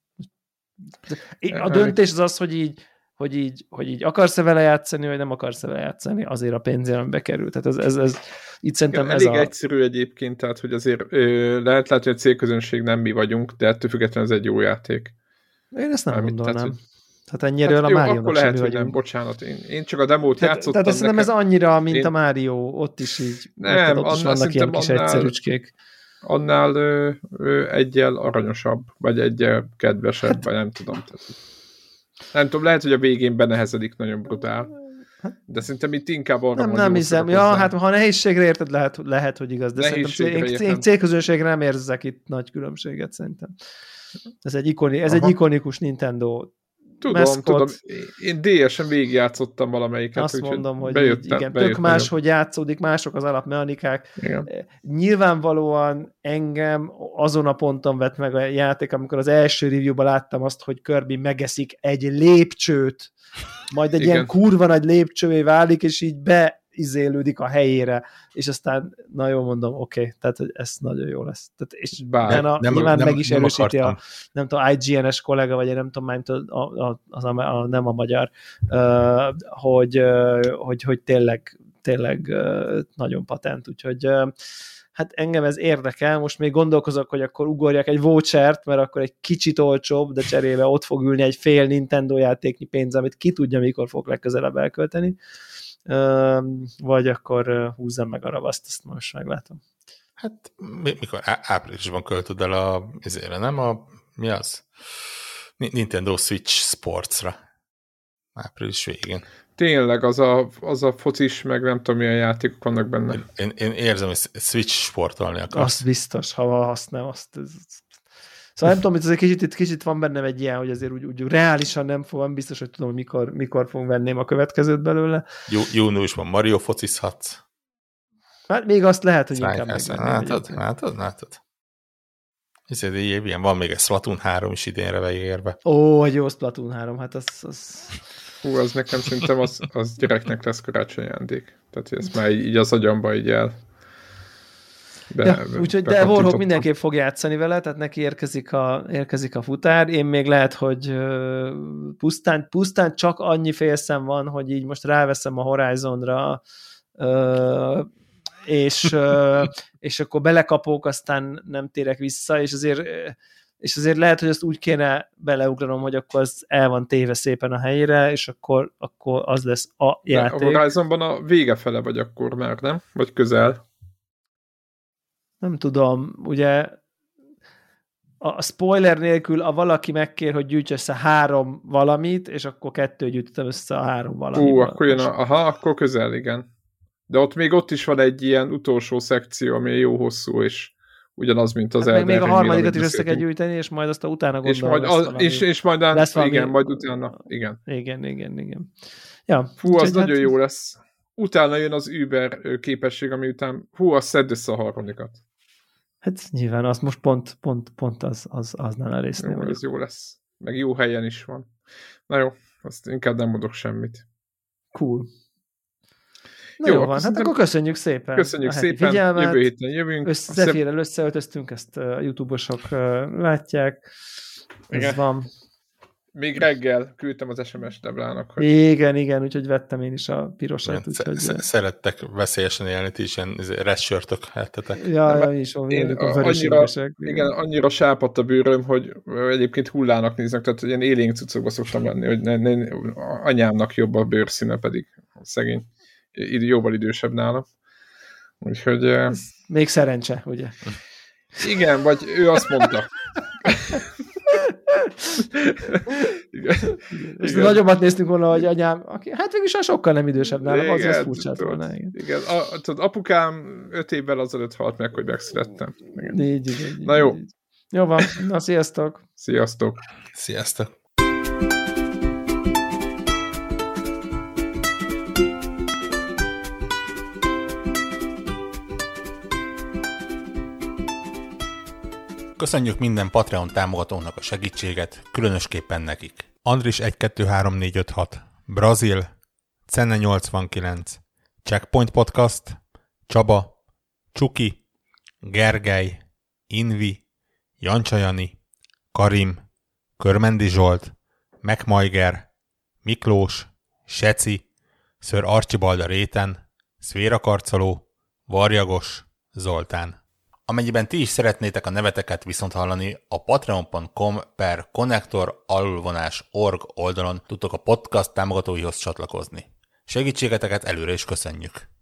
a döntés az az, hogy így, hogy így, hogy így akarsz-e vele játszani, vagy nem akarsz-e vele játszani, azért a pénzélembe kerül. Tehát ez, ez, ez itt szerintem Igen, ez elég a... egyszerű egyébként, tehát hogy azért ö, lehet látni, hogy a célközönség nem mi vagyunk, de ettől függetlenül ez egy jó játék. Én ezt nem Mármint, gondolnám. Tehát, Hát ennyire hát a Máriónak lehet, hogy nem, bocsánat, én, én csak a demót tehát, játszottam. Tehát nem ez annyira, mint én... a Mário, ott is így, nem, ott is vannak ilyen kis annál, egyszerűcskék. Annál ö, ö, egyel aranyosabb, vagy egyel kedvesebb, hát, vagy nem tudom. Tehát, nem tudom, lehet, hogy a végén benehezedik nagyon brutál. De szerintem itt inkább arra nem, nem hiszem. Ja, hát ha nehézségre érted, lehet, lehet hogy igaz, de nehézségre szerintem célközönségre nem érzek itt nagy különbséget szerintem. Ez egy, ikoni, ez egy ikonikus Nintendo Tudom, Mascot. tudom. Én dé esen végigjátszottam valamelyiket. Azt mondom, hogy bejött, így, igen, bejött tök más, hogy játszódik, mások az alapmechanikák. Igen. Nyilvánvalóan engem azon a ponton vett meg a játék, amikor az első reviewban láttam azt, hogy Kirby megeszik egy lépcsőt, majd egy Igen. ilyen kurva nagy lépcsővé válik, és így beizélődik a helyére, és aztán, na jól mondom, oké, okay, tehát ez nagyon jó lesz. Tehát, és Bár, a, nem, nyilván nem, meg is nem erősíti akartam. a, nem tudom, I G N-es kollega, vagy én nem tudom, már a, a, az a, a, nem a magyar, uh, hogy, uh, hogy, hogy tényleg, tényleg uh, nagyon patent, úgyhogy uh, hát engem ez érdekel, most még gondolkozok, hogy akkor ugorjak egy vouchert, mert akkor egy kicsit olcsóbb, de cserébe ott fog ülni egy fél Nintendo játéknyi pénz, amit ki tudja, mikor fog legközelebb elkölteni, vagy akkor húzzam meg a ravaszt, ezt most meglátom. Hát mikor áprilisban költöd el a, ezére, nem a, mi az? Nintendo Switch Sportsra. Április végén. Tényleg, az a, az a focis, meg nem tudom, milyen játékok vannak benne. Én, én érzem, hogy Switch sportolni akarsz. Azt biztos, ha azt nem, azt... Ez... Szóval nem tudom, hogy azért kicsit, kicsit van bennem egy ilyen, hogy azért úgy, úgy reálisan nem fogom, biztos, hogy tudom, hogy mikor, mikor fogunk venném a következőt belőle. Jú, júniusban Mario focizhatsz. Hát még azt lehet, hogy Száj inkább megvenném. megvenném. Látod, látod, látod. Hiszen ilyen van még egy Splatoon három is idénre beérve. Ó, egy jó Splatoon három, hát az... az... Hú, az nekem szerintem az, az gyereknek lesz karácsony ajándék. Tehát ezt már így az agyamba így el. Be, ja, be, úgyhogy de Warhawk mindenképp fog játszani vele, tehát neki érkezik a, érkezik a futár. Én még lehet, hogy uh, pusztán, pusztán csak annyi félszem van, hogy így most ráveszem a Horizonra, uh, és, uh, és akkor belekapok, aztán nem térek vissza, és azért, és azért lehet, hogy azt úgy kéne beleugranom, hogy akkor az el van téve szépen a helyére, és akkor, akkor az lesz a játék. De a Horizonban a vége fele vagy akkor már, nem? Vagy közel? Nem tudom, ugye a spoiler nélkül a valaki megkér, hogy gyűjts össze három valamit, és akkor kettő gyűjtöttem össze a három valamit. Ú, akkor jön a, aha, akkor közel, igen. De ott még ott is van egy ilyen utolsó szekció, ami jó hosszú, és ugyanaz, mint az hát Elden még a Ringnél, harmadikat is amit össze kell gyűjteni, és majd azt a utána és gondolom majd, lesz az, valami. és, és majd, lesz valami, igen, majd utána, igen. Igen, igen, igen. Ja, Fú, az hát, nagyon jó lesz. Utána jön az Uber képesség, ami után, hú, azt szedd össze a harmadikat. Hát nyilván az most pont, pont, pont az, az, az nem a résznél. Jó, ez jó lesz. Meg jó helyen is van. Na jó, azt inkább nem mondok semmit. Cool. Na jó, jó, akkor van, hát szerintem... akkor köszönjük szépen. Köszönjük szépen, figyelmet. Jövő héten jövünk. Össze, Zephyr-rel összeöltöztünk, ezt a YouTube-osok uh, látják. Ez igen. Van. Még reggel küldtem az es em es Deblának. Hogy... Igen, igen, úgyhogy vettem én is a pirosat. Úgyhogy... Szerettek veszélyesen élni, ti is ilyen redsörtök hettetek. Ja, ja, is van, én a annyira, igen, annyira sápadt a bőröm, hogy egyébként hullának néznek, tehát ilyen élénk cuccokba szoktam lenni, hogy ne, ne, anyámnak jobb a bőrszíne, pedig szegény, jóval idősebb nálam. Úgyhogy... Ez még szerencse, ugye? Igen, vagy ő azt mondta. Igen. És igen. Nagyobbat néztünk volna, hogy anyám, aki, hát végülis sokkal nem idősebb nálam, az az furcsát volna. Igen, igen. A, tudod, apukám öt évvel azelőtt halt meg, hogy megszülettem. Igen. Így, így, így, Na jó. Így. Jó van, na sziasztok! Sziasztok! Sziasztok! Köszönjük minden Patreon támogatónak a segítséget, különösképpen nekik. Andris egy kettő három négy öt hat, Brazil, Cenne nyolcvankilenc, Checkpoint Podcast, Csaba, Csuki, Gergely, Invi, Jancsajani, Karim, Körmendi Zsolt, Megmajger, Miklós, Seci, Ször Archibald a Réten, Szvéra Karcoló, Varjagos, Zoltán. Amennyiben ti is szeretnétek a neveteket viszont hallani, a patreon pont com per konnektor alulvonás org oldalon tudtok a podcast támogatóihoz csatlakozni. Segítségeteket előre is köszönjük!